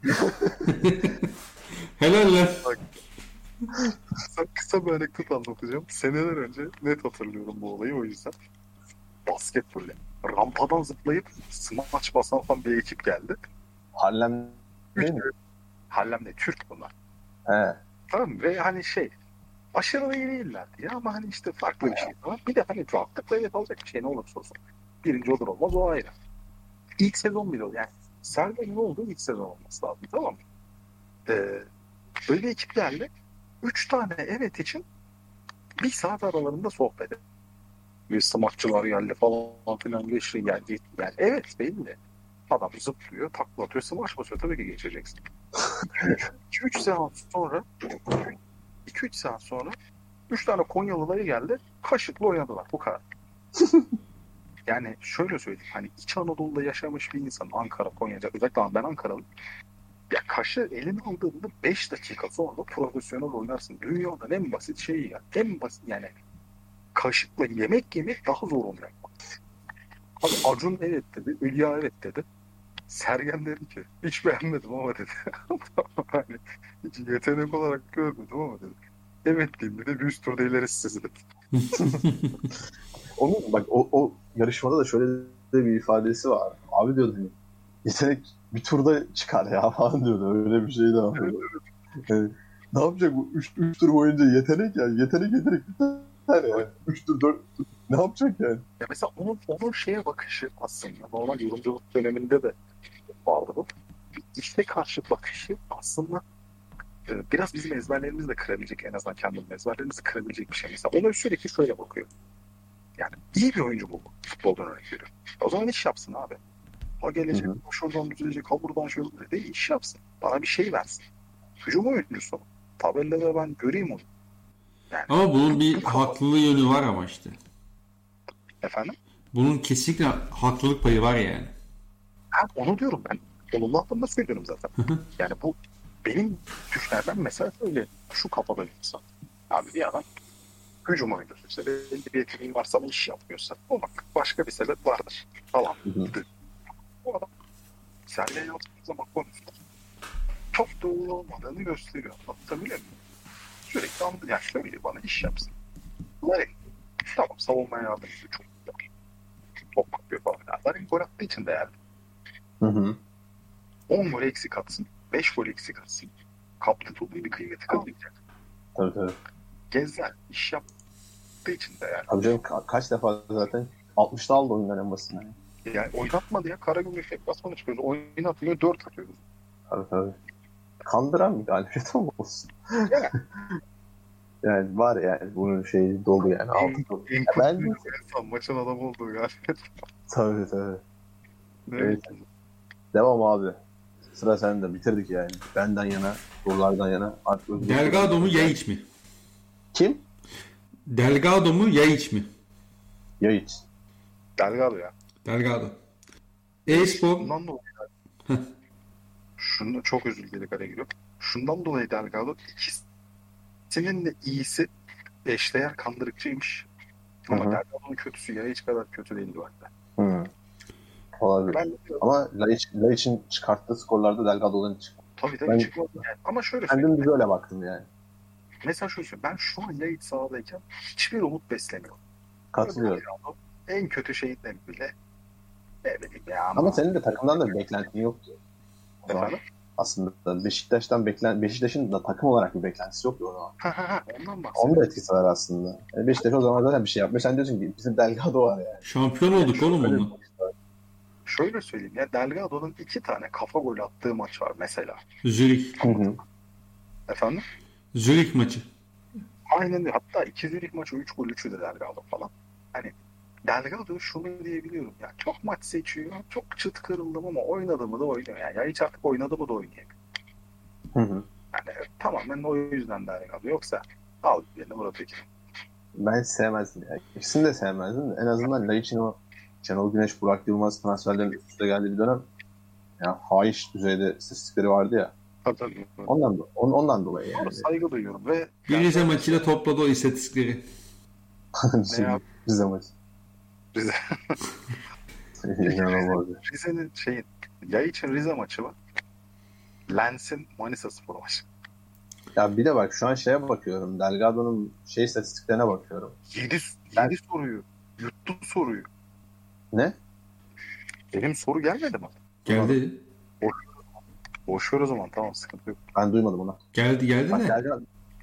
Helal lan. Kısa, kısa bir anekdot anlatacağım. Seneler önce net hatırlıyorum bu olayı o yüzden. Basket böyle. Rampadan zıplayıp smaç basan falan bir ekip geldi. Harlem Üç değil mi? Harlem'de Türk bunlar. He. Tamam mı? Ve hani şey aşırı iyi değillerdi ya ama hani işte farklı bir şey var. Bir de hani rahatlıkla evet alacak bir şey ne olursa olsun. Birinci olur olmaz o ayrı. İlk sezon bile oldu. Yani Serdar'ın ne olduğu ilk sezon olması lazım, tamam mı? Ee, Böyle ekiplerle üç tane evet için bir saat aralarında sohbet et. Bir smaççılar geldi falan filan geçti geldi. Yani evet belli. Adam zıplıyor, takla atıyor, smaç basıyor. Tabii ki geçeceksin. iki üç saat sonra iki üç saat sonra üç tane Konyalı dayı geldi. Kaşıkla oynadılar. Bu kadar. Yani şöyle söyleyeyim. Hani İç Anadolu'da yaşamış bir insan Ankara, Konya'da özellikle ben Ankara'lıyım. Ya kaşı eline aldığında beş dakika sonra profesyonel oynarsın. Dünyanın en basit şeyi ya. En basit yani. Kaşıkla yemek yemek daha zor oluyor. Abi Acun evet dedi. Hülya evet dedi. Sergen dedi ki hiç beğenmedim ama dedi. Hani hiç yetenek olarak görmedim ama dedi. Evet diyeyim dedi. Bir üst turda ileriz sizi dedi. Onun bak o, o yarışmada da şöyle de bir ifadesi var. Abi diyordu hani yetenek bir turda çıkar ya falan diyordu. Öyle bir şey de var. Evet, Yani, ne yapacak bu üç tur boyunca yetenek yani. Yetenek yetenek bir tane yani. üç tur dört tur. Ne yapacak yani? ya mesela onun, onun şeye bakışı aslında normal yorumculuk döneminde de vardı bu. İşte karşı bakışı aslında e, biraz bizim ezberlerimizi de kırabilecek, en azından kendimiz ezberlerimizi kırabilecek bir şey. Mesela ona sürekli şöyle bakıyor. Yani iyi bir oyuncu bu. Futboldan örnek veriyorum. O zaman iş yapsın abi. Ha gelecek, Hı hı. o şuradan düzelecek, ha buradan şöyle olur değil, iş yapsın. Bana bir şey versin. Hücum oyuncusu. Tabellada ben göreyim onu. Yani Ama bunun bir bu kafa. haklılığı yönü var ama işte. Efendim? Bunun kesinlikle haklılık payı var yani. Ha, onu diyorum ben. Olumlu anlamda söylüyorum zaten. Yani bu benim düşlerden mesela öyle şu kafada bir insan. Abi bir adam hücum oyuncusu. İşte belli bir yeteneğin varsa ama iş yapmıyorsa. O bak başka bir sebep vardır. Falan. Hı hı. Bu adam senle yaptığı zaman konusunda çok doğru olmadığını gösteriyor. Anlatabiliyor muyum? Sürekli anlatıyor. Yani şöyle bana iş yapsın. Larin. Tamam savunmaya yardım ediyor. Çok güzel. Top kapıyor falan. Yani Larin gol attığı için değerli. Hı hı. on gol eksik atsın. beş gol eksik atsın. Kaptı topu bir kıymeti kalmayacak. Tabii tabii. Gezler iş yaptığı için değerli. Tabii canım ka- kaç defa zaten altmışta aldı oyundan en basitinden. Yani oynatmadı ya. Karagümrük deplasmanı çıkıyoruz. Oynatmıyor. dört atıyoruz. Tabii tabii. Kandıran bir galibiyet ama olsun. Yani. Yani var yani bunun şeyi dolu yani. Altı dolu. En Ya kötü ben insan maçın adamı olduğu galibiyet. tabii tabii. Ne Evet. Devam abi. Sıra sende. Bitirdik yani. Benden yana, sorulardan yana. Artık Delgado mu Yayiç mi? Kim? Delgado mu Yayiç mi? Yayiç. Delgado ya. Delgado. E-spor. Bundan dolayı şunu çok özür dilerim araya giriyor. Şundan dolayı Delgado ikisinin de iyisi eşdeğer kandırıkçıymış. Ama Hı hı. Delgado'nun kötüsü ya hiç kadar kötü değildi bende. Hı. Olabilir. Ben Ama Laiç, Laiç'in çıkarttığı skorlarda Delgado'dan çıktı. tabii tabii Ben- çıkmadı yani. Ama şöyle söyleyeyim. Kendim de öyle baktım yani. Mesela şöyle söyleyeyim. Ben şu an Yayiç sahadayken hiçbir umut beslemiyorum. Katılıyorum. Delgado en kötü şeyinden bile ne bileyim ya. Ama senin de takımdan da bir beklentin yoktu. O zaman Efendim? aslında Beşiktaş'tan beklen Beşiktaş'ın da takım olarak bir beklentisi yoktu o zaman. Ha ha ha ondan Onun bahsediyorum. da etkisi var aslında. Yani Beşiktaş o zaman zaten bir şey yapmıyor. Sen diyorsun ki bizim Delgado var yani. Şampiyon olduk oğlum Öyle onunla. bir etkisi var. Şöyle söyleyeyim ya Delgado'nun iki tane kafa golü attığı maç var mesela. Zürich. Hı hı. Efendim? Zürich maçı. Aynen öyle. Hatta iki Zürich maçı üç gol üçü de Delgado falan. Hani Delgado şunu diyebiliyorum. Ya çok maç seçiyor. Çok çıt kırıldım ama oynadı mı da oynuyor. Yani ya hiç artık oynadı mı da oynayamıyor. Hı hı. Yani tamamen o yüzden Delgado. Yoksa al birini Murat Ekin. Ben sevmezdim ya. İkisini de sevmezdim de. En azından Laiç'in o Şenol Güneş, Burak Yılmaz transferlerin üst üste geldiği bir dönem ya fahiş düzeyde istatistikleri vardı ya. Tabii tabii. Ondan on, ondan dolayı Ona yani. saygı duyuyorum ve Bir Rize maçıyla topladı o istatistikleri. Bizim, yap- Rize maçı. Rize. İnanılmaz. Rize'nin şeyin ya için Rize maçı var. Lens'in Manisa Spor maçı. Ya bir de bak şu an şeye bakıyorum. Delgado'nun şey istatistiklerine bakıyorum. Yedi, Ben- yedi soruyu. Yuttu soruyu. Ne? Benim soru gelmedi mi? Geldi. Boş ver o zaman tamam sıkıntı yok. Ben duymadım onu. Geldi geldi Bak de. Delgado,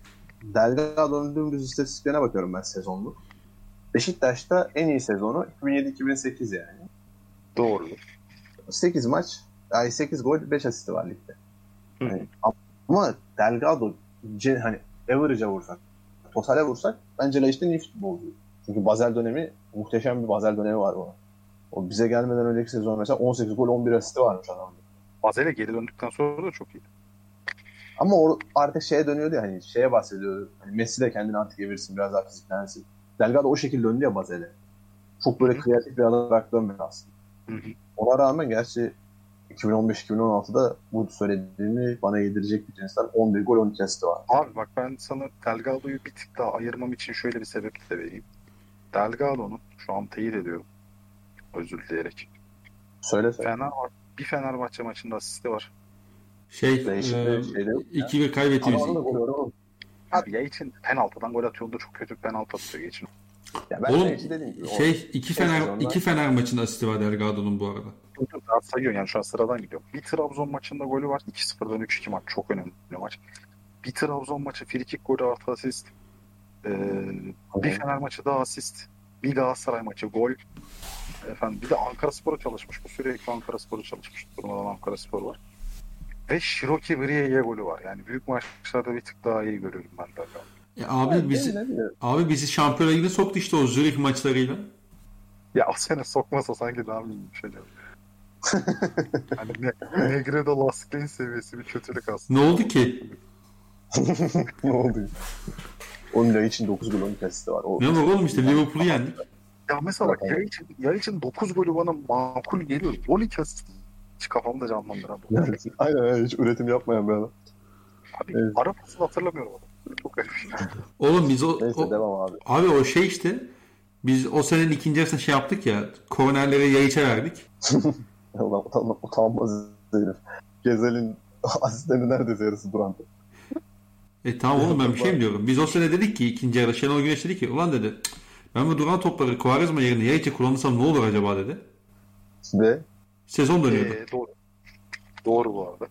Delgado'nun dümdüz istatistiklerine bakıyorum ben sezonluk. Beşiktaş'ta en iyi sezonu iki bin yedi iki bin sekiz yani. Doğru. sekiz maç, ay sekiz gol, beş asisti var ligde. Yani, ama Delgado hani average'a vursak, totale vursak bence Laiç'ten iyi futbolcu. Çünkü Basel dönemi, muhteşem bir Basel dönemi var bu. O bize gelmeden önceki sezon mesela on sekiz gol on bir asisti varmış adamda. Basel'e geri döndükten sonra da çok iyi. Ama o artık şeye dönüyordu ya, hani şeye bahsediyordu. Hani Messi de kendini artık evirsin, biraz daha fiziklensin. Delgado o şekilde döndü ya Basel'e. Çok böyle kreatif bir adam olarak dönmedi aslında. Hı hı. Ona rağmen gerçi iki bin on beş iki bin on altıda bu söylediğimi bana yedirecek bir cinsten on bir gol on iki asisti var. Abi bak ben sana Delgado'yu bir tık daha ayırmam için şöyle bir sebep de vereyim. Delgado'nun şu an teyit ediyorum. Özür dileyerek. Söyle söyle. Fenerbahçe, bir Fenerbahçe maçında asisti var. Şey, e, iki bir kaybettiğimiz. Abi ya için penaltıdan gol atıyordu, çok kötü penaltı atıyor geçin. Ya ben Oğlum gibi, şey iki Fener sezonda... iki Fener maçında asisti var Delgado'nun bu arada. Daha sayıyor yani şu an sıradan gidiyor. Bir Trabzon maçında golü var. iki sıfırdan üç iki maç. Çok önemli maç. Bir Trabzon maçı frikik golü artı asist. Ee, bir Fener maçı daha asist. Bir Galatasaray maçı gol. Efendim bir de Ankaraspor'a çalışmış. Bu sürekli Ankaraspor'a çalışmış. Durmadan Ankaraspor var. Ve Shiroki Briye'ye golü var. Yani büyük maçlarda bir tık daha iyi görüyorum ben de. Ya abi evet, bizi abi bizi Şampiyonlar Ligi'ne soktu işte o Zürich maçlarıyla. Ya o sene sokmasa sanki daha mıyım bir şey diyorum. Hani ne, Negredo lastiklerin seviyesi bir kötülük aslında. Ne oldu ki? Ne oldu? Onun ya için dokuz gol on iki asisti var. O ne var oğlum işte Liverpool'u yendik. Ya mesela bak ya için, ya için dokuz golü bana makul geliyor. on iki asist hiç kafamda canlandıran. Yani, aynen aynen hiç üretim yapmayan bir adam. Abi evet. Arapasını hatırlamıyorum adam. Çok garip. Oğlum biz o, Neyse o devam abi. Abi o şey işte biz o senenin ikinci yarısında şey yaptık ya, kornerlere Yayiç'e verdik. Ulan utan, utanmaz herif. Gezel'in asistleri neredeyse yarısı Duran. E tamam oğlum ben bir şey mi diyorum? Biz o sene dedik ki ikinci yarı Şenol Güneş dedi ki ulan dedi ben bu Duran topları Quaresma yerine Yayiç'e kullanırsam ne olur acaba dedi. Ve sezon dönüyordu. Ee, doğru. Doğru bu arada.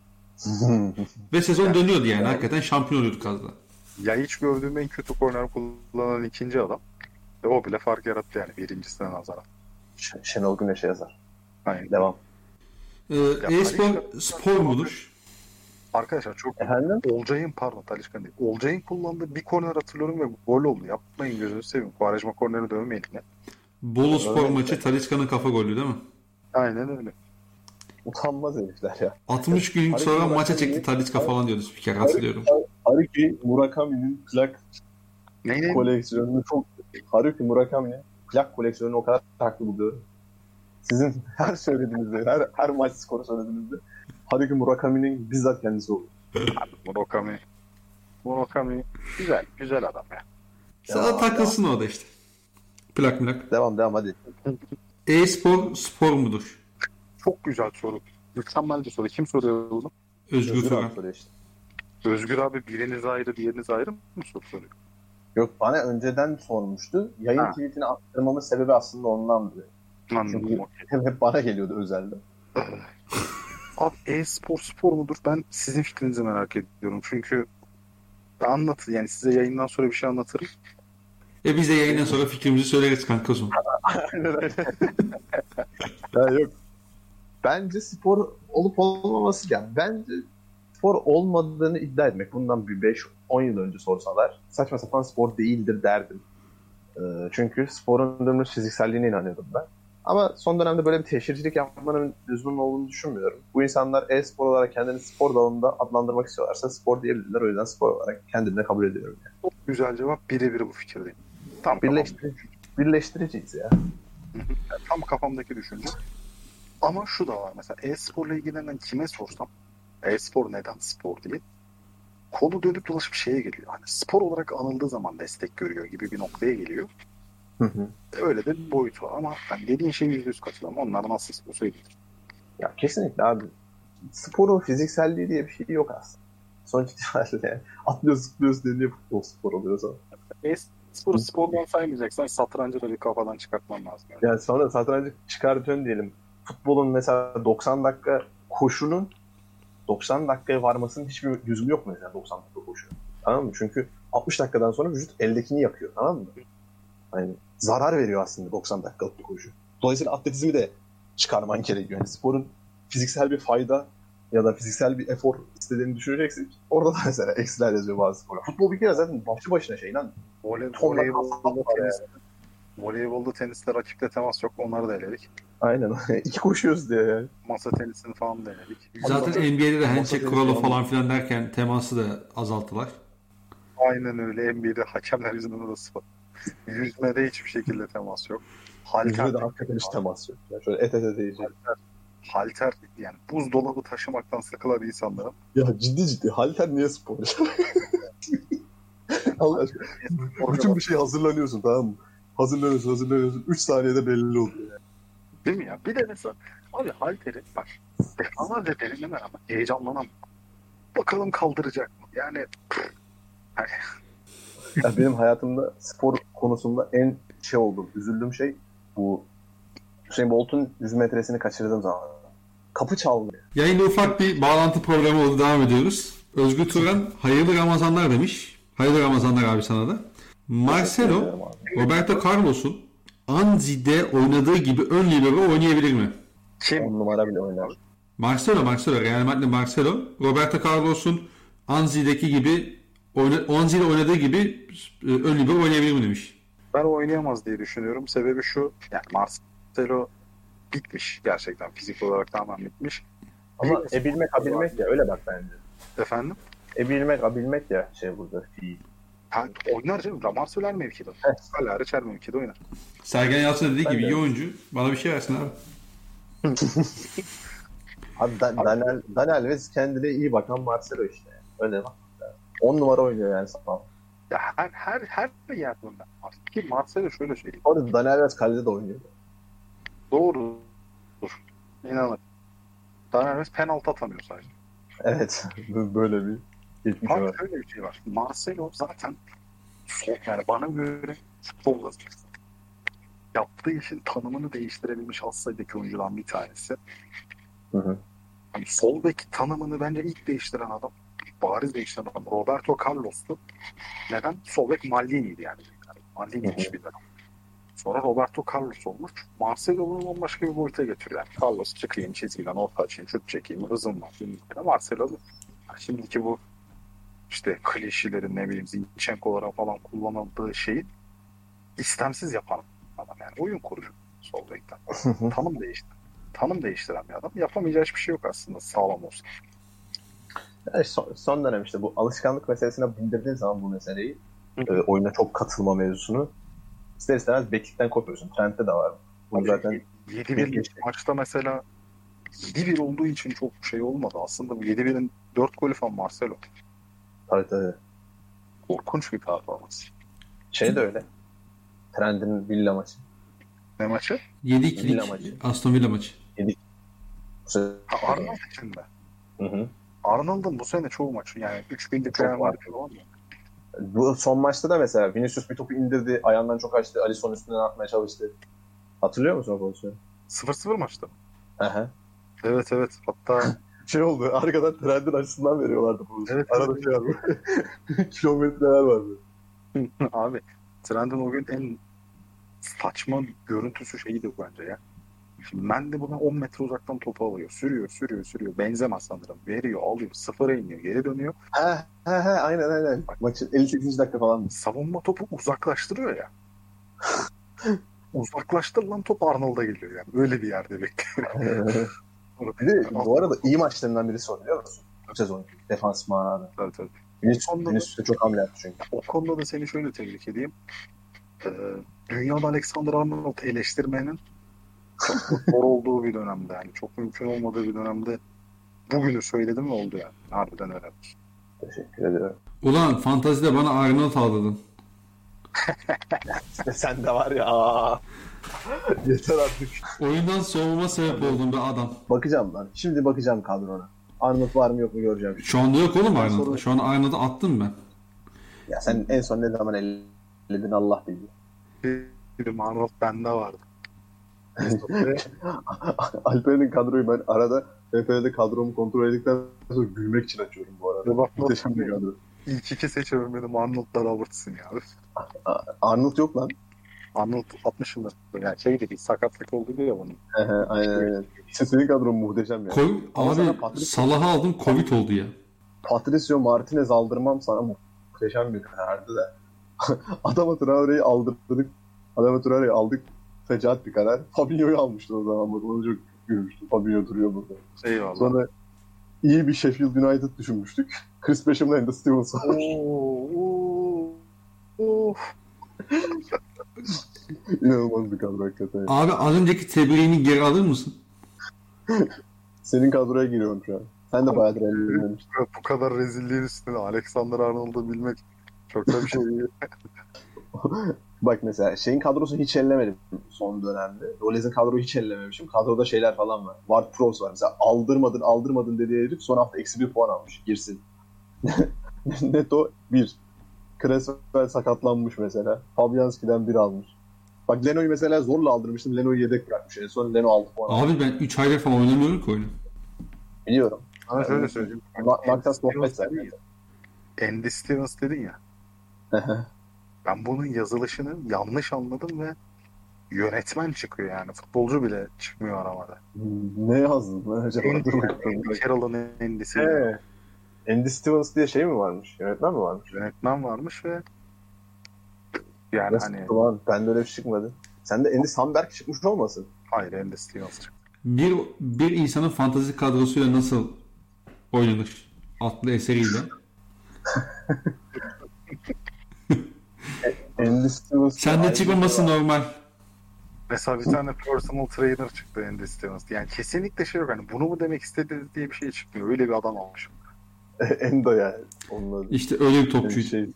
Ve sezon yani, dönüyordu yani. yani. Hakikaten şampiyon oluyorduk az da. Ya hiç gördüğüm en kötü korner kullanan ikinci adam. Ve o bile fark yarattı yani birincisine nazaran. Ş- Şenol Güneş'e yazar. Aynen. Devam. Ee, E-spor spor mudur? Arkadaşlar çok Efendim? Olcay'ın pardon Talişkan değil. Olcay'ın kullandığı bir korner hatırlıyorum ve gol oldu. Yapmayın gözünü seveyim. Quaresma korneri dövmeyin ya. Bolu spor maçı Talişkan'ın kafa golü değil mi? Aynen öyle. Utanmaz herifler ya. altmış gün sonra Haruki maça çekti Talisca falan diyordu spiker hatırlıyorum. Haruki Murakami'nin plak ne, ne? koleksiyonunu çok Haruki Murakami'nin plak koleksiyonunu o kadar haklı buluyorum. Sizin her söylediğinizde, her, her maç skoru söylediğinizde Haruki Murakami'nin bizzat kendisi oldu. Murakami Murakami güzel, güzel adam ya. Sana takılsın o da işte. Plak plak. Devam devam hadi. E-spor spor mudur? Çok güzel soru. Mükemmel bir soru. Kim soruyor bunu? Özgür, Özgür abi soruyor işte. Özgür abi biriniz ayrı diğeriniz ayrı mı soru soruyor? Yok bana önceden sormuştu. Yayın ha. tweetini attırmamın sebebi aslında ondandı. Çünkü hep, hep bana geliyordu özelde. Abi e-spor spor mudur? Ben sizin fikrinizi merak ediyorum. Çünkü ben anlat yani size yayından sonra bir şey anlatırım. E biz de yayından sonra fikrimizi söyleriz kanka o zaman. Aynen öyle. Ya yok. Bence spor olup olmaması yani. Bence spor olmadığını iddia etmek. Bundan bir beş on yıl önce sorsalar saçma sapan spor değildir derdim. Ee, çünkü sporun dümdüz fizikselliğine inanıyordum ben. Ama son dönemde böyle bir teşhircilik yapmanın lüzumunun olduğunu düşünmüyorum. Bu insanlar e-spor olarak kendini spor dalında adlandırmak istiyorlarsa spor diyebilirler. O yüzden spor olarak kendimle kabul ediyorum. Yani. Çok güzel cevap. Birebir bu fikirdeyim. Tam Birleştirici, birleştiriciyiz ya. Yani tam kafamdaki düşünce. Ama şu da var mesela e-sporla ilgilenen kime sorsam e-spor neden spor diye konu dönüp dolaşıp şeye geliyor. Hani spor olarak anıldığı zaman destek görüyor gibi bir noktaya geliyor. Hı hı. Öyle de bir boyutu var ama yani dediğin şey yüzde yüz katılıyorum. Onlar nasıl istiyorsa edilir. Ya kesinlikle abi. Sporun fizikselliği diye bir şey yok aslında. Sonuç itibariyle atlıyoruz zıplıyoruz diye futbol spor oluyor sonra. E-sporu spordan saymayacaksan satrancı da bir kafadan çıkartman lazım. Yani, yani sonra satrancı çıkartıyorsun diyelim. Futbolun mesela doksan dakika koşunun doksan dakikaya varmasının hiçbir lüzumu yok mesela doksan dakika koşu. Tamam mı? Çünkü altmış dakikadan sonra vücut eldekini yakıyor, tamam mı? Hani zarar veriyor aslında doksan dakikalık bir koşu. Dolayısıyla atletizmi de çıkarman gerekiyor. Yani sporun fiziksel bir fayda ya da fiziksel bir efor istediğini düşüneceksek orada da mesela eksiler yazıyor bazı sporlar. Futbol bir kere zaten başlı başına şey lan. Voley, Tonla voleybolda, kaslar var tenis, voleybolda teniste rakipte temas yok. Onları da eledik. Aynen. İki koşuyoruz diye yani. Masa tenisini falan da eledik. Zaten Masa- N B A'de de masa handshake tenisi kuralı falan falan filan derken teması da azalttılar. Aynen öyle. N B A'de hakemler yüzünden de sıfır. Yüzmede hiçbir şekilde temas yok. Halter, Yüzde de hakikaten hiç temas yok. Yani şöyle et ete değecek. halter yani buzdolabı taşımaktan sıkılan insanların Ya ciddi ciddi halter niye spor? Allah aşkına. Bütün bir şey hazırlanıyorsun, tamam mı? Hazırlanıyorsun hazırlanıyorsun. üç saniyede belli oluyor. Yani. değil mi ya? Bir de mesela abi halteri bak defalarca denenemen ama heyecanlanan bakalım kaldıracak mı? Yani Ya benim hayatımda spor konusunda en şey oldu, üzüldüğüm şey bu Hüseyin Bolt'un yüz metresini kaçırdığım zaman. Kapı çaldı. Yayında ufak bir bağlantı problemi oldu. Devam ediyoruz. Özgür Turan hayırlı Ramazanlar demiş. Hayırlı Ramazanlar abi sana da. Marcelo, Roberto Carlos'un Anzi'de oynadığı gibi ön libero oynayabilir mi? kim? on numara bile oynar. Marcelo, Marcelo. Real Madrid Marcelo. Roberto Carlos'un Anzi'deki gibi oyna, Anzi'de oynadığı gibi e, ön libero oynayabilir mi demiş. Ben oynayamaz diye düşünüyorum. Sebebi şu, yani Marcelo bitmiş gerçekten. Fizik olarak tamamen bitmiş. Ama Bir- ebilmek abilmek ya, öyle bak bence. Efendim? Ebilmek abilmek ya şey burada fiil. Ha, oynar canım. Marcelo her mevkide. Evet. Hala hariç her mevkide oynar. Sergen Yalçın dediği Ben gibi de. iyi oyuncu. Bana bir şey versin abi. Abi Dan- Daniel, Daniel Alves kendine iyi bakan Marcelo işte. Öyle bak. on numara oynuyor yani sağ. Ya her her her yerde oynar. Ki Marcelo şöyle söyleyeyim. Orada Daniel Alves kalede de oynuyor. Doğrudur. İnanın. Daniel penaltı atamıyor sadece. Evet. Böyle bir geçmiş Abi var. şöyle bir şey var. Marcelo zaten sol, yani bana göre futbolda yaptığı işin tanımını değiştirebilmiş az sayıdaki oyuncudan bir tanesi. Hı hı. Hani sol bek tanımını bence ilk değiştiren adam, bariz değiştiren adam Roberto Carlos'tu. Neden? Sol bek Maldini'ydi yani. yani Maldini'ymiş bir dönem. Sonra Roberto Carlos olmuş. Marcelo bunu bambaşka bir boyuta getiriyor. Yani Carlos çıkayım çizgiden orta açayım, şut çekeyim, hızım var. Marcelo yani şimdiki bu işte klişelerin ne bileyim Zinchenko'lara falan kullanıldığı şeyi istemsiz yapan adam yani oyun kurucu sol bekten. Tanım değişti. Tanım değiştiren bir adam. Yapamayacağı hiçbir şey yok aslında sağlam olsa. Yani son, son dönem işte bu alışkanlık meselesine bindirdiğin zaman bu meseleyi e, oyuna çok katılma mevzusunu ister istemez beklikten kopuyorsun. Trend'de de var. Bu zaten yedi bir maçta mesela yedi bir olduğu için çok şey olmadı. Aslında bu yedi birin dört golü falan Marcelo. tabii tabii. Korkunç bir performans. Şey de öyle. Trend'in Villa maçı. Ne maçı? yedi Villa ikilik maçı. Aston Villa maçı. Bu sene- Ha, Arnold için de. Hı hı. Arnold'un bu sene çoğu maçı yani üç birlik Çok Real var. Madrid falan ya. Bu son maçta da mesela Vinicius bir topu indirdi. Ayağından çok açtı. Alisson üstünden atmaya çalıştı. Hatırlıyor musun o pozisyonu? sıfır sıfır maçta. Aha. Evet evet. Hatta Şey oldu. Arkadan Trend'in açısından veriyorlardı bu. Evet, Arada evet. şey var mı? Kilometreler var böyle. abi Trend'in o gün en saçma görüntüsü şeydi bence ya. Şimdi ben de buna on metre uzaktan topu alıyor. Sürüyor, sürüyor, sürüyor. Benzemez sanırım. Veriyor, alıyor. Sıfıra iniyor. Geri dönüyor. Ha ha ha aynen aynen. Maçın elli sekizinci dakika falan. Savunma topu uzaklaştırıyor ya. Uzaklaştırılan top Arnold'a geliyor yani. Öyle bir yerde bekliyor. Bir de bu arada iyi maçlarından birisi o biliyor musun? Bu sezon. Defans manada. Tabii tabii. Vinicius, Ondan da- Vinicius'e çok hamle yaptı çünkü. O konuda da seni şöyle tebrik edeyim. Ee, dünyada Alexander Arnold eleştirmenin çok zor olduğu bir dönemde yani çok mümkün olmadığı bir dönemde bugünü söyledim ve oldu yani. Harbiden öyle. Teşekkür ederim. Ulan fantazide bana Arnold aldırdın. Sen de var ya. Aa. Yeter artık. Oyundan soğumama sebep oldun be adam. Bakacağım lan. Şimdi bakacağım kadrona. Arnold var mı yok mu göreceğim. Şu anda yok oğlum Arnold. Sonra- Şu an Arnold'u attım ben. Ya sen en son ne zaman elledin Allah bilir. Bir Arnold bende vardı. Alper'in kadroyu ben arada F P'de kadromu kontrol edildikten sonra gülmek için açıyorum bu arada. Bak, Muhteşem bir kadro. İlk iki seçemedim Arnold'la Robertson ya. Arnold yok lan. Arnold altmış yıldır. Yani şey de bir sakatlık oldu ya bunun. Aynen aynen. İşte senin kadron muhteşem ya. Koy, abi Salah'ı aldım, Covid oldu ya. Patricio Martinez aldırmam sana muhteşem bir karardı da. Adama Traore'yi aldırdık. Adama Traore'yi aldık. Fecaat bir karar. Fabinho'yu almıştı o zaman. Bak, onu çok gülmüştüm. Fabinho duruyor burada. Eyvallah. Sonra iyi bir Sheffield United düşünmüştük. Chris Basham'la Andy Stevens var. Oo, oo. İnanılmaz bir kadro hakikaten. Abi az önceki tebriğini geri alır mısın? Senin kadroya giriyorum şu an. Sen de bayağıdır elini Bu kadar rezilliğin üstüne Alexander Arnold'u bilmek çok da bir şey değil. Bak mesela şeyin kadrosu hiç ellemedim son dönemde. Rolez'in kadroyu hiç ellememişim. Kadroda şeyler falan var. Ward-Prowse var. Mesela aldırmadın aldırmadın dediği herif son hafta eksi bir puan almış. Girsin. Neto bir. Creswell sakatlanmış mesela. Fabianski'den bir almış. Bak Leno'yu mesela zorla aldırmıştım. Leno'yu yedek bırakmış. En son Leno altı puan almış. Abi ben üç aydır falan oynamıyorum ki oyunu. Biliyorum. Ama şöyle söyleyeyim. Maktan sohbet zaten. Andy Stevens dedin ya. Ben bunun yazılışını yanlış anladım ve yönetmen çıkıyor yani. Futbolcu bile çıkmıyor aramada. Ne yazdın lan acaba? Andy, Andy Carroll'ın Andy'si. He. Andy Stevens diye şey mi varmış? Yönetmen mi varmış? Yönetmen varmış ve yani Nasıl hani lan? Bende öyle bir şey çıkmadı. Sen de Andy Samberg çıkmış olmasın? hayır Andy Stevens çıktı. Bir, bir insanın fantazi kadrosuyla nasıl oynanır adlı eseriyle. Andy Stevens. Sen de çıkmaması normal. Mesela bir tane personal trainer çıktı Andy Stevens. Yani kesinlikle şey yok. Hani bunu mu demek istediniz diye bir şey çıkmıyor. Öyle bir adam almışım. Endo yani. Onun İşte öyle bir topçuydu. şey.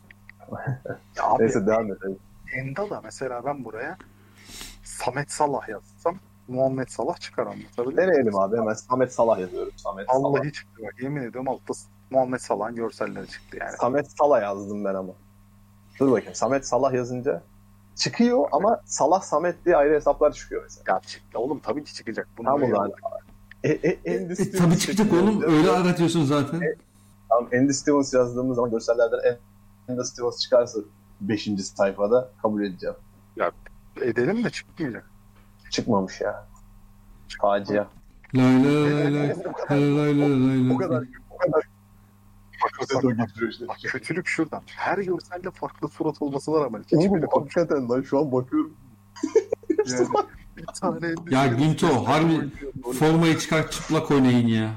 Ya abi, Neyse devam edelim. Endo da mesela ben buraya Samet Salah yazsam Muhammed Salah çıkar anlatabilir miyim? Deneyelim abi hemen Samet Salah yazıyorum. Samet Salah. Vallahi çıktı bak. Yemin ediyorum altta Muhammed Salah'ın görselleri çıktı yani. Samet Salah yazdım ben ama. Dur bakayım. Samet Salah yazınca çıkıyor ama Salah Samet diye ayrı hesaplar çıkıyor mesela. Ya çıktı oğlum tabii ki çıkacak. Bunu Tamam böyle ulan. E, e, E, Andy e, Stevens tabii çıkacak çıkıyor. oğlum. Öyle aratıyorsun zaten. E, tamam Andy Stevens yazdığımız zaman görsellerden Andy Stevens çıkarsa beşinci sayfada kabul edeceğim. edelim de çıkmayacak. Çıkmamış ya. Facia. Lay lay lay lay. Lay lay lay lay O kadar o kadar Bak, bak, işte. bak, kötülük şuradan. Her görselde farklı surat olmasına rağmen hiçbiri Oğlum konuşuyor. hakikaten lan şu an bakıyorum. Yani bir tane Ya Ginto harbi formayı çıkar çıplak oynayın ya.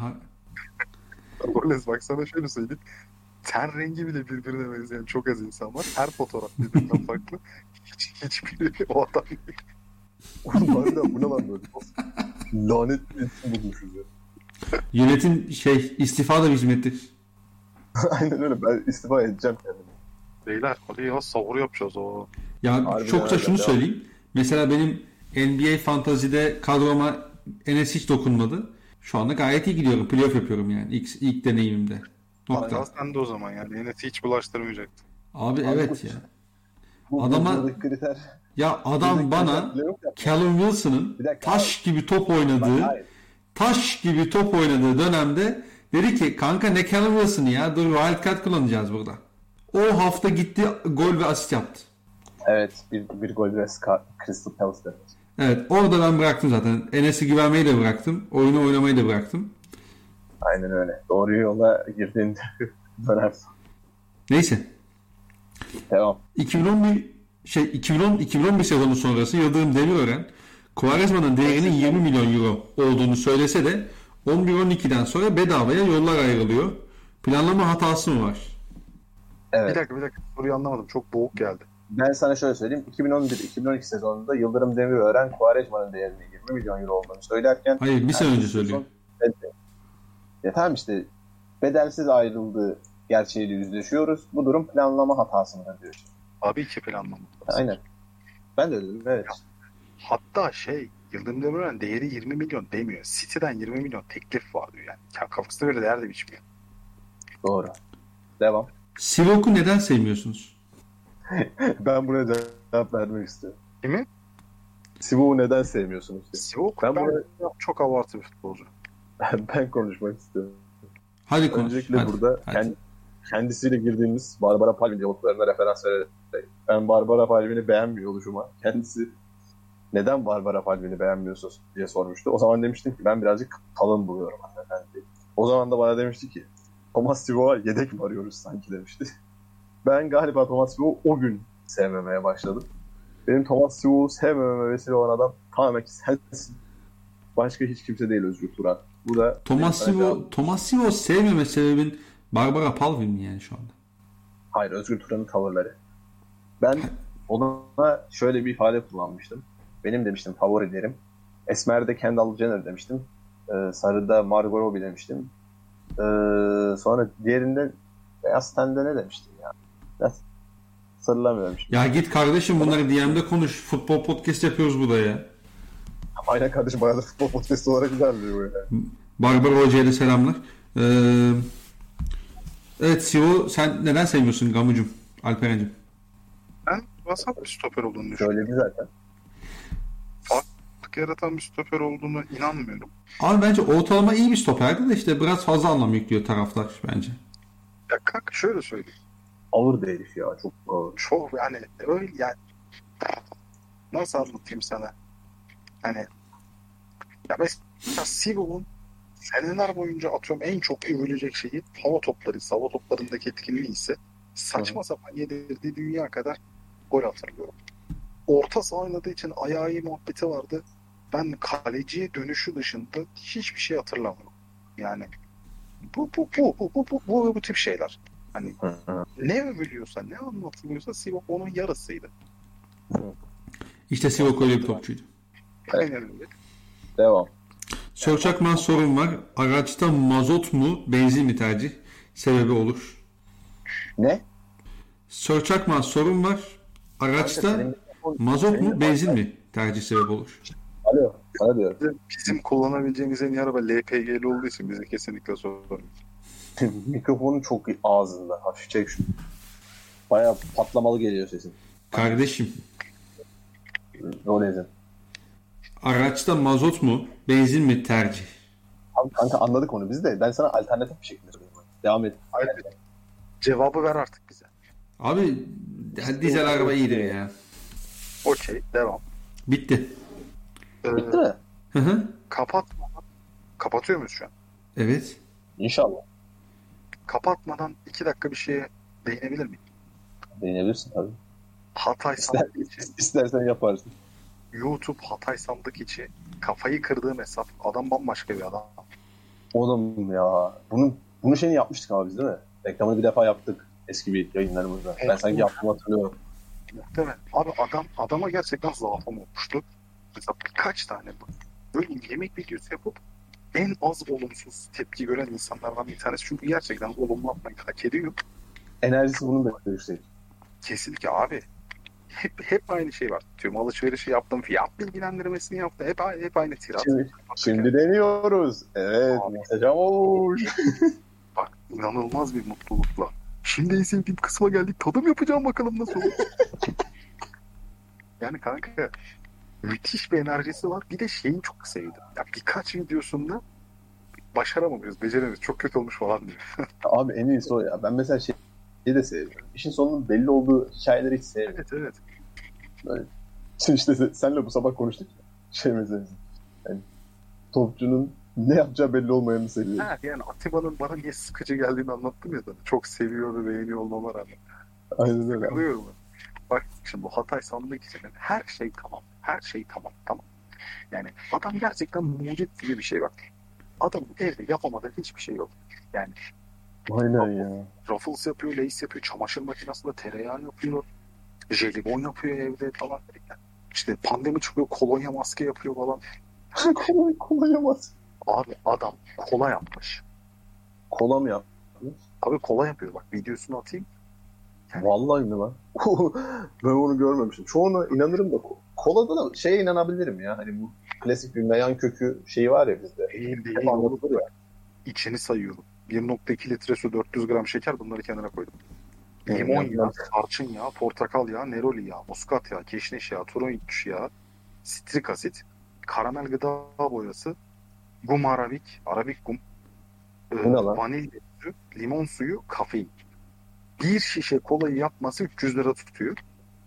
Orles bak sana şöyle söyleyeyim. Ten rengi bile birbirine benzeyen çok az insan var. Her fotoğraf birbirinden farklı. Hiç, hiçbiri o adam değil. Oğlum harbiden bu ne lan böyle? Lanet bir isim bulmuşuz ya. Yönetim şey istifa da hizmettir. Aynen öyle ben istifa edeceğim kendimi. Beyler hadi ya savur yapacağız o. Ya Harbiden çok da öyle, şunu devam. söyleyeyim. Mesela benim N B A fantazide kadroma Enes hiç dokunmadı. Şu anda gayet iyi gidiyorum. Playoff yapıyorum yani ilk, ilk deneyimimde. Nokta. Hala sen de o zaman yani. Enes'i hiç bulaştırmayacaktın. Abi evet ya. Bu Adama- buradaki kriter. Ya adam bana Callum Wilson'ın Bir dakika taş gibi top oynadığı Hayır. taş gibi top oynadığı dönemde dedi ki kanka ne Callum Wilson'ı ya dur wildcard kullanacağız burada. O hafta gitti gol ve asist yaptı. Evet bir, bir gol ve Ska- Crystal Palace'da. Evet orada ben bıraktım zaten. Enes'e güvenmeyi de bıraktım. Oyunu oynamayı da bıraktım. Aynen öyle. Doğru yola girdiğinde dönersin. Neyse. Devam. iki bin on bir şey iki bin on iki bin on bir sezonu sonrası Yıldırım Demirören Quaresma'nın değerinin yirmi milyon euro olduğunu söylese de on bir on ikiden sonra bedavaya yollar ayrılıyor. Planlama hatası mı var? Evet. Bir dakika bir dakika. Soruyu anlamadım. Çok boğuk geldi. Ben sana şöyle söyleyeyim. iki bin on bir iki bin on iki sezonunda Yıldırım Demirören Quaresma'nın değerinin yirmi milyon euro olduğunu söylerken Hayır bir sene yani önce sezon- söylüyor. Ya tamam işte bedelsiz ayrıldığı gerçeğiyle yüzleşiyoruz. Bu durum planlama hatası mıdır diyor. Tabii ki planlama. Aynen. Ben de dedim evet. Hatta şey Yıldırım Demirören değeri yirmi milyon demiyor. City'den yirmi milyon teklif var diyor yani. Ya kafasına göre değer de biçmiyor. Doğru. Devam. Sivok'u neden sevmiyorsunuz? Ben buraya cevap vermek istiyorum. Kimi? Sivok'u neden sevmiyorsunuz? diye. Sivok Ben ben buraya- çok abartı bir futbolcu. Ben konuşmak istiyorum. Hadi konuş. Öncelikle hadi, burada hadi. kend- kendisiyle girdiğimiz Barbara Palvin diyaloglarına referans vererek ben Barbara Palvin'i beğenmiyor oluşuma. Kendisi neden Barbara Palvin'i beğenmiyorsunuz diye sormuştu. O zaman demiştim ki ben birazcık kalın buluyorum hanımefendi. O zaman da bana demişti ki Thomas Sivo'a yedek mi arıyoruz sanki demişti. Ben galiba Thomas Sivo'u o gün sevmemeye başladım. Benim Thomas Sivo'u sevmememe vesile olan adam tamamen sensin. Başka hiç kimse değil Özgür Turan. Bu da Thomas Sivo, Thomas Sivo sevmeme sebebin Barbara Palvin mi yani şu anda? Hayır, Özgür Turan'ın tavırları. Ben ona şöyle bir ifade kullanmıştım. Benim demiştim favorilerim. Esmer'de Kendall Jenner demiştim. Ee, Sarı'da Margot Robbie demiştim. Ee, sonra diğerinde Beyaz Ten'de ne demiştim ya? Biraz hatırlamıyorum şimdi. Ya git kardeşim bunları D M'de konuş. Futbol podcast yapıyoruz bu da ya. Aynen kardeşim, bayağı da futbol podcast olarak ilerliyor böyle. Barbara Hoca'ya da selamlar. Ee, evet Sivo, sen neden sevmiyorsun Gamucum, Alperen'cim? Ben vasat bir stoper olduğunu düşünüyorum. Söyledi zaten. Fark yaratan bir stoper olduğunu inanmıyorum. Abi bence ortalama iyi bir stoperdi de işte biraz fazla anlam yüklüyor taraftar bence. Ya kanka şöyle söyleyeyim. Ağır da herif ya, çok ağır. Çok yani öyle yani nasıl anlatayım sana? Hani ya mesela Sivo'nun seneler boyunca atıyorum en çok övülecek şeyi hava topları, hava toplarındaki etkinliği ise saçma Hı. sapan yedirdiği dünya kadar gol hatırlıyorum. Orta saha oynadığı için ayağı iyi muhabbeti vardı. Ben kaleciye dönüşü dışında hiçbir şey hatırlamıyorum. Yani bu bu bu bu bu bu, bu, bu tip şeyler. Hani Hı. ne övülüyorsa, ne anlatılıyorsa Sivok onun yarısıydı. Hı. İşte Sivok öyle bir topçuydu. Aynen öyle. Devam. Sörçakman sorun var. Araçta mazot mu, benzin mi tercih sebebi olur? Ne? Sörçakman sorun var. Araçta mazot mu, benzin mi tercih sebebi olur? Alo, sana diyorum. Bizim, bizim kullanabileceğimiz en iyi araba L P G'li olduğu için bize kesinlikle sorun. Mikrofonun çok ağzında. Hafif çek şunu. Bayağı patlamalı geliyor sesin. Kardeşim. Rolezin. Araçta mazot mu, benzin mi tercih? Abi kanka anladık onu biz de. Ben sana alternatif bir şekilde söyleyeyim. Devam et. Hayır. Cevabı ver artık bize. Abi dizel araba iyidir ya. Okey, devam. Bitti. Ee, Bitti mi? Hı hı. Kapatmadan, kapatıyor muyuz şu an? Evet. İnşallah. Kapatmadan iki dakika bir şeye değinebilir miyim? Değinebilirsin tabii. Hatay İster, sandık içi, istersen yaparsın. YouTube Hatay sandık içi kafayı kırdığım hesap. Adam bambaşka bir adam. Oğlum ya. Bunun, bunun şeyini yapmıştık abi biz değil mi? Reklamını bir defa yaptık eski bir yayınlarımızda. Evet, ben sanki yaptığımı hatırlıyorum. Değil mi? Abi adam adama gerçekten zaafım olmuştu. Mesela birkaç tane böyle yemek videosu yapıp en az olumsuz tepki gören insanlardan bir tanesi. Çünkü gerçekten olumlu atmayı hak ediyor. Enerjisi bunun da yüksek. Kesinlikle abi. Hep hep aynı şey var. Tüm alışverişi yaptım, fiyat bilgilendirmesini yaptım. Hep hep aynı tirat. Şimdi, şimdi deniyoruz. Evet, muhteşem olmuş. Bak inanılmaz bir mutlulukla. Şimdi en sevdiğim kısma geldik. Tadım yapacağım bakalım nasıl olur. Yani kanka müthiş bir enerjisi var. Bir de şeyi çok sevdim. Ya birkaç videosunda başaramamıyoruz, beceremiyoruz. Çok kötü olmuş falan diyor. Abi en iyisi o ya. Ben mesela şey de sevmiyorum. İşin sonunun belli olduğu hikayeleri hiç sevmiyorum. Evet evet. Böyle. İşte senle bu sabah konuştuk ya. Şey mesela. Yani, topçunun ne yapacağı belli olmayanı seviyorum. Ha, yani Atiba'nın bana niye sıkıcı geldiğini anlattım ya sana. Çok seviyor ve beğeniyor olmama rağmen. Aynen öyle. Sıkılıyorum. Bak şimdi bu Hatay sandık için her şey tamam. Her şey tamam. Tamam. Yani adam gerçekten mucit gibi bir şey bak. Adam evde yapamadığı hiçbir şey yok. Yani aynen ya. Ruffles yapıyor, Lace yapıyor, çamaşır makinesinde tereyağı yapıyor, jelibon yapıyor evde falan. Yani işte pandemi çıkıyor, kolonya maske yapıyor falan. Kolay kolay maske. Abi adam kola yapmış. Kola mı yapmış? Abi kola yapıyor bak videosunu atayım. Yani... Vallahi mi lan? Ben onu görmemişim. Çoğuna inanırım da kolada da şeye inanabilirim ya. Hani bu klasik bir meyan kökü şeyi var ya bizde. Değil değil. Anlatılır ya. İçini sayıyorum. bir nokta iki litre su, dört yüz gram şeker, bunları kenara koydum. Limon yağı, tarçın yağı, portakal yağı, neroli yağı, muskat yağı, keşniş yağı, turunç yağı, sitrik asit, karamel gıda boyası, gum arabik, arabik gum, e, vanilya suyu, limon suyu, kafein. bir şişe kolayı yapması üç yüz lira tutuyor.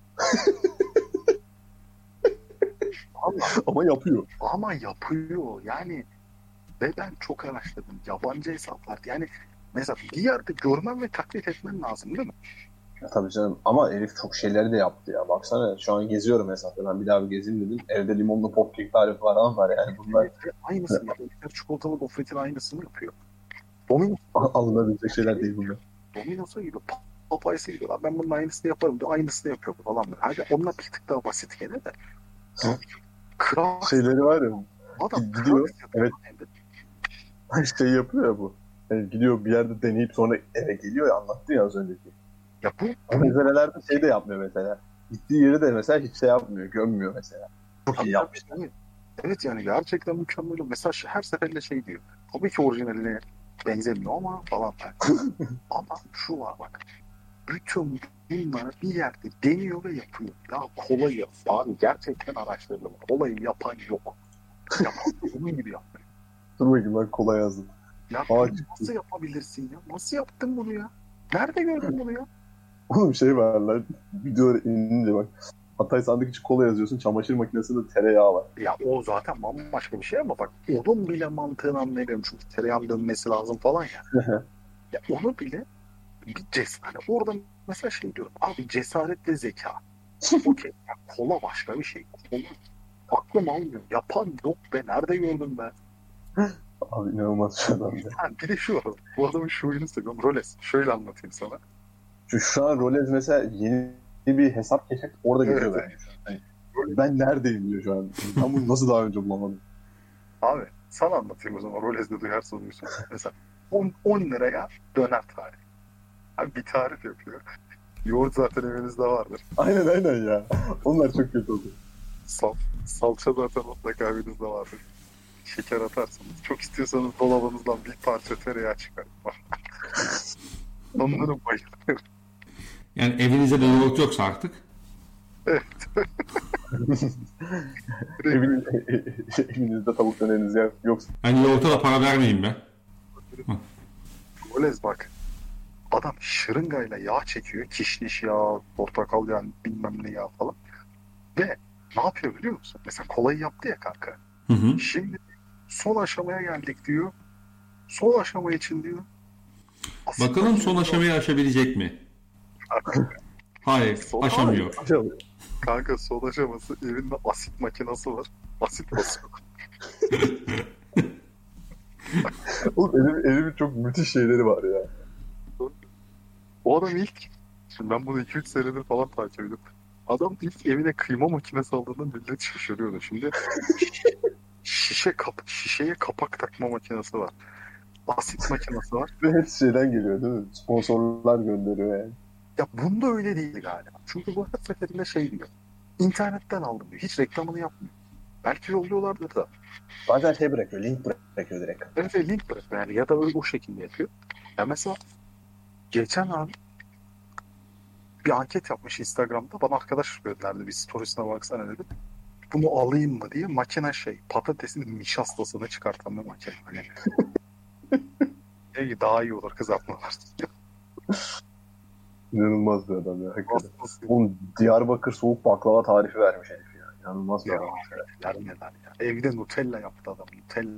ama, Ama yapıyor. ama yapıyor. Yani ve ben çok araştırdım. Yabancı hesaplar. Yani mesela bir yerde görmen ve taklit etmen lazım değil mi? Ya tabii canım. Ama herif çok şeyleri de yaptı ya. Baksana şu an geziyorum hesapta. Ben bir daha bir gezeyim dedim. Evde limonlu popkek tarifi falan var yani. Bunlar Aynısını yapıyor. Çikolatalı gofretin aynısını yapıyor. Domino's, alınabilecek şeyler değil bunlar. Domino's'a gidiyor. Popeyes'e gidiyor. Lan ben bunun aynısını yaparım diyor. Aynısını yapıyor falan. Hadi onlar bir tık daha basit gene de. Kral Şeyleri var ya. adam Gidiyor. kral Evet. Şey yapıyor ya bu. Yani gidiyor bir yerde deneyip sonra eve geliyor ya, anlattı ya az önceki. Ya bu O meselelerde şey de yapmıyor mesela. Gittiği yeri de mesela hiç şey yapmıyor. Gömmüyor mesela. Çok iyi yapmış. Evet. Evet yani gerçekten mükemmel. Mesela her seferinde şey diyor. Tabii ki orijinaline benzemiyor ama falan. Ama şu var bak. Bütün bunları bir yerde deniyor ve yapıyor. Ya kolayı abi gerçekten araştırdım. Kolayı yapan yok. Yapan bunun gibi yapmıyor. Dur bakayım ben kolay yazdım. Ya Aa, nasıl yapabilirsin ya? Nasıl yaptın bunu ya? Nerede gördün bunu ya? Oğlum şey var lan. Video inince bak. Hatay sandık içi kola yazıyorsun. Çamaşır makinesinde tereyağı var. Ya o zaten bambaşka bir şey ama bak onun bile mantığını anlayamıyorum. Çünkü tereyağın dönmesi lazım falan ya. Ya onu bile bir cesaret. Hani orada mesela şey diyorum. Abi cesaret ve zeka. Okey. Ya kola başka bir şey. Kola aklım almıyor. Yapan yok be. Nerede gördüm ben? Abi inanılmaz şu adam ya. Ha, bir de şu var. Bu adamın şu oyunu seviyorum. Roles. Şöyle anlatayım sana. Şu, şu an Rolez mesela yeni bir hesap keşfet. Orada Evet, geziyor evet. bence şu an. Hani, ben neredeyim diyor şu an. Ben bunu nasıl daha önce bulamadım? Abi sana anlatayım o zaman. Roles'de duyarsa duysun. Mesela on liraya döner tarif. Abi bir tarif yapıyor. Yoğurt zaten evinizde vardır. Aynen aynen ya. Onlar çok kötü oldu. Sal, salça zaten mutlaka evinizde vardır. Şeker atarsınız. Çok istiyorsanız dolabınızdan bir parça tereyağı çıkarın. Onları bayılıyorum. Yani evinizde de yoğurt yoksa artık. Evin, evinizde tavuk döneriniz yer yoksa. Hani yoğurta da para vermeyin be. Rolez bak. Adam şırıngayla yağ çekiyor. Kişniş yağı, portakal yağı, bilmem ne yağı falan. Ve ne yapıyor biliyor musun? Mesela kolayı yaptı ya kanka. Hı hı. Şimdi son aşamaya geldik diyor. Son aşama için diyor. asit Bakalım son makinesi- aşamayı aşabilecek mi? Hayır, Son- aşamıyor. Kanka son aşaması evinde asit makinesi var. Asit basıyor. Oğlum evin, evin çok müthiş şeyleri var ya. O adam ilk, şimdi ben bunu iki üç senedir falan takip ediyorum. Adam ilk evine kıyma makinesi aldığında millet şaşırıyordu. Şimdi şişe kap şişeye kapak takma makinesi var. Asit makinesi var. Ve hepsi şeyden geliyor değil mi? Sponsorlar gönderiyor yani. Ya bunda öyle değil galiba. Çünkü bu her seferinde şey diyor. İnternetten aldım diyor. Hiç reklamını yapmıyor. Belki yolluyorlardır da. Bazen şey bırakıyor, link bırakıyor direkt. Evet link bırakıyor yani ya da öyle o şekilde yapıyor. Ya mesela geçen abi bir anket yapmış Instagram'da. Bana arkadaş gönderdi bir storiesine baksana dedi. Bunu alayım mı diye makine şey patatesin nişastasını çıkartan bir makine. Hani şey, daha iyi olur kızartmalar. İnanılmaz bir adam ya. Hakikaten. Nasıl- Oğlum Diyarbakır soğuk baklava tarifi vermiş herif ya. İnanılmaz bir Ya, adam. neler neler ya. Evde Nutella yaptı adam. Nutella.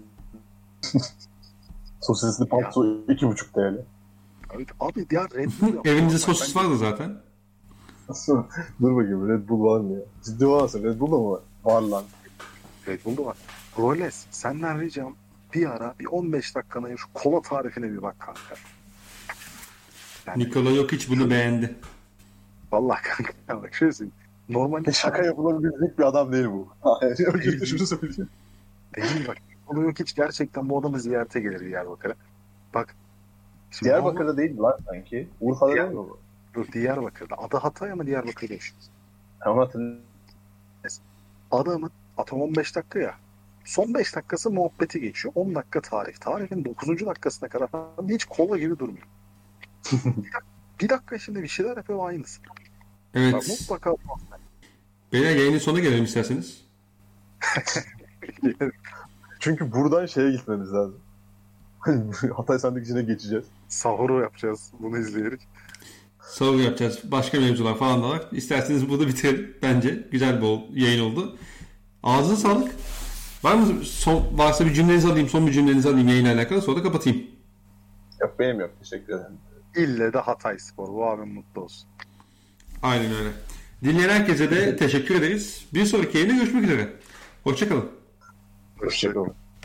Sosisli patso iki buçuk T L. Abi, abi diğer Red Bull yaptı. Evinizde Bak, sosis ben- vardı zaten. Dur bakayım Red Bull var mı ya? Ciddi olamazsın Red Bull da mı var? Var lan. Red Bull'da var. Roles senden ricam bir ara bir on beş dakikana şu kola tarifine bir bak kanka. Yani Nikola yok hiç bunu beğendi. vallahi kanka bak şöyle söyleyeyim. Normalde Şaka yapılabilecek bir adam değil bu. Öncelikle şunu söyleyeyim. değil bak. Bunu yok hiç gerçekten bu adamı ziyarete gelir Diyarbakır'a. Bak. şimdi Diyarbakır'da değil mi lan sanki? Urfa'da değil mi bu? Dur Diyarbakır'da. Adı Hatay ama Diyarbakır'da yaşıyor. Tamam hatırlıyorum. Adamın atom on beş dakika ya. Son beş dakikası muhabbeti geçiyor. on dakika tarih. Tarifin dokuzuncu dakikasına kadar falan hiç kola gibi durmuyor. bir, dakika, bir dakika içinde bir şeyler yapıyor aynısı. Bak, Evet. mutlaka Beyler yayının sonuna gelelim isterseniz. Çünkü buradan şeye gitmemiz lazım. Hatay sandık içine geçeceğiz. sahuru yapacağız bunu izleyerek. Savur yapacağız. Başka mevzular falan da var. İsterseniz burada bitirelim. Bence güzel bir yayın oldu. Ağzına sağlık. Var mı son, varsa bir cümlenizi alayım, son bir cümlenizi alayım yayınla alakalı, sonra da kapatayım. Yok, benim yok. Teşekkür ederim. İlle de Hatayspor. Bu abim mutlu olsun. Aynen öyle. Dinleyen herkese de teşekkür ederiz. Bir sonraki yayında görüşmek üzere. Hoşçakalın. Hoşçakalın.